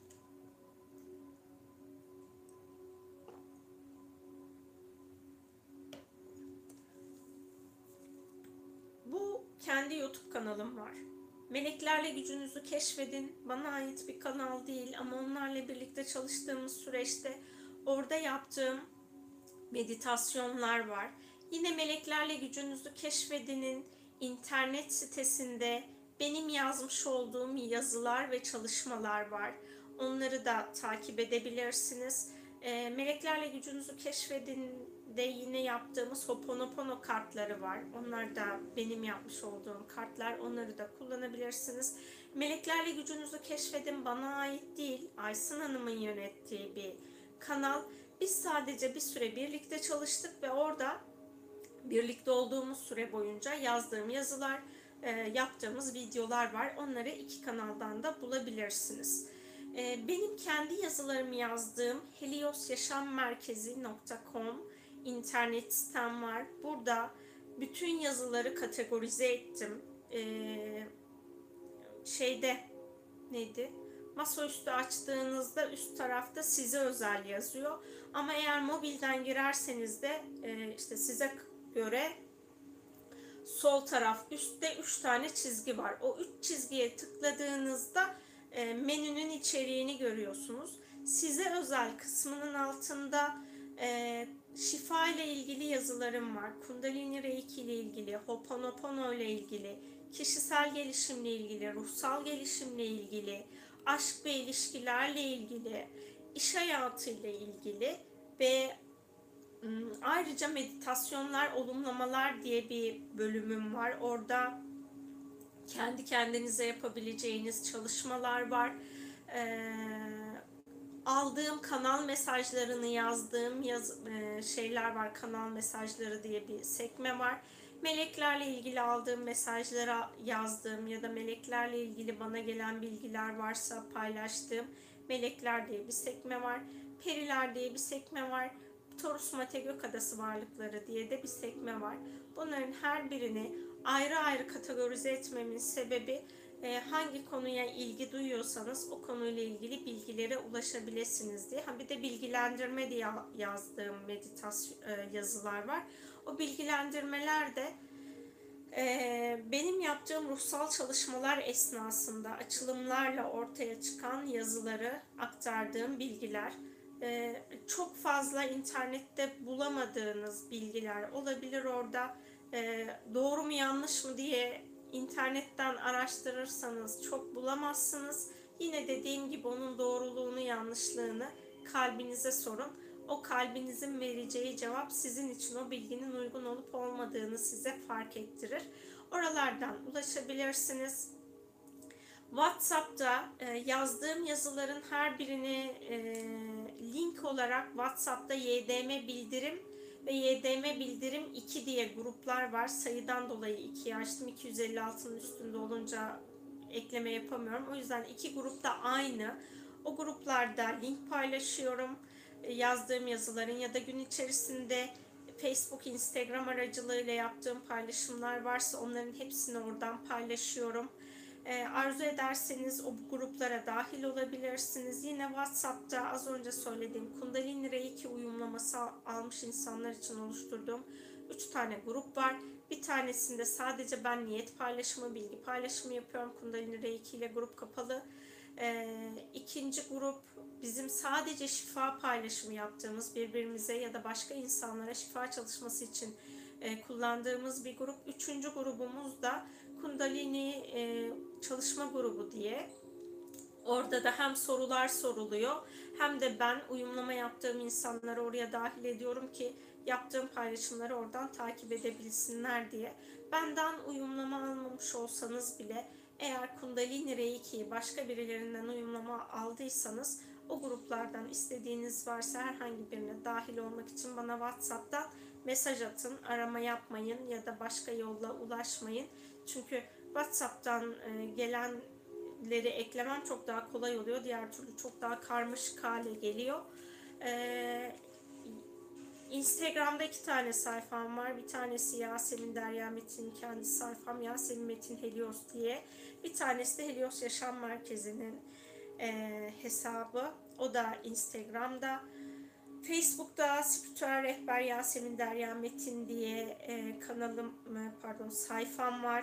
Bu kendi YouTube kanalım var. Meleklerle Gücünüzü Keşfedin bana ait bir kanal değil ama onlarla birlikte çalıştığımız süreçte orada yaptığım meditasyonlar var. Yine Meleklerle Gücünüzü Keşfedin'in internet sitesinde benim yazmış olduğum yazılar ve çalışmalar var. Onları da takip edebilirsiniz. E, Meleklerle Gücünüzü Keşfedin'de yine yaptığımız Ho'oponopono kartları var. Onlar da benim yapmış olduğum kartlar. Onları da kullanabilirsiniz. Meleklerle Gücünüzü Keşfedin bana ait değil. Aysun Hanım'ın yönettiği bir kanal. Biz sadece bir süre birlikte çalıştık ve orada birlikte olduğumuz süre boyunca yazdığım yazılar, yaptığımız videolar var. Onları iki kanaldan da bulabilirsiniz. Benim kendi yazılarımı yazdığım helios yaşam merkezi nokta com internet sitem var. Burada bütün yazıları kategorize ettim. Şeyde neydi? Masaüstü açtığınızda üst tarafta size özel yazıyor. Ama eğer mobilden girerseniz de işte size göre sol taraf üstte üç tane çizgi var. O üç çizgiye tıkladığınızda menünün içeriğini görüyorsunuz. Size özel kısmının altında şifa ile ilgili yazılarım var. Kundalini Reiki ile ilgili, Ho'oponopono ile ilgili, kişisel gelişimle ilgili, ruhsal gelişimle ilgili, aşk ve ilişkilerle ilgili, iş hayatıyla ilgili ve ayrıca meditasyonlar, olumlamalar diye bir bölümüm var. Orada kendi kendinize yapabileceğiniz çalışmalar var. Ee, aldığım kanal mesajlarını yazdığım yaz, e, şeyler var. Kanal mesajları diye bir sekme var. Meleklerle ilgili aldığım mesajlara yazdığım ya da meleklerle ilgili bana gelen bilgiler varsa paylaştığım melekler diye bir sekme var. Periler diye bir sekme var. Taurus Mate Gökadası varlıkları diye de bir sekme var. Bunların her birini ayrı ayrı kategorize etmemin sebebi hangi konuya ilgi duyuyorsanız o konuyla ilgili bilgilere ulaşabilirsiniz diye. Ha bir de bilgilendirme diye yazdığım meditasyon yazılar var. O bilgilendirmeler de benim yaptığım ruhsal çalışmalar esnasında açılımlarla ortaya çıkan yazıları aktardığım bilgiler. Çok fazla internette bulamadığınız bilgiler olabilir orada. Doğru mu yanlış mı diye internetten araştırırsanız çok bulamazsınız. Yine dediğim gibi onun doğruluğunu, yanlışlığını kalbinize sorun. O kalbinizin vereceği cevap sizin için o bilginin uygun olup olmadığını size fark ettirir. Oralardan ulaşabilirsiniz. WhatsApp'ta yazdığım yazıların her birini link olarak WhatsApp'ta Y D M bildirim ve Y D M bildirim iki diye gruplar var. Sayıdan dolayı ikiye açtım. iki yüz elli altının üstünde olunca ekleme yapamıyorum. O yüzden iki grup da aynı. O gruplarda link paylaşıyorum. Yazdığım yazıların ya da gün içerisinde Facebook, Instagram aracılığıyla yaptığım paylaşımlar varsa onların hepsini oradan paylaşıyorum. E, arzu ederseniz o gruplara dahil olabilirsiniz. Yine WhatsApp'ta az önce söylediğim Kundalini Reiki uyumlaması almış insanlar için oluşturduğum üç tane grup var. Bir tanesinde sadece ben niyet paylaşımı, bilgi paylaşımı yapıyorum. Kundalini Reiki ile grup kapalı. E, ikinci grup bizim sadece şifa paylaşımı yaptığımız, birbirimize ya da başka insanlara şifa çalışması için e, kullandığımız bir grup. Üçüncü grubumuz da Kundalini e, çalışma grubu diye. Orada da hem sorular soruluyor hem de ben uyumlama yaptığım insanları oraya dahil ediyorum ki yaptığım paylaşımları oradan takip edebilsinler diye. Benden uyumlama almamış olsanız bile eğer Kundalini Reiki'yi başka birilerinden uyumlama aldıysanız o gruplardan istediğiniz varsa herhangi birine dahil olmak için bana WhatsApp'tan mesaj atın. Arama yapmayın ya da başka yolla ulaşmayın. Çünkü WhatsApp'tan gelenleri eklemem çok daha kolay oluyor. Diğer türlü çok daha karmaşık hale geliyor. Ee, Instagram'da iki tane sayfam var. Bir tanesi Yasemin Derya Metin kendi sayfam, Yasemin Metin Helios diye. Bir tanesi de Helios Yaşam Merkezi'nin e, hesabı. O da Instagram'da. Facebook'ta Spiritüel Rehber Yasemin Derya Metin diye e, kanalım, pardon sayfam var.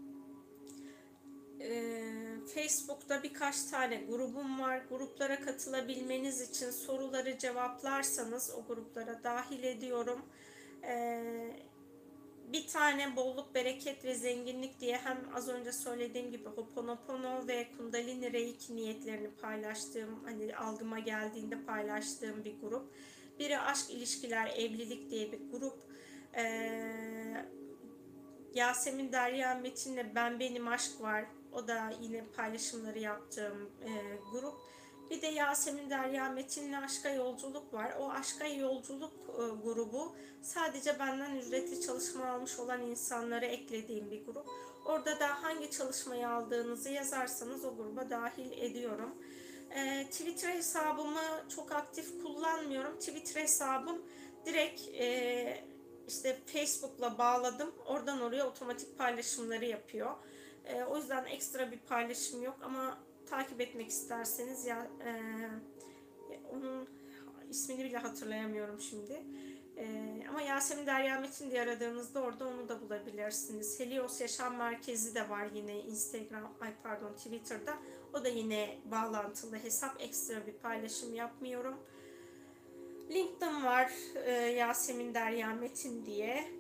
E, Facebook'ta birkaç tane grubum var. Gruplara katılabilmeniz için soruları cevaplarsanız o gruplara dahil ediyorum. E, bir tane bolluk, bereket ve zenginlik diye hem az önce söylediğim gibi Ho'oponopono ve Kundalini Reiki niyetlerini paylaştığım, hani algıma geldiğinde paylaştığım bir grup. Biri aşk, ilişkiler, evlilik diye bir grup. Ee, Yasemin Derya Metin'le Ben Benim Aşk var. O da yine paylaşımları yaptığım e, grup. Bir de Yasemin Derya Metin'le Aşka Yolculuk var. O Aşka Yolculuk e, grubu sadece benden ücretli çalışma almış olan insanları eklediğim bir grup. Orada da hangi çalışmayı aldığınızı yazarsanız o gruba dahil ediyorum. E, Twitter hesabımı çok aktif kullanmıyorum. Twitter hesabım direkt e, işte Facebook'la bağladım. Oradan oraya otomatik paylaşımları yapıyor. E, o yüzden ekstra bir paylaşım yok ama takip etmek isterseniz ya e, onun ismini bile hatırlayamıyorum şimdi. E, ama Yasemin Derya Metin diye aradığınızda orada onu da bulabilirsiniz. Helios Yaşam Merkezi de var yine Instagram, ay pardon Twitter'da. O da yine bağlantılı hesap. Ekstra bir paylaşım yapmıyorum. LinkedIn var e, Yasemin Derya Metin diye.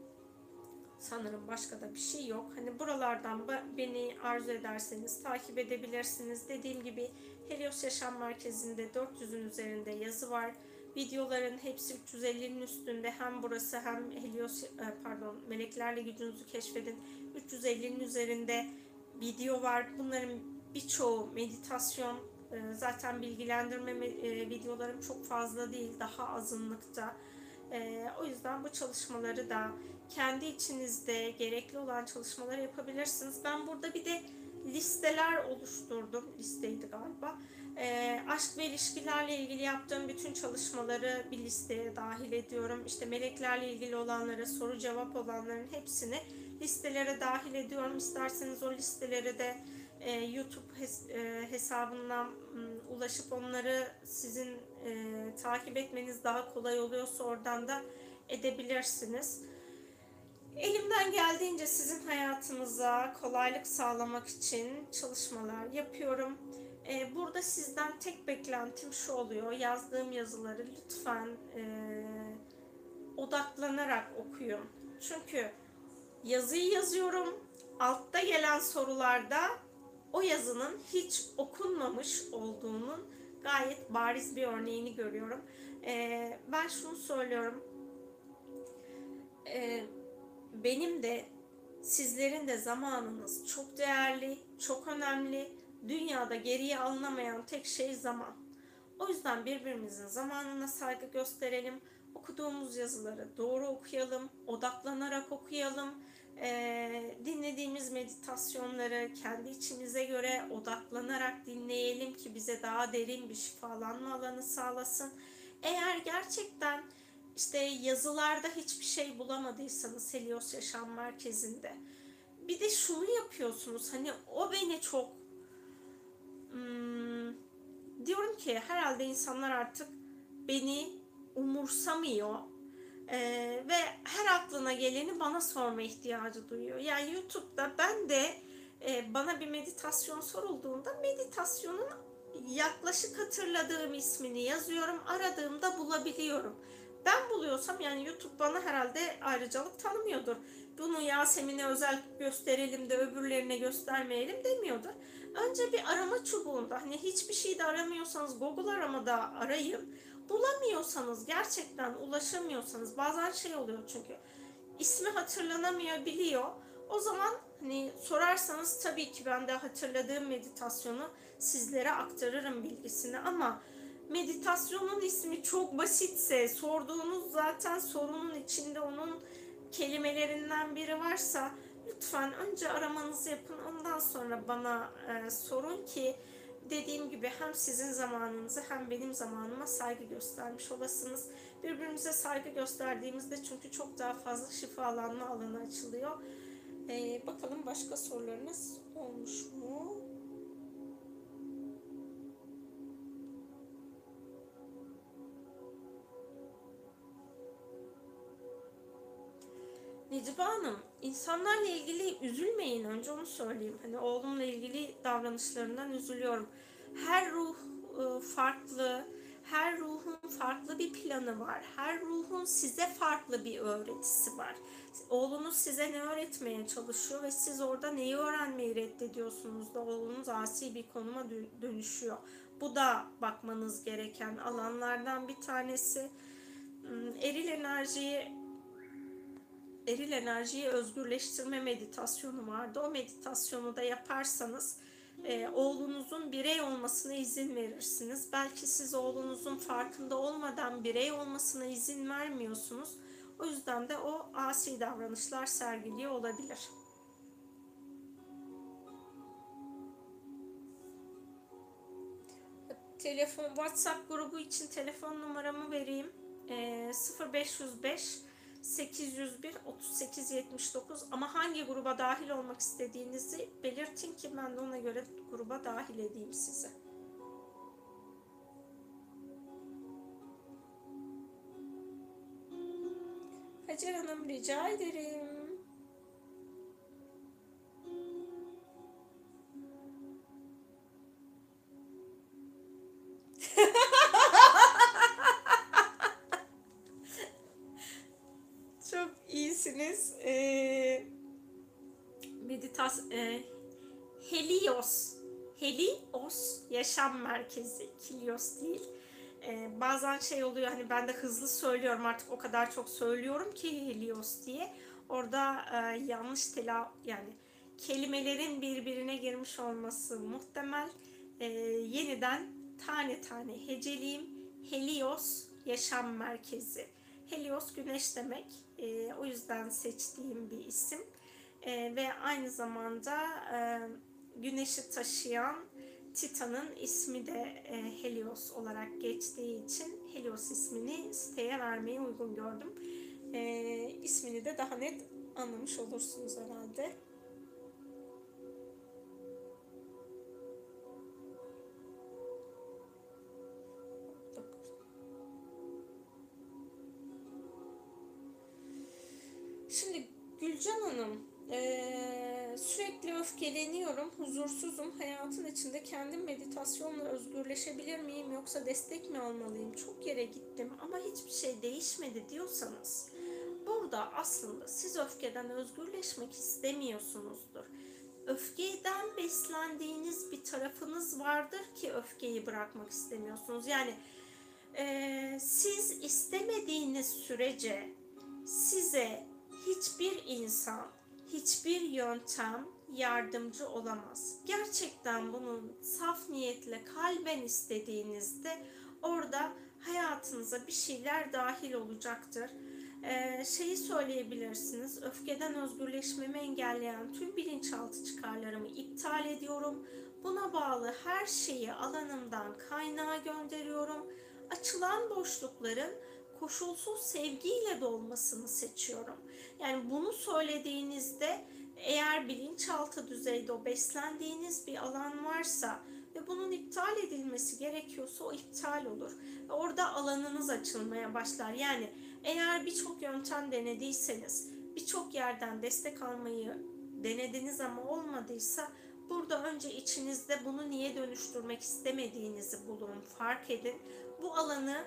Sanırım başka da bir şey yok. Hani buralardan beni arzu ederseniz takip edebilirsiniz. Dediğim gibi Helios Yaşam Merkezi'nde dört yüzün üzerinde yazı var. Videoların hepsi üç yüz ellinin üstünde. Hem burası hem Helios pardon Meleklerle Gücünüzü Keşfedin üç yüz ellinin üzerinde video var. Bunların birçoğu meditasyon. Zaten bilgilendirme videolarım çok fazla değil. Daha azınlıkta. O yüzden bu çalışmaları da kendi içinizde gerekli olan çalışmaları yapabilirsiniz. Ben burada bir de listeler oluşturdum. Listeydi galiba. E, aşk ve ilişkilerle ilgili yaptığım bütün çalışmaları bir listeye dahil ediyorum. İşte meleklerle ilgili olanları, soru cevap olanların hepsini listelere dahil ediyorum. İsterseniz o listeleri de e, YouTube hes e, hesabından m, ulaşıp onları sizin e, takip etmeniz daha kolay oluyorsa oradan da edebilirsiniz. Elimden geldiğince sizin hayatınıza kolaylık sağlamak için çalışmalar yapıyorum. Ee, burada sizden tek beklentim şu oluyor. Yazdığım yazıları lütfen e, odaklanarak okuyun. Çünkü yazıyı yazıyorum. Altta gelen sorularda o yazının hiç okunmamış olduğunun gayet bariz bir örneğini görüyorum. Ee, ben şunu söylüyorum. Ee, Benim de sizlerin de zamanınız çok değerli, çok önemli. Dünyada geriye alınamayan tek şey zaman. O yüzden birbirimizin zamanına saygı gösterelim. okuduğumuz yazıları doğru okuyalım, odaklanarak okuyalım. Ee, dinlediğimiz meditasyonları kendi içimize göre odaklanarak dinleyelim ki bize daha derin bir şifalanma alanı sağlasın. Eğer gerçekten işte yazılarda hiçbir şey bulamadıysanız Helios Yaşam Merkezi'nde, bir de şunu yapıyorsunuz, hani o beni çok hmm, diyorum ki herhalde insanlar artık beni umursamıyor. Ee, ve her aklına geleni bana sorma ihtiyacı duyuyor. Yani YouTube'da ben de e, bana bir meditasyon sorulduğunda meditasyonun yaklaşık hatırladığım ismini yazıyorum. Aradığımda bulabiliyorum. Ben buluyorsam yani YouTube bana herhalde ayrıcalık tanımıyordur. Bunu Yasemin'e özel gösterelim de öbürlerine göstermeyelim demiyordur. Önce bir arama çubuğunda, hani hiçbir şey de aramıyorsanız Google aramada arayın. Bulamıyorsanız, gerçekten ulaşamıyorsanız, bazen şey oluyor çünkü ismi hatırlanamayabiliyor. O zaman hani sorarsanız tabii ki ben de hatırladığım meditasyonu sizlere aktarırım bilgisini, ama meditasyonun ismi çok basitse, sorduğunuz zaten sorunun içinde onun kelimelerinden biri varsa lütfen önce aramanızı yapın, ondan sonra bana e, sorun ki dediğim gibi hem sizin zamanınızı hem benim zamanıma saygı göstermiş olasınız. Birbirimize saygı gösterdiğimizde çünkü çok daha fazla şifalanma alanı açılıyor. Ee, bakalım başka sorularınız olmuş mu? Necibe Hanım, insanlarla ilgili üzülmeyin, önce onu söyleyeyim. Hani oğlumla ilgili davranışlarından üzülüyorum. Her ruh e, farklı, her ruhun farklı bir planı var. Her ruhun size farklı bir öğretisi var. Oğlunuz size ne öğretmeye çalışıyor ve siz orada neyi öğrenmeyi reddediyorsunuz da oğlunuz asi bir konuma dönüşüyor. Bu da bakmanız gereken alanlardan bir tanesi. Eril enerjiyi eril enerjiyi özgürleştirme meditasyonu vardı. O meditasyonu da yaparsanız e, oğlunuzun birey olmasına izin verirsiniz. Belki siz oğlunuzun farkında olmadan birey olmasına izin vermiyorsunuz. O yüzden de o asi davranışlar sergiliyor olabilir. Telefon, WhatsApp grubu için telefon numaramı vereyim. E, sıfır beş yüz beş sekiz yüz bir otuz sekiz yetmiş dokuz, ama hangi gruba dahil olmak istediğinizi belirtin ki ben de ona göre gruba dahil edeyim sizi. Hacer Hanım, rica ederim. Çok iyisiniz. Ee, meditas e, Helios Helios Yaşam Merkezi, Kilios değil. Ee, bazen şey oluyor, hani ben de hızlı söylüyorum artık, o kadar çok söylüyorum ki Helios diye. Orada e, yanlış tela yani kelimelerin birbirine girmiş olması muhtemel. Ee, yeniden tane tane heceleyeyim. Helios Yaşam Merkezi. Helios güneş demek. E, o yüzden seçtiğim bir isim. E, ve aynı zamanda e, güneşi taşıyan Titan'ın ismi de e, Helios olarak geçtiği için Helios ismini siteye vermeyi uygun gördüm. E, ismini de daha net anlamış olursunuz herhalde. Şimdi Gülcan Hanım, ee, sürekli öfkeleniyorum, huzursuzum. Hayatın içinde kendim meditasyonla özgürleşebilir miyim, yoksa destek mi almalıyım? Çok yere gittim ama hiçbir şey değişmedi diyorsanız, burada aslında siz öfkeden özgürleşmek istemiyorsunuzdur. Öfkeden beslendiğiniz bir tarafınız vardır ki öfkeyi bırakmak istemiyorsunuz. Yani ee, siz istemediğiniz sürece size hiçbir insan, hiçbir yöntem yardımcı olamaz. Gerçekten bunun saf niyetle kalben istediğinizde orada hayatınıza bir şeyler dahil olacaktır. Ee, şeyi söyleyebilirsiniz, öfkeden özgürleşmemi engelleyen tüm bilinçaltı çıkarlarımı iptal ediyorum. Buna bağlı her şeyi alanımdan kaynağa gönderiyorum. Açılan boşlukların koşulsuz sevgiyle dolmasını seçiyorum. Yani bunu söylediğinizde, eğer bilinçaltı düzeyde o beslendiğiniz bir alan varsa ve bunun iptal edilmesi gerekiyorsa o iptal olur. Ve orada alanınız açılmaya başlar. Yani eğer birçok yöntem denediyseniz, birçok yerden destek almayı denediniz ama olmadıysa, burada önce içinizde bunu niye dönüştürmek istemediğinizi bulun, fark edin. Bu alanı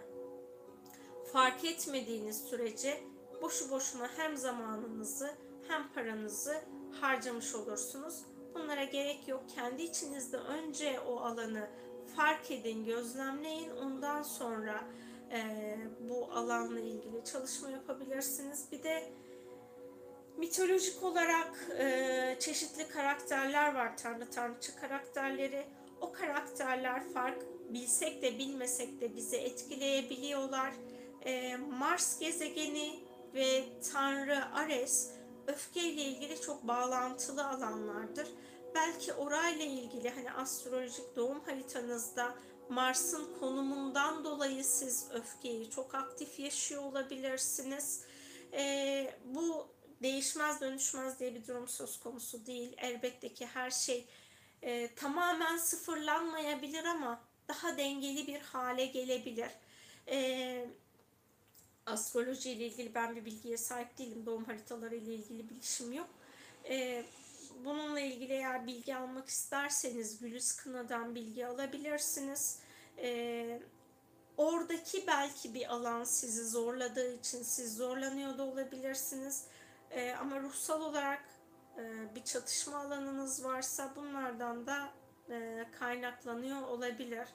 fark etmediğiniz sürece boşu boşuna hem zamanınızı hem paranızı harcamış olursunuz. Bunlara gerek yok. Kendi içinizde önce o alanı fark edin, gözlemleyin. Ondan sonra e, bu alanla ilgili çalışma yapabilirsiniz. Bir de mitolojik olarak e, çeşitli karakterler var, tanrı tanrıçı karakterleri. O karakterler, fark bilsek de bilmesek de bizi etkileyebiliyorlar. E, Mars gezegeni ve Tanrı Ares öfke ile ilgili çok bağlantılı alanlardır. Belki orayla ilgili, hani astrolojik doğum haritanızda Mars'ın konumundan dolayı siz öfkeyi çok aktif yaşıyor olabilirsiniz. E, bu değişmez dönüşmez diye bir durum söz konusu değil. Elbette ki her şey e, tamamen sıfırlanmayabilir ama daha dengeli bir hale gelebilir. E, astroloji ile ilgili ben bir bilgiye sahip değilim. Doğum haritaları ile ilgili bilişim yok. E, bununla ilgili eğer bilgi almak isterseniz Güliz Kına'dan bilgi alabilirsiniz. E, oradaki belki bir alan sizi zorladığı için siz zorlanıyor da olabilirsiniz. Ee, ama ruhsal olarak e, bir çatışma alanınız varsa bunlardan da e, kaynaklanıyor olabilir.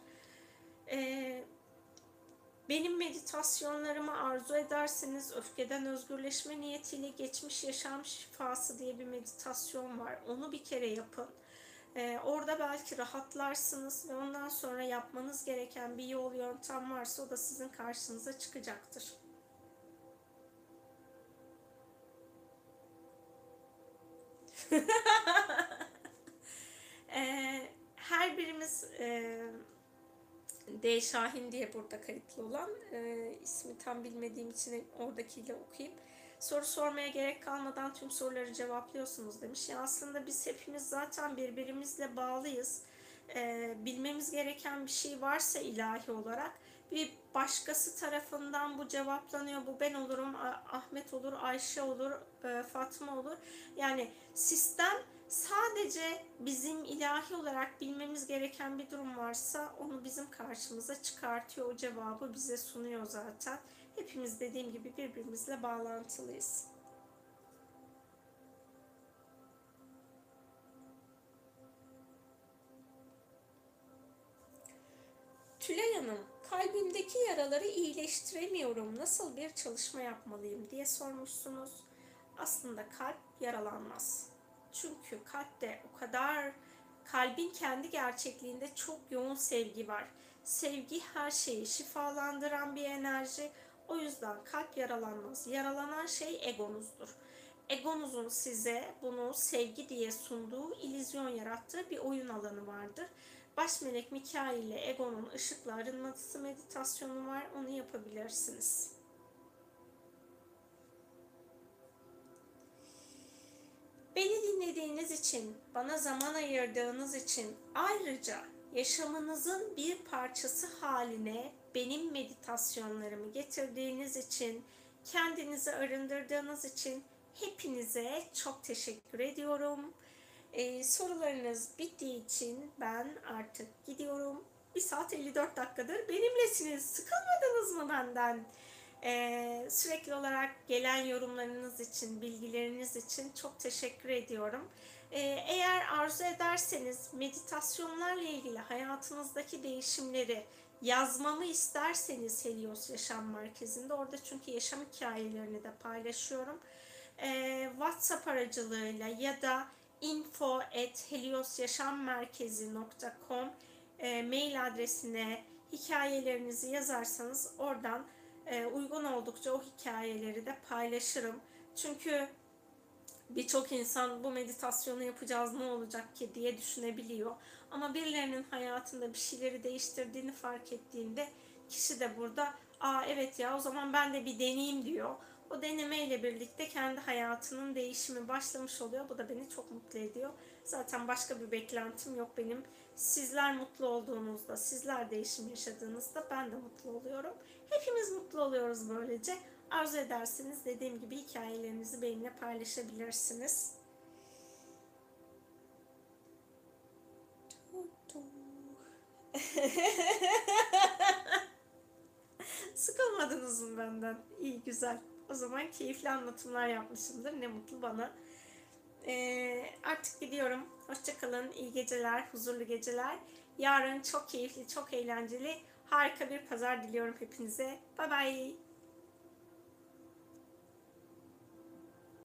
E, benim meditasyonlarımı arzu ederseniz öfkeden özgürleşme niyetiyle geçmiş yaşam şifası diye bir meditasyon var. Onu bir kere yapın. Ee, orada belki rahatlarsınız ve ondan sonra yapmanız gereken bir yol, yöntem varsa o da sizin karşınıza çıkacaktır. ee, her birimiz e, D. Şahin diye burada kayıtlı olan, e, ismi tam bilmediğim için oradakiyle okuyayım. Soru sormaya gerek kalmadan tüm soruları cevaplıyorsunuz demiş. Ya aslında biz hepimiz zaten birbirimizle bağlıyız. Ee, bilmemiz gereken bir şey varsa ilahi olarak bir başkası tarafından bu cevaplanıyor. Bu ben olurum, Ahmet olur, Ayşe olur, e, Fatma olur. Yani sistem sadece bizim ilahi olarak bilmemiz gereken bir durum varsa onu bizim karşımıza çıkartıyor. O cevabı bize sunuyor zaten. Hepimiz dediğim gibi birbirimizle bağlantılıyız. Tülay Hanım, kalbimdeki yaraları iyileştiremiyorum, nasıl bir çalışma yapmalıyım diye sormuşsunuz. Aslında kalp yaralanmaz. Çünkü kalpte o kadar, kalbin kendi gerçekliğinde çok yoğun sevgi var. Sevgi her şeyi şifalandıran bir enerji. O yüzden kalp yaralanmaz. Yaralanan şey egonuzdur. Egonuzun size bunu sevgi diye sunduğu, illüzyon yarattığı bir oyun alanı vardır. Baş melek Mikail ile egonun ışıkla arınması meditasyonu var. Onu yapabilirsiniz. Beni dinlediğiniz için, bana zaman ayırdığınız için, ayrıca yaşamınızın bir parçası haline benim meditasyonlarımı getirdiğiniz için, kendinizi arındırdığınız için hepinize çok teşekkür ediyorum. Ee, sorularınız bittiği için ben artık gidiyorum. bir saat elli dört dakikadır benimlesiniz. Sıkılmadınız mı benden? Ee, sürekli olarak gelen yorumlarınız için, bilgileriniz için çok teşekkür ediyorum. Ee, eğer arzu ederseniz meditasyonlarla ilgili hayatınızdaki değişimleri yazmamı isterseniz Helios Yaşam Merkezi'nde, orada çünkü yaşam hikayelerini de paylaşıyorum. Ee, WhatsApp aracılığıyla ya da info at helios yaşam merkezi nokta com e, mail adresine hikayelerinizi yazarsanız oradan e, uygun oldukça o hikayeleri de paylaşırım. Çünkü birçok insan bu meditasyonu yapacağız ne olacak ki diye düşünebiliyor. Ama birilerinin hayatında bir şeyleri değiştirdiğini fark ettiğinde kişi de burada aa evet ya o zaman ben de bir deneyeyim diyor. O denemeyle birlikte kendi hayatının değişimi başlamış oluyor. Bu da beni çok mutlu ediyor. Zaten başka bir beklentim yok benim. Sizler mutlu olduğunuzda, sizler değişim yaşadığınızda ben de mutlu oluyorum. Hepimiz mutlu oluyoruz böylece. Arzu ederseniz dediğim gibi hikayelerinizi benimle paylaşabilirsiniz. Sıkılmadınız mı benden? İyi, güzel. O zaman keyifli anlatımlar yapmışımdır. Ne mutlu bana. Ee, artık gidiyorum. Hoşça kalın. İyi geceler, huzurlu geceler. Yarın çok keyifli, çok eğlenceli, harika bir pazar diliyorum hepinize. Bye bye.